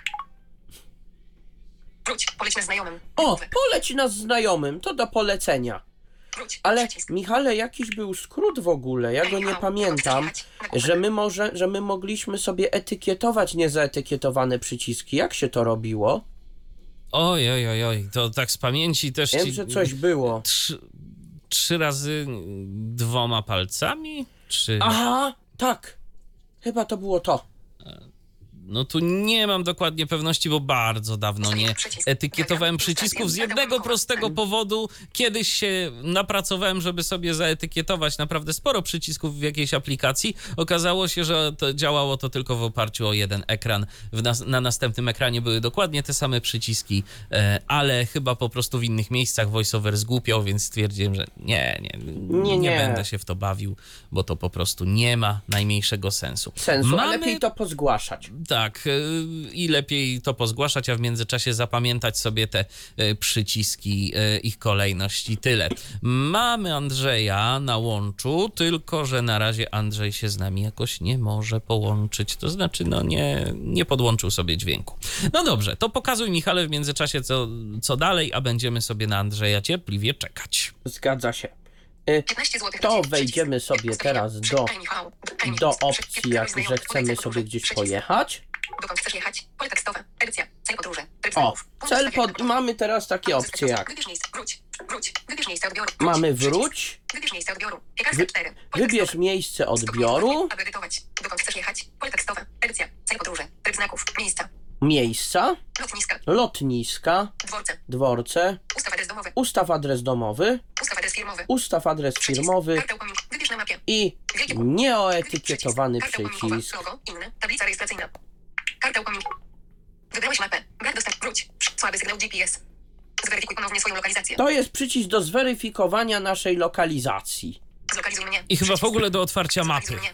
Wróć, poleć na znajomym. O, Nagłówek. poleć nas znajomym, to do polecenia. Wróć, Ale przycisk. Michale, jakiś był skrót w ogóle, ja Hej, go nie Michał, pamiętam, dokąd chcesz jechać? Nagłówek. że my może, że my mogliśmy sobie etykietować niezaetykietowane przyciski. Jak się to robiło? Oj, oj, oj, oj, to tak z pamięci też Wiem, ci... że coś było. Trzy, trzy razy dwoma palcami? Czy... Aha, tak. Chyba to było to. No tu nie mam dokładnie pewności, bo bardzo dawno nie etykietowałem przycisków z jednego prostego powodu. Kiedyś się napracowałem, żeby sobie zaetykietować naprawdę sporo przycisków w jakiejś aplikacji. Okazało się, że to działało to tylko w oparciu o jeden ekran. W nas, na następnym ekranie były dokładnie te same przyciski, e, ale chyba po prostu w innych miejscach VoiceOver zgłupiał, więc stwierdziłem, że nie, nie, nie, Nie, nie. będę się w to bawił, bo to po prostu nie ma najmniejszego sensu. Sensu, a Mamy- lepiej to pozgłaszać. Tak, y, i lepiej to pozgłaszać, a w międzyczasie zapamiętać sobie te y, przyciski, y, ich kolejność i tyle. Mamy Andrzeja na łączu, tylko że na razie Andrzej się z nami jakoś nie może połączyć, to znaczy no nie, nie podłączył sobie dźwięku. No dobrze, to pokazuj Michale w międzyczasie co, co dalej, a będziemy sobie na Andrzeja cierpliwie czekać. Zgadza się. Y, piętnaście złotych. To przycisk. wejdziemy sobie teraz do, Hej, Michał. Hej, do Michał. opcji, Zaproś jak, że znajomych, chcemy podaj cel sobie podróży, gdzieś przycisk. pojechać. Dokąd chcesz jechać? Pole tekstowe. Edycja. Cel podróży. Tryb O, znaków. Punkt cel ustawienia. pod... mamy teraz takie Uzyskać opcje dostęp. jak Wybierz miejsce. Wróć. Wróć. Wybierz miejsce odbioru. Wróć. mamy Przycisk. wróć, Wybierz miejsce odbioru. Piekarska Wy- cztery. Pole wybierz tekstowe. miejsce Stop odbioru, monitoring, aby edytować. Dokąd chcesz jechać? Pole tekstowe. Edycja. Cel podróży. Tryb znaków. Miejsca. miejsca, Lotniska. lotniska, Dworce. dworce, Ustaw adres domowy. ustaw adres domowy, Ustaw adres firmowy. ustaw adres Przycisk. firmowy Karta upomnienia. Wybierz na mapie. i Wielkie nieoetykietowany Karta upomnienkowa. przycisk. Logo. Inne. Tablica rejestracyjna. Karta upomnienkowa. Wybrałeś mapę. Brak dostępu. Wróć. Słaby sygnał G P S. Zweryfikuj ponownie swoją lokalizację. To jest przycisk do zweryfikowania naszej lokalizacji. Zlokalizuj mnie. I chyba w Przycisk. ogóle do otwarcia mapy. Zlokalizuj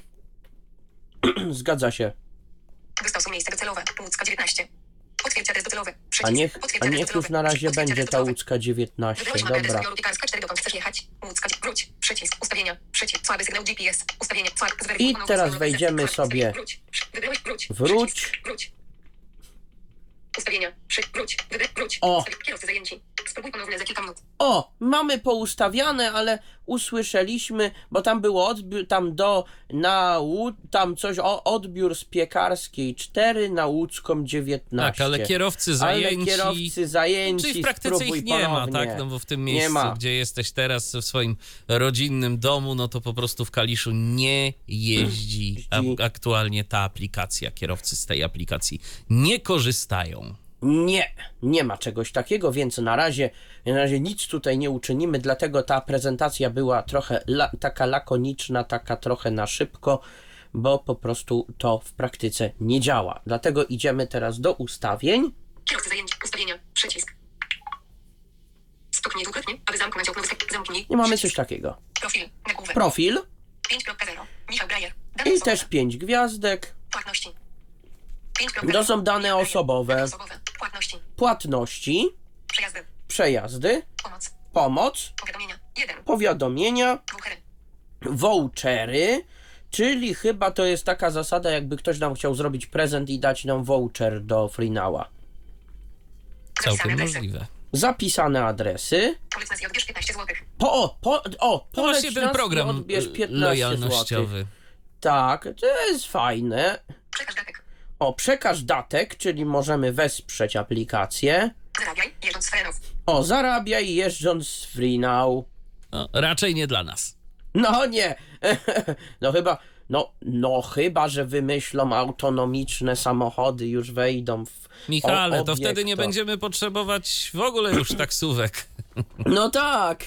mnie. Zgadza się. Wystosuj miejsce docelowe. Łódzka dziewiętnaście. Potwierdź adres docelowy. A Przycisk. niech, Potwierdź a adres niech już docelowy. na razie Potwierdź będzie adres ta docelowy. łódzka dziewiętnaście. Wybrałeś mapę adres Dobra. odbioru piekarska cztery. Dokąd chcesz jechać? Łódzka, wróć, przycisk, ustawienia, przycisk, słaby sygnał G P S, ustawienia, słaby, I teraz wejdziemy sobie. Wróć, wybrałeś, wróć, Wróć. przycisk, wróć. Ustawienia, przy, wróć, wybrać, wróć. O. Ustawi- Kierowcy zajęci. Spróbuj ponownie za kilka minut. O, mamy poustawiane, ale usłyszeliśmy, bo tam było odbiór, tam do, na Łód, tam coś, o, odbiór z Piekarskiej cztery na Łódzką dziewiętnaście. Tak, ale kierowcy zajęci... Ale kierowcy zajęci, Czyli w praktyce spróbuj ich nie ponownie. ma, tak? No bo w tym Nie miejscu, ma. gdzie jesteś teraz, w swoim rodzinnym domu, no to po prostu w Kaliszu nie jeździ a, aktualnie ta aplikacja. Kierowcy z tej aplikacji nie korzystają. Nie, nie ma czegoś takiego, więc na razie, na razie nic tutaj nie uczynimy, dlatego ta prezentacja była trochę la, taka lakoniczna, taka trochę na szybko, bo po prostu to w praktyce nie działa. Dlatego idziemy teraz do ustawień. Kierowcy zajęci. Ustawienia. Przycisk. Stuknij dwukrotnie, aby zamknąć okno wyskak. Zamknij. I mamy Przycisk. coś takiego. Profil. Nagłówek. Profil pięć kropka zero. Michał Brajer. Dane i osobowe. też pięć gwiazdek. Płatności. To są dane osobowe. Dane osobowe. Płatności. Płatności, Przejazdy. przejazdy, Pomoc. pomoc, Powiadomienia. jeden. powiadomienia, Vouchery. vouchery, czyli chyba to jest taka zasada, jakby ktoś nam chciał zrobić prezent i dać nam voucher do FreeNowa. Całkiem Zapisane adresy. możliwe. Zapisane adresy. Polec nas i odbierz piętnaście złotych. Po, o, po, o, To poleć właśnie ten nas i program odbierz y, piętnaście lojalnościowy. złotych. Tak, to jest fajne. Przekaż datek. O, przekaż datek, czyli możemy wesprzeć aplikację. Zarabiaj, jeżdżąc z Frenów. O, zarabiaj jeżdżąc z FreeNow. No, raczej nie dla nas. No nie, no chyba, no, no chyba, że wymyślą autonomiczne samochody, już wejdą w Michale, o, to obiekt, wtedy nie to- będziemy potrzebować w ogóle już taksówek. No tak.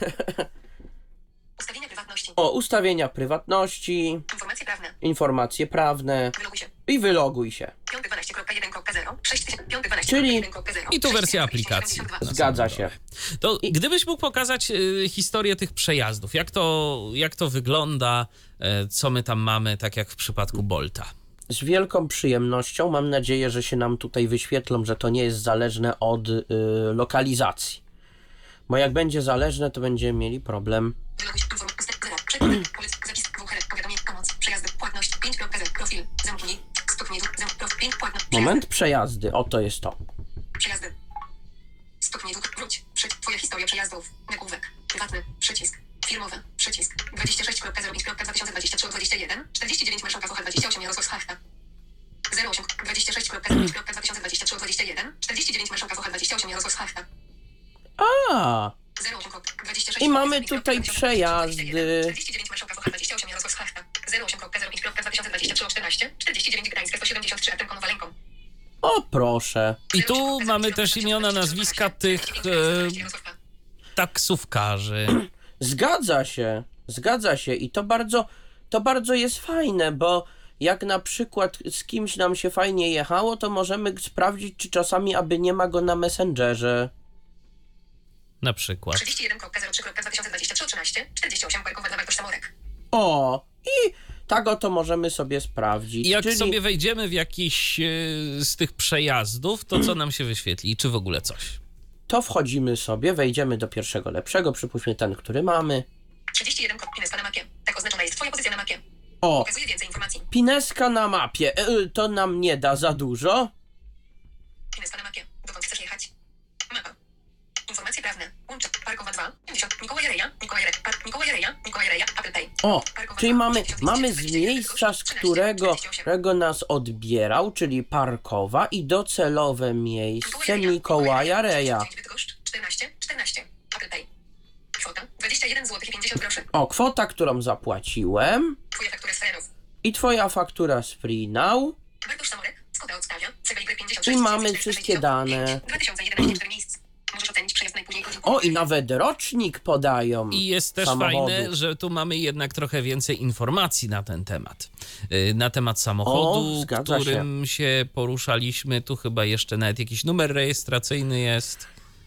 Ustawienia prywatności. O, ustawienia prywatności, Informacje prawne. informacje prawne Wyloguj się. i wyloguj się. pięć dwanaście jeden zero. sześć tysięcy pięć dwanaście Czyli- jeden zero. I tu wersja aplikacji. Zgadza się. To gdybyś mógł pokazać y, historię tych przejazdów, jak to, jak to wygląda, y, co my tam mamy, tak jak w przypadku Bolta. Z wielką przyjemnością, mam nadzieję, że się nam tutaj wyświetlą, że to nie jest zależne od y, lokalizacji. Bo jak będzie zależne, to będziemy mieli problem. Wyloguj się. Informacje. Zero. Przekładek. Polec. Zapis. Vouchery. Powiadomienie. Pomoc. Przejazdy. Płatność. pięć kropka zero. Profil. Zamknij. Stuknij. Zamknij. Profil. pięć. Płatność. Moment, przejazdy, oto jest to. Przejazdy. Stuknij. Wróć. Przy... Twoja historia przejazdów. Nagłówek. Prywatny. Przycisk. Firmowy. Przycisk. dwadzieścia sześć zero pięć dwa tysiące dwadzieścia trzy dwadzieścia jeden. czterdzieści dziewięć Marszałka Socha dwadzieścia osiem Jarosław Schachta. zero osiem dwadzieścia sześć zero pięć dwa tysiące dwadzieścia trzy dwadzieścia jeden. czterdzieści dziewięć Marszałka Socha dwadzieścia osiem Jarosław Schachta. A, zero osiem dwadzieścia sześć i mamy tutaj przejazdy. czterdzieści dziewięć Marszałka Socha dwadzieścia osiem Jarosław Schachta. zero osiem zero pięć dwa tysiące dwadzieścia trzy czternaście. czterdzieści dziewięć Gdańska sto siedemdziesiąt trzy Artem Konowalenką. O, proszę. I tu mamy też imiona, nazwiska tych e, taksówkarzy. Zgadza się, zgadza się i to bardzo, to bardzo jest fajne, bo jak na przykład z kimś nam się fajnie jechało, to możemy sprawdzić, czy czasami aby nie ma go na Messengerze. Na przykład. trzydzieści jeden zero trzy dwa tysiące dwadzieścia trzy trzynaście. czterdzieści osiem Parkowa Wartość Samorek. O, i tak oto możemy sobie sprawdzić. I jak Czyli sobie wejdziemy w jakiś e, z tych przejazdów, to co nam się wyświetli? Czy w ogóle coś? to wchodzimy sobie, wejdziemy do pierwszego lepszego, przypuśćmy ten, który mamy. trzydzieści jeden Pineska na mapie. Tak oznaczona jest twoja pozycja na mapie. O, Pokazuje więcej informacji. Pineska na mapie. E, to nam nie da za dużo. Pineska na mapie. Dokąd chcesz jechać? Mapa. Informacje prawne. Łącze. Parkowa dwa. pięćdziesiąt. Mikołaj Reja. Mikołaj Reja. Par- Mikołaj Reja. Mikołaj Reja. Apple Pay. O, Parkowa czyli dwa, mamy, tysiąc mamy dwieście z czterdzieści jeden, miejsca, z trzynaście, którego, czterdzieści osiem. którego nas odbierał, czyli Parkowa, i docelowe miejsce Mikołaja Reja. Bydgoszcz, czternaście, czternaście. Apple Pay. Kwota dwadzieścia jeden złotych i pięćdziesiąt groszy. O, kwota, którą zapłaciłem, Twoja faktura z Frenów. i twoja faktura z FreeNow. Bartosz Samorek, Skoda odstawia, C B Y pięćdziesiąt I sześć, mamy wszystkie dane. dwa tysiące jedenaście, cztery miejsc. Możesz ocenić przejazd najpóźniej godzin. O, i nawet rocznik podają. I jest też samochodu. fajne, że tu mamy jednak trochę więcej informacji na ten temat. Yy, Na temat samochodu, O, zgadza którym się. się poruszaliśmy. Tu chyba jeszcze nawet jakiś numer rejestracyjny jest.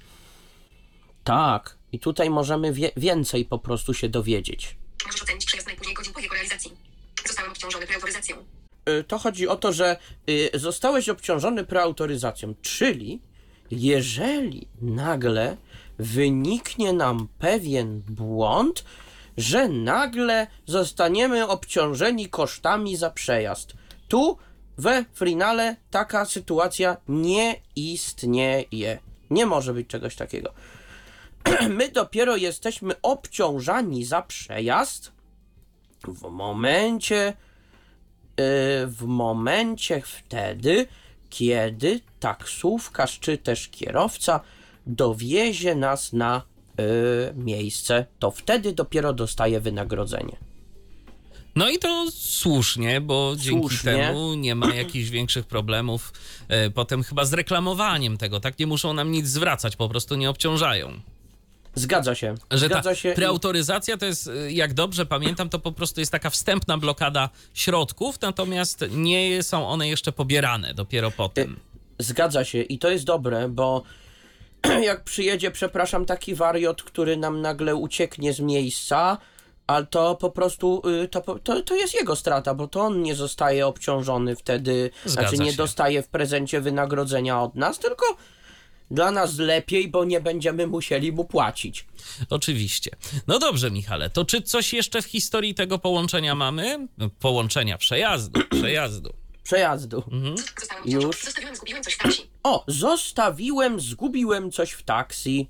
Tak, i tutaj możemy wie- więcej po prostu się dowiedzieć. Możesz ocenić przejazd najpóźniej godzin po jego realizacji. Zostałem obciążony preautoryzacją. Y, To chodzi o to, że y, zostałeś obciążony preautoryzacją, czyli jeżeli nagle wyniknie nam pewien błąd, że nagle zostaniemy obciążeni kosztami za przejazd. Tu we Freenale taka sytuacja nie istnieje. Nie może być czegoś takiego. My dopiero jesteśmy obciążani za przejazd w momencie, yy, w momencie wtedy, kiedy taksówkarz czy też kierowca dowiezie nas na y, miejsce, to wtedy dopiero dostaje wynagrodzenie. No i to słusznie, bo dzięki Słusznie. temu nie ma jakichś większych problemów e, potem chyba z reklamowaniem tego, tak? Nie muszą nam nic zwracać, po prostu nie obciążają. Zgadza się. Że Zgadza ta się. preautoryzacja to jest, jak dobrze pamiętam, to po prostu jest taka wstępna blokada środków, natomiast nie są one jeszcze pobierane dopiero potem. Zgadza się i to jest dobre, bo jak przyjedzie, przepraszam, taki wariot, który nam nagle ucieknie z miejsca, ale to po prostu, y, to, to, to jest jego strata, bo to on nie zostaje obciążony wtedy, Zgadza znaczy nie się. dostaje w prezencie wynagrodzenia od nas, tylko dla nas lepiej, bo nie będziemy musieli mu płacić. Oczywiście. No dobrze, Michale, to czy coś jeszcze w historii tego połączenia mamy? Połączenia przejazdu, przejazdu. Przejazdu. Mhm. Zostałam Już. Już. Zostawiłem, zgubiłem coś w taksi. O, zostawiłem, zgubiłem coś w taksi.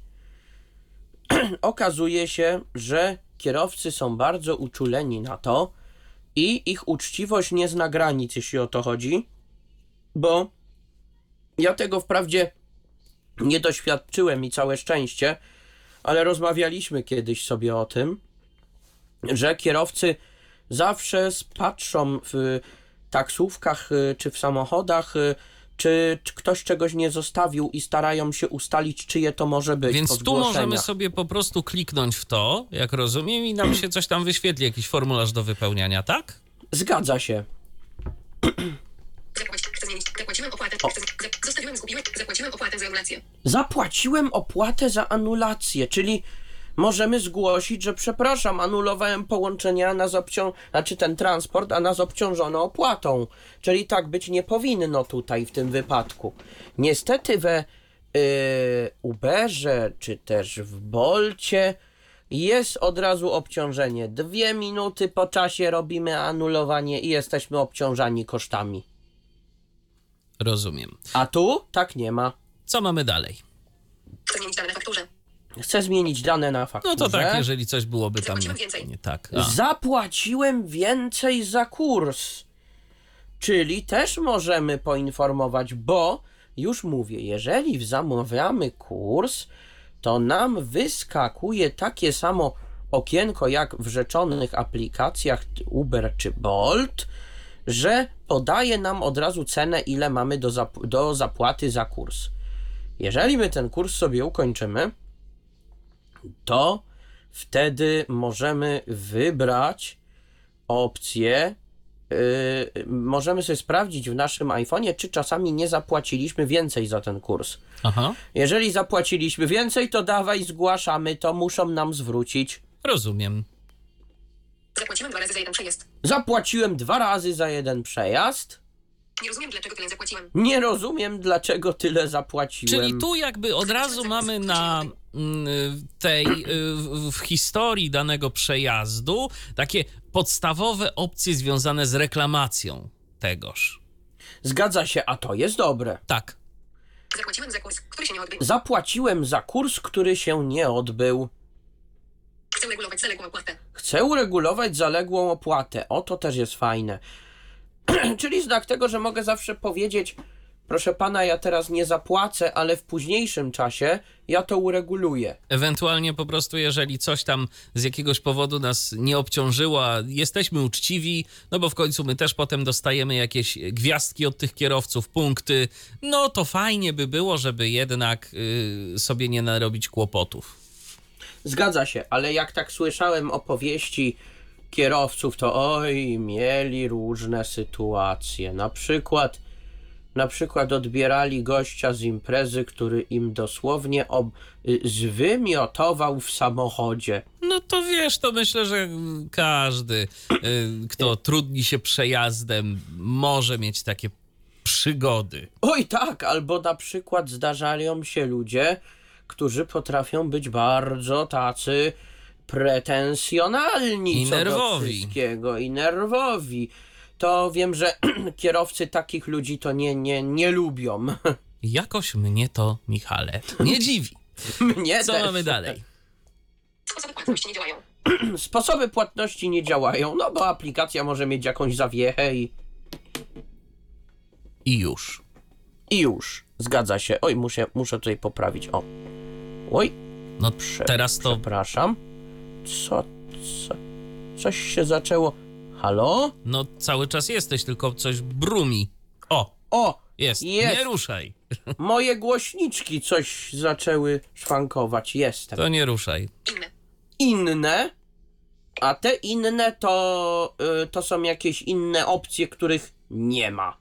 Okazuje się, że kierowcy są bardzo uczuleni na to i ich uczciwość nie zna granic, jeśli o to chodzi, bo ja tego wprawdzie nie doświadczyłem i całe szczęście, ale rozmawialiśmy kiedyś sobie o tym, że kierowcy zawsze patrzą w taksówkach czy w samochodach, czy, czy ktoś czegoś nie zostawił i starają się ustalić, czyje to może być. Więc po tu możemy zgłoszeniach. sobie po prostu kliknąć w to, jak rozumiem, i nam się coś tam wyświetli, jakiś formularz do wypełniania, tak? Zgadza się. Zapłać, chcę zmienić. Zapłaciłem opłatę. Chcę, za, zostawiłem, zgubiłem. Zapłaciłem opłatę za anulację. Zapłaciłem opłatę za anulację, czyli możemy zgłosić, że przepraszam, anulowałem połączenie, a nas obcią... znaczy ten transport, a nas obciążono opłatą. Czyli tak być nie powinno tutaj w tym wypadku. Niestety we yy, Uberze, czy też w Bolcie jest od razu obciążenie. Dwie minuty po czasie robimy anulowanie i jesteśmy obciążani kosztami. Rozumiem. A tu tak nie ma. Co mamy dalej? Chcę zmienić dane na fakturze. Chcę zmienić dane na No fakturze. to tak, jeżeli coś byłoby tam Zapłaciłem nie, więcej. nie tak. A. Zapłaciłem więcej za kurs. Czyli też możemy poinformować, bo już mówię, jeżeli zamawiamy kurs, to nam wyskakuje takie samo okienko jak w rzeczonych aplikacjach Uber czy Bolt, że podaje nam od razu cenę, ile mamy do, zap- do zapłaty za kurs. Jeżeli my ten kurs sobie ukończymy, to wtedy możemy wybrać opcję, yy, możemy sobie sprawdzić w naszym iPhone'ie, czy czasami nie zapłaciliśmy więcej za ten kurs. Aha, Jeżeli zapłaciliśmy więcej, to dawaj, zgłaszamy, to muszą nam zwrócić. rozumiem. Zapłaciłem dwa razy za jeden przejazd. Zapłaciłem dwa razy za jeden przejazd. Nie rozumiem, dlaczego tyle zapłaciłem. Nie rozumiem, dlaczego tyle zapłaciłem. Czyli tu jakby od razu mamy na mm, tej, y, w, w historii danego przejazdu takie podstawowe opcje związane z reklamacją tegoż. Zgadza się, a to jest dobre. Tak. Zapłaciłem za kurs, który się nie odbył. Zapłaciłem za kurs, który się nie odbył. Chcę regulować zaległą opłatę. Chcę uregulować zaległą opłatę. O, to też jest fajne. Czyli znak tego, że mogę zawsze powiedzieć, proszę pana, ja teraz nie zapłacę, ale w późniejszym czasie ja to ureguluję. Ewentualnie po prostu, jeżeli coś tam z jakiegoś powodu nas nie obciążyło, a jesteśmy uczciwi, no bo w końcu my też potem dostajemy jakieś gwiazdki od tych kierowców, punkty, no to fajnie by było, żeby jednak y, sobie nie narobić kłopotów. Zgadza się, ale jak tak słyszałem opowieści kierowców, to oj, mieli różne sytuacje. Na przykład, na przykład odbierali gościa z imprezy, który im dosłownie ob- y, zwymiotował w samochodzie. No to wiesz, to myślę, że każdy, y, kto trudni się przejazdem, może mieć takie przygody. Oj tak, albo na przykład zdarzają się ludzie, którzy potrafią być bardzo tacy pretensjonalni I co nerwowi. do wszystkiego i nerwowi. To wiem, że kierowcy takich ludzi to nie, nie, nie lubią. Jakoś mnie to, Michale, nie dziwi. Mnie Co też. mamy dalej? Sposoby płatności nie działają. Sposoby płatności nie działają, no bo aplikacja może mieć jakąś zawiechę i, I już. i już. Zgadza się. Oj, muszę, muszę tutaj poprawić. O. Oj, No prze, teraz to przepraszam. Co, co? Coś się zaczęło. Halo? no cały czas jesteś, tylko coś brumi. O, O, jest. Jest. Nie ruszaj. moje głośniczki coś zaczęły szwankować. Jestem. To nie ruszaj. Inne. Inne, a te inne to, y, to są jakieś inne opcje, których nie ma.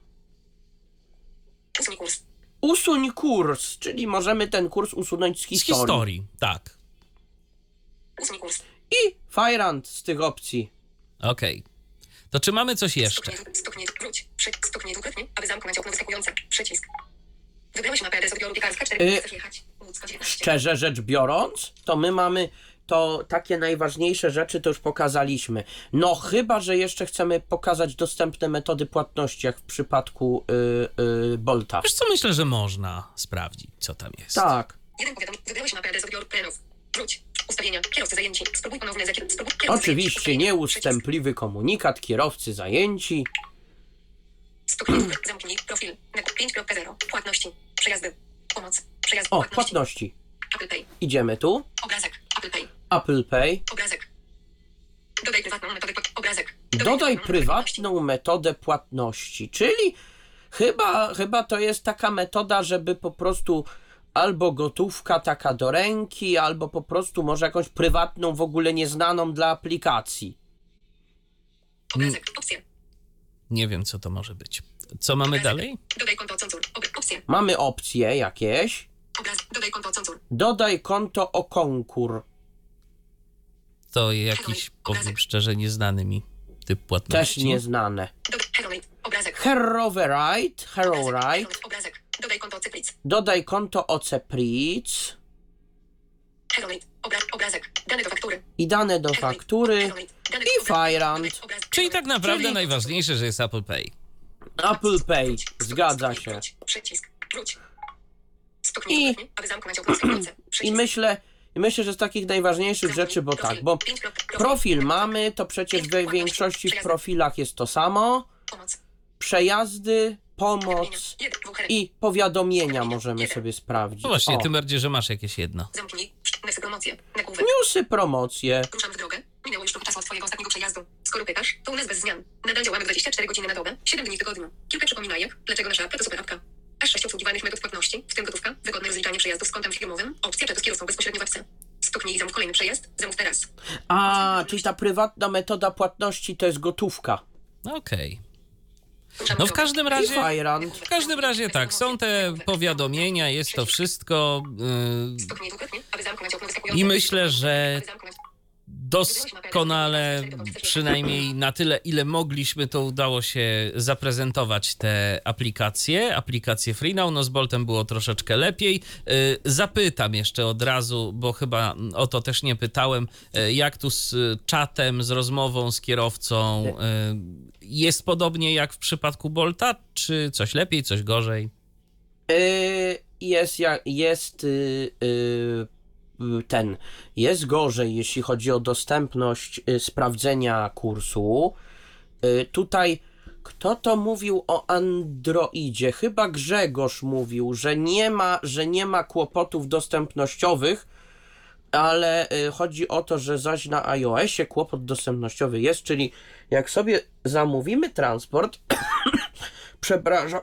Usuń kurs. Usuń kurs, czyli możemy ten kurs usunąć z Z historii. historii, tak. Usuń kurs. I Fajrant z tych opcji. Okej. To czy mamy coś jeszcze? Stuknij, stuknij, wróć. Przy, stuknij dwukrotnie, aby zamknąć okno wyskakujące. Przycisk. Wybrałeś mapę adresu odbioru piekarska cztery. Y, Chcesz jechać. Łódzko dziewiętnaście. Szczerze rzecz biorąc, to my mamy to takie najważniejsze rzeczy to już pokazaliśmy. No chyba, że jeszcze chcemy pokazać dostępne metody płatności, jak w przypadku y, y, Bolta. Wiesz co, myślę, że można sprawdzić, co tam jest. Tak. Jeden powiadomienie. Wybrałeś mapę adresu odbioru plenów. Wróć. Ustawienia. Kierowcy zajęci. Spróbuj ponowne zakier... Spróbuj kierowcy Oczywiście zajęci. nieustępliwy komunikat, kierowcy zajęci. Stuknij, dwukrotnie, zamknij. Profil. pięć kropka zero. Płatności. Przejazdy. Pomoc. Przejazd. O, Płatności. płatności. Apple Pay. Idziemy tu. Obrazek. Apple Pay. Apple Pay. Obrazek. Dodaj prywatną metodę płat... Obrazek. Dodaj prywatną metodę płatności. prywatną metodę płatności, czyli chyba, chyba to jest taka metoda, żeby po prostu albo gotówka taka do ręki, albo po prostu może jakąś prywatną, w ogóle nieznaną dla aplikacji. Obrazek. Opcje. Nie wiem, co to może być. Co mamy Obrazek. dalej? Dodaj konto cenzur. Ob... Opcje. Mamy opcje jakieś. Obrazek. Dodaj konto cenzur. Dodaj konto o konkurs. To jakiś, powiem szczerze, nieznany mi typ Też płatności. nieznane. Dodaj Herolite. Obrazek. Herroverite, Herrowrite. Obrazek. Dodaj konto Cypric. Dodaj konto o Cepric. Herolite. Obra... Obrazek. Dane do faktury. I dane do Herolite. faktury. Herolite. Dane I do- Fajrant. Dodaj obrazek. Czyli tak naprawdę Czyli- najważniejsze, że jest Apple Pay. Apple Pay. Wróć. Zgadza Stuknij, się. wróć. Przycisk. Wróć. Stuknij I- dwukrotnie, aby zamknąć okno wyskakujące. I Przycisk. myślę, i myślę, że z takich najważniejszych Zamknij. rzeczy, bo Profil. tak, bo Pięć kropek. profil mamy, to przecież we większości w profilach jest to samo. Pomoc. Przejazdy, pomoc Jeden. Dwóch her- i powiadomienia możemy sobie sprawdzić. No właśnie, O, tym bardziej, że masz jakieś jedno. Zamknij. Nesy promocje. Nagłówek. newsy, promocje. Ruszam w drogę. Minęło już trochę czasu od twojego ostatniego przejazdu. Skoro pytasz, to u nas bez zmian. Nadal działamy dwadzieścia cztery godziny na dobę, siedem dni w tygodniu. Kilka przypominajek, dlaczego nasza apka to super apka. Aż sześć obsługiwanych metod płatności, w tym gotówka, wygodne rozliczanie przejazdów z kontem firmowym, opcja czegoś kierowcą bezpośrednio w apce. Stuknij i zamów kolejny przejazd, zamów teraz. A, czyli ta prywatna metoda płatności to jest gotówka. Okej. Ruszam No w drogę. każdym I razie... Fajrant. W każdym razie tak, są te powiadomienia, jest to wszystko yy, Stuknij dwukrotnie, aby zamknąć okno wyskakujące. i myślę, że Aby zamknąć- doskonale, przynajmniej na tyle, ile mogliśmy, to udało się zaprezentować te aplikacje, aplikacje FreeNow. No z Boltem było troszeczkę lepiej. Yy, Zapytam jeszcze od razu, bo chyba o to też nie pytałem, yy, jak tu z czatem, z rozmową z kierowcą, yy, jest podobnie jak w przypadku Bolta, czy coś lepiej, coś gorzej? Y, jest, ja- jest y, y, ten, jest gorzej, jeśli chodzi o dostępność y, sprawdzenia kursu. Y, tutaj, kto to mówił o Androidzie? Chyba Grzegorz mówił, że nie ma, że nie ma kłopotów dostępnościowych, ale y, chodzi o to, że zaś na iOSie kłopot dostępnościowy jest, czyli jak sobie zamówimy transport, przepraszam,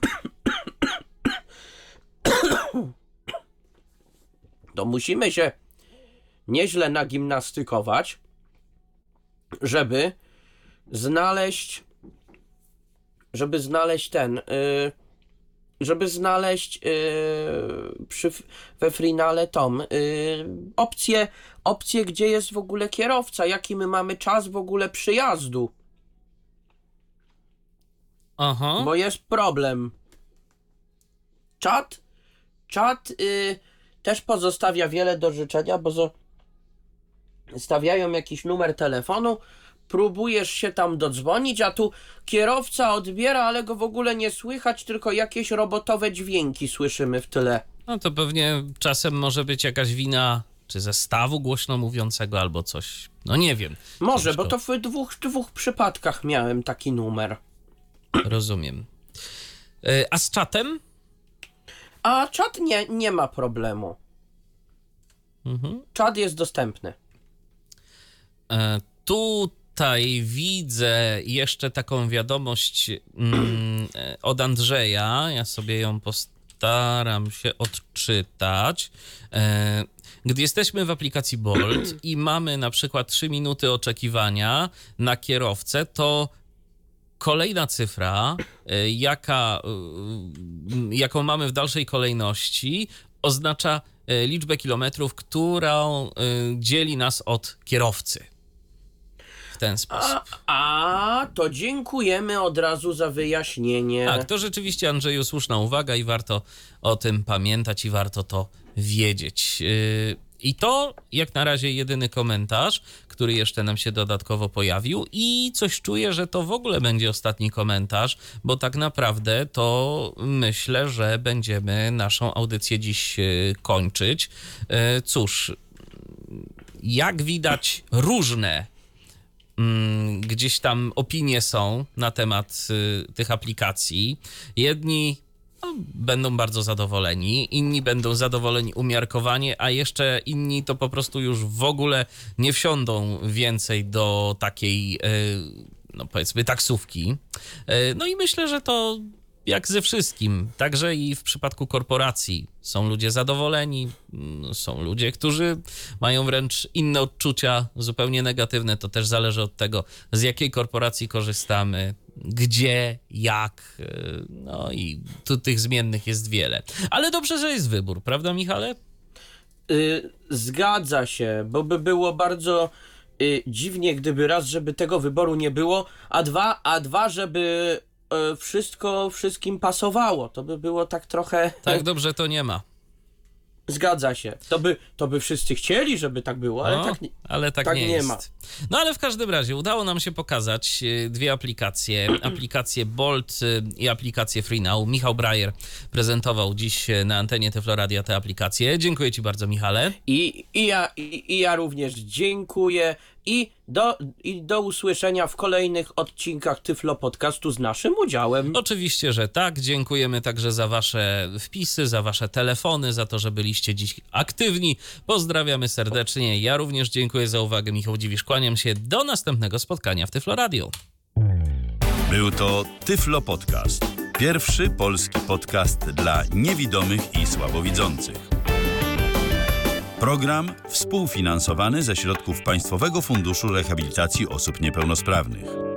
to musimy się nieźle nagimnastykować, żeby znaleźć, żeby znaleźć ten, yy, żeby znaleźć yy, przy, we Freenale tom yy, opcję, opcję, gdzie jest w ogóle kierowca, jaki my mamy czas w ogóle przyjazdu. Aha. Bo jest problem. Czat, czat y, też pozostawia wiele do życzenia, bo zo- stawiają jakiś numer telefonu, próbujesz się tam dodzwonić, a tu kierowca odbiera, ale go w ogóle nie słychać, tylko jakieś robotowe dźwięki słyszymy w tle. No to pewnie czasem może być jakaś wina czy zestawu głośno mówiącego albo coś. No nie wiem. Może, Ciężko. bo to w dwóch, dwóch przypadkach miałem taki numer. Rozumiem. Y, A z czatem? A czat nie, nie ma problemu. Mhm. Czat jest dostępny. E, Tutaj widzę jeszcze taką wiadomość mm, e, od Andrzeja. Ja sobie ją postaram się odczytać. E, Gdy jesteśmy w aplikacji Bolt i mamy na przykład trzy minuty oczekiwania na kierowcę, to kolejna cyfra, e, jaka, e, jaką mamy w dalszej kolejności, oznacza e, liczbę kilometrów, którą e, dzieli nas od kierowcy. W ten sposób. A, a, to dziękujemy od razu za wyjaśnienie. Tak, to rzeczywiście, Andrzeju, słuszna uwaga i warto o tym pamiętać i warto to wiedzieć. Yy, I to jak na razie jedyny komentarz, który jeszcze nam się dodatkowo pojawił i coś czuję, że to w ogóle będzie ostatni komentarz, bo tak naprawdę to myślę, że będziemy naszą audycję dziś yy, kończyć. Yy, Cóż, jak widać, różne gdzieś tam opinie są na temat y, tych aplikacji. Jedni no, będą bardzo zadowoleni, inni będą zadowoleni umiarkowanie, a jeszcze inni to po prostu już w ogóle nie wsiądą więcej do takiej, y, no powiedzmy, taksówki. Y, no i myślę, że to jak ze wszystkim, także i w przypadku korporacji są ludzie zadowoleni, są ludzie, którzy mają wręcz inne odczucia, zupełnie negatywne. To też zależy od tego, z jakiej korporacji korzystamy, gdzie, jak, no i tu tych zmiennych jest wiele. Ale dobrze, że jest wybór, prawda, Michale? Y, zgadza się, bo by było bardzo y, dziwnie, gdyby raz, żeby tego wyboru nie było, a dwa, a dwa, żeby y, wszystko wszystkim pasowało. To by było tak trochę... Tak dobrze to nie ma. Zgadza się. To by, to by wszyscy chcieli, żeby tak było, ale No, tak nie, ale tak, tak nie, nie jest. ma. No ale w każdym razie udało nam się pokazać y, dwie aplikacje. Aplikację Bolt y, i aplikację FreeNow. Michał Brajer prezentował dziś y, na antenie Tyflo Radia te aplikacje. Dziękuję ci bardzo, Michale. I, i, ja, i, I ja również dziękuję i do, i do usłyszenia w kolejnych odcinkach Tyflo Podcastu z naszym udziałem. Oczywiście, że tak. Dziękujemy także za wasze wpisy, za wasze telefony, za to, że byliście dziś aktywni. Pozdrawiamy serdecznie. Ja również dziękuję za uwagę. Michał Dziwisz, kłaniam się. Do następnego spotkania w Tyflo Radio. Był to Tyflo Podcast. Pierwszy polski podcast dla niewidomych i słabowidzących. Program współfinansowany ze środków Państwowego Funduszu Rehabilitacji Osób Niepełnosprawnych.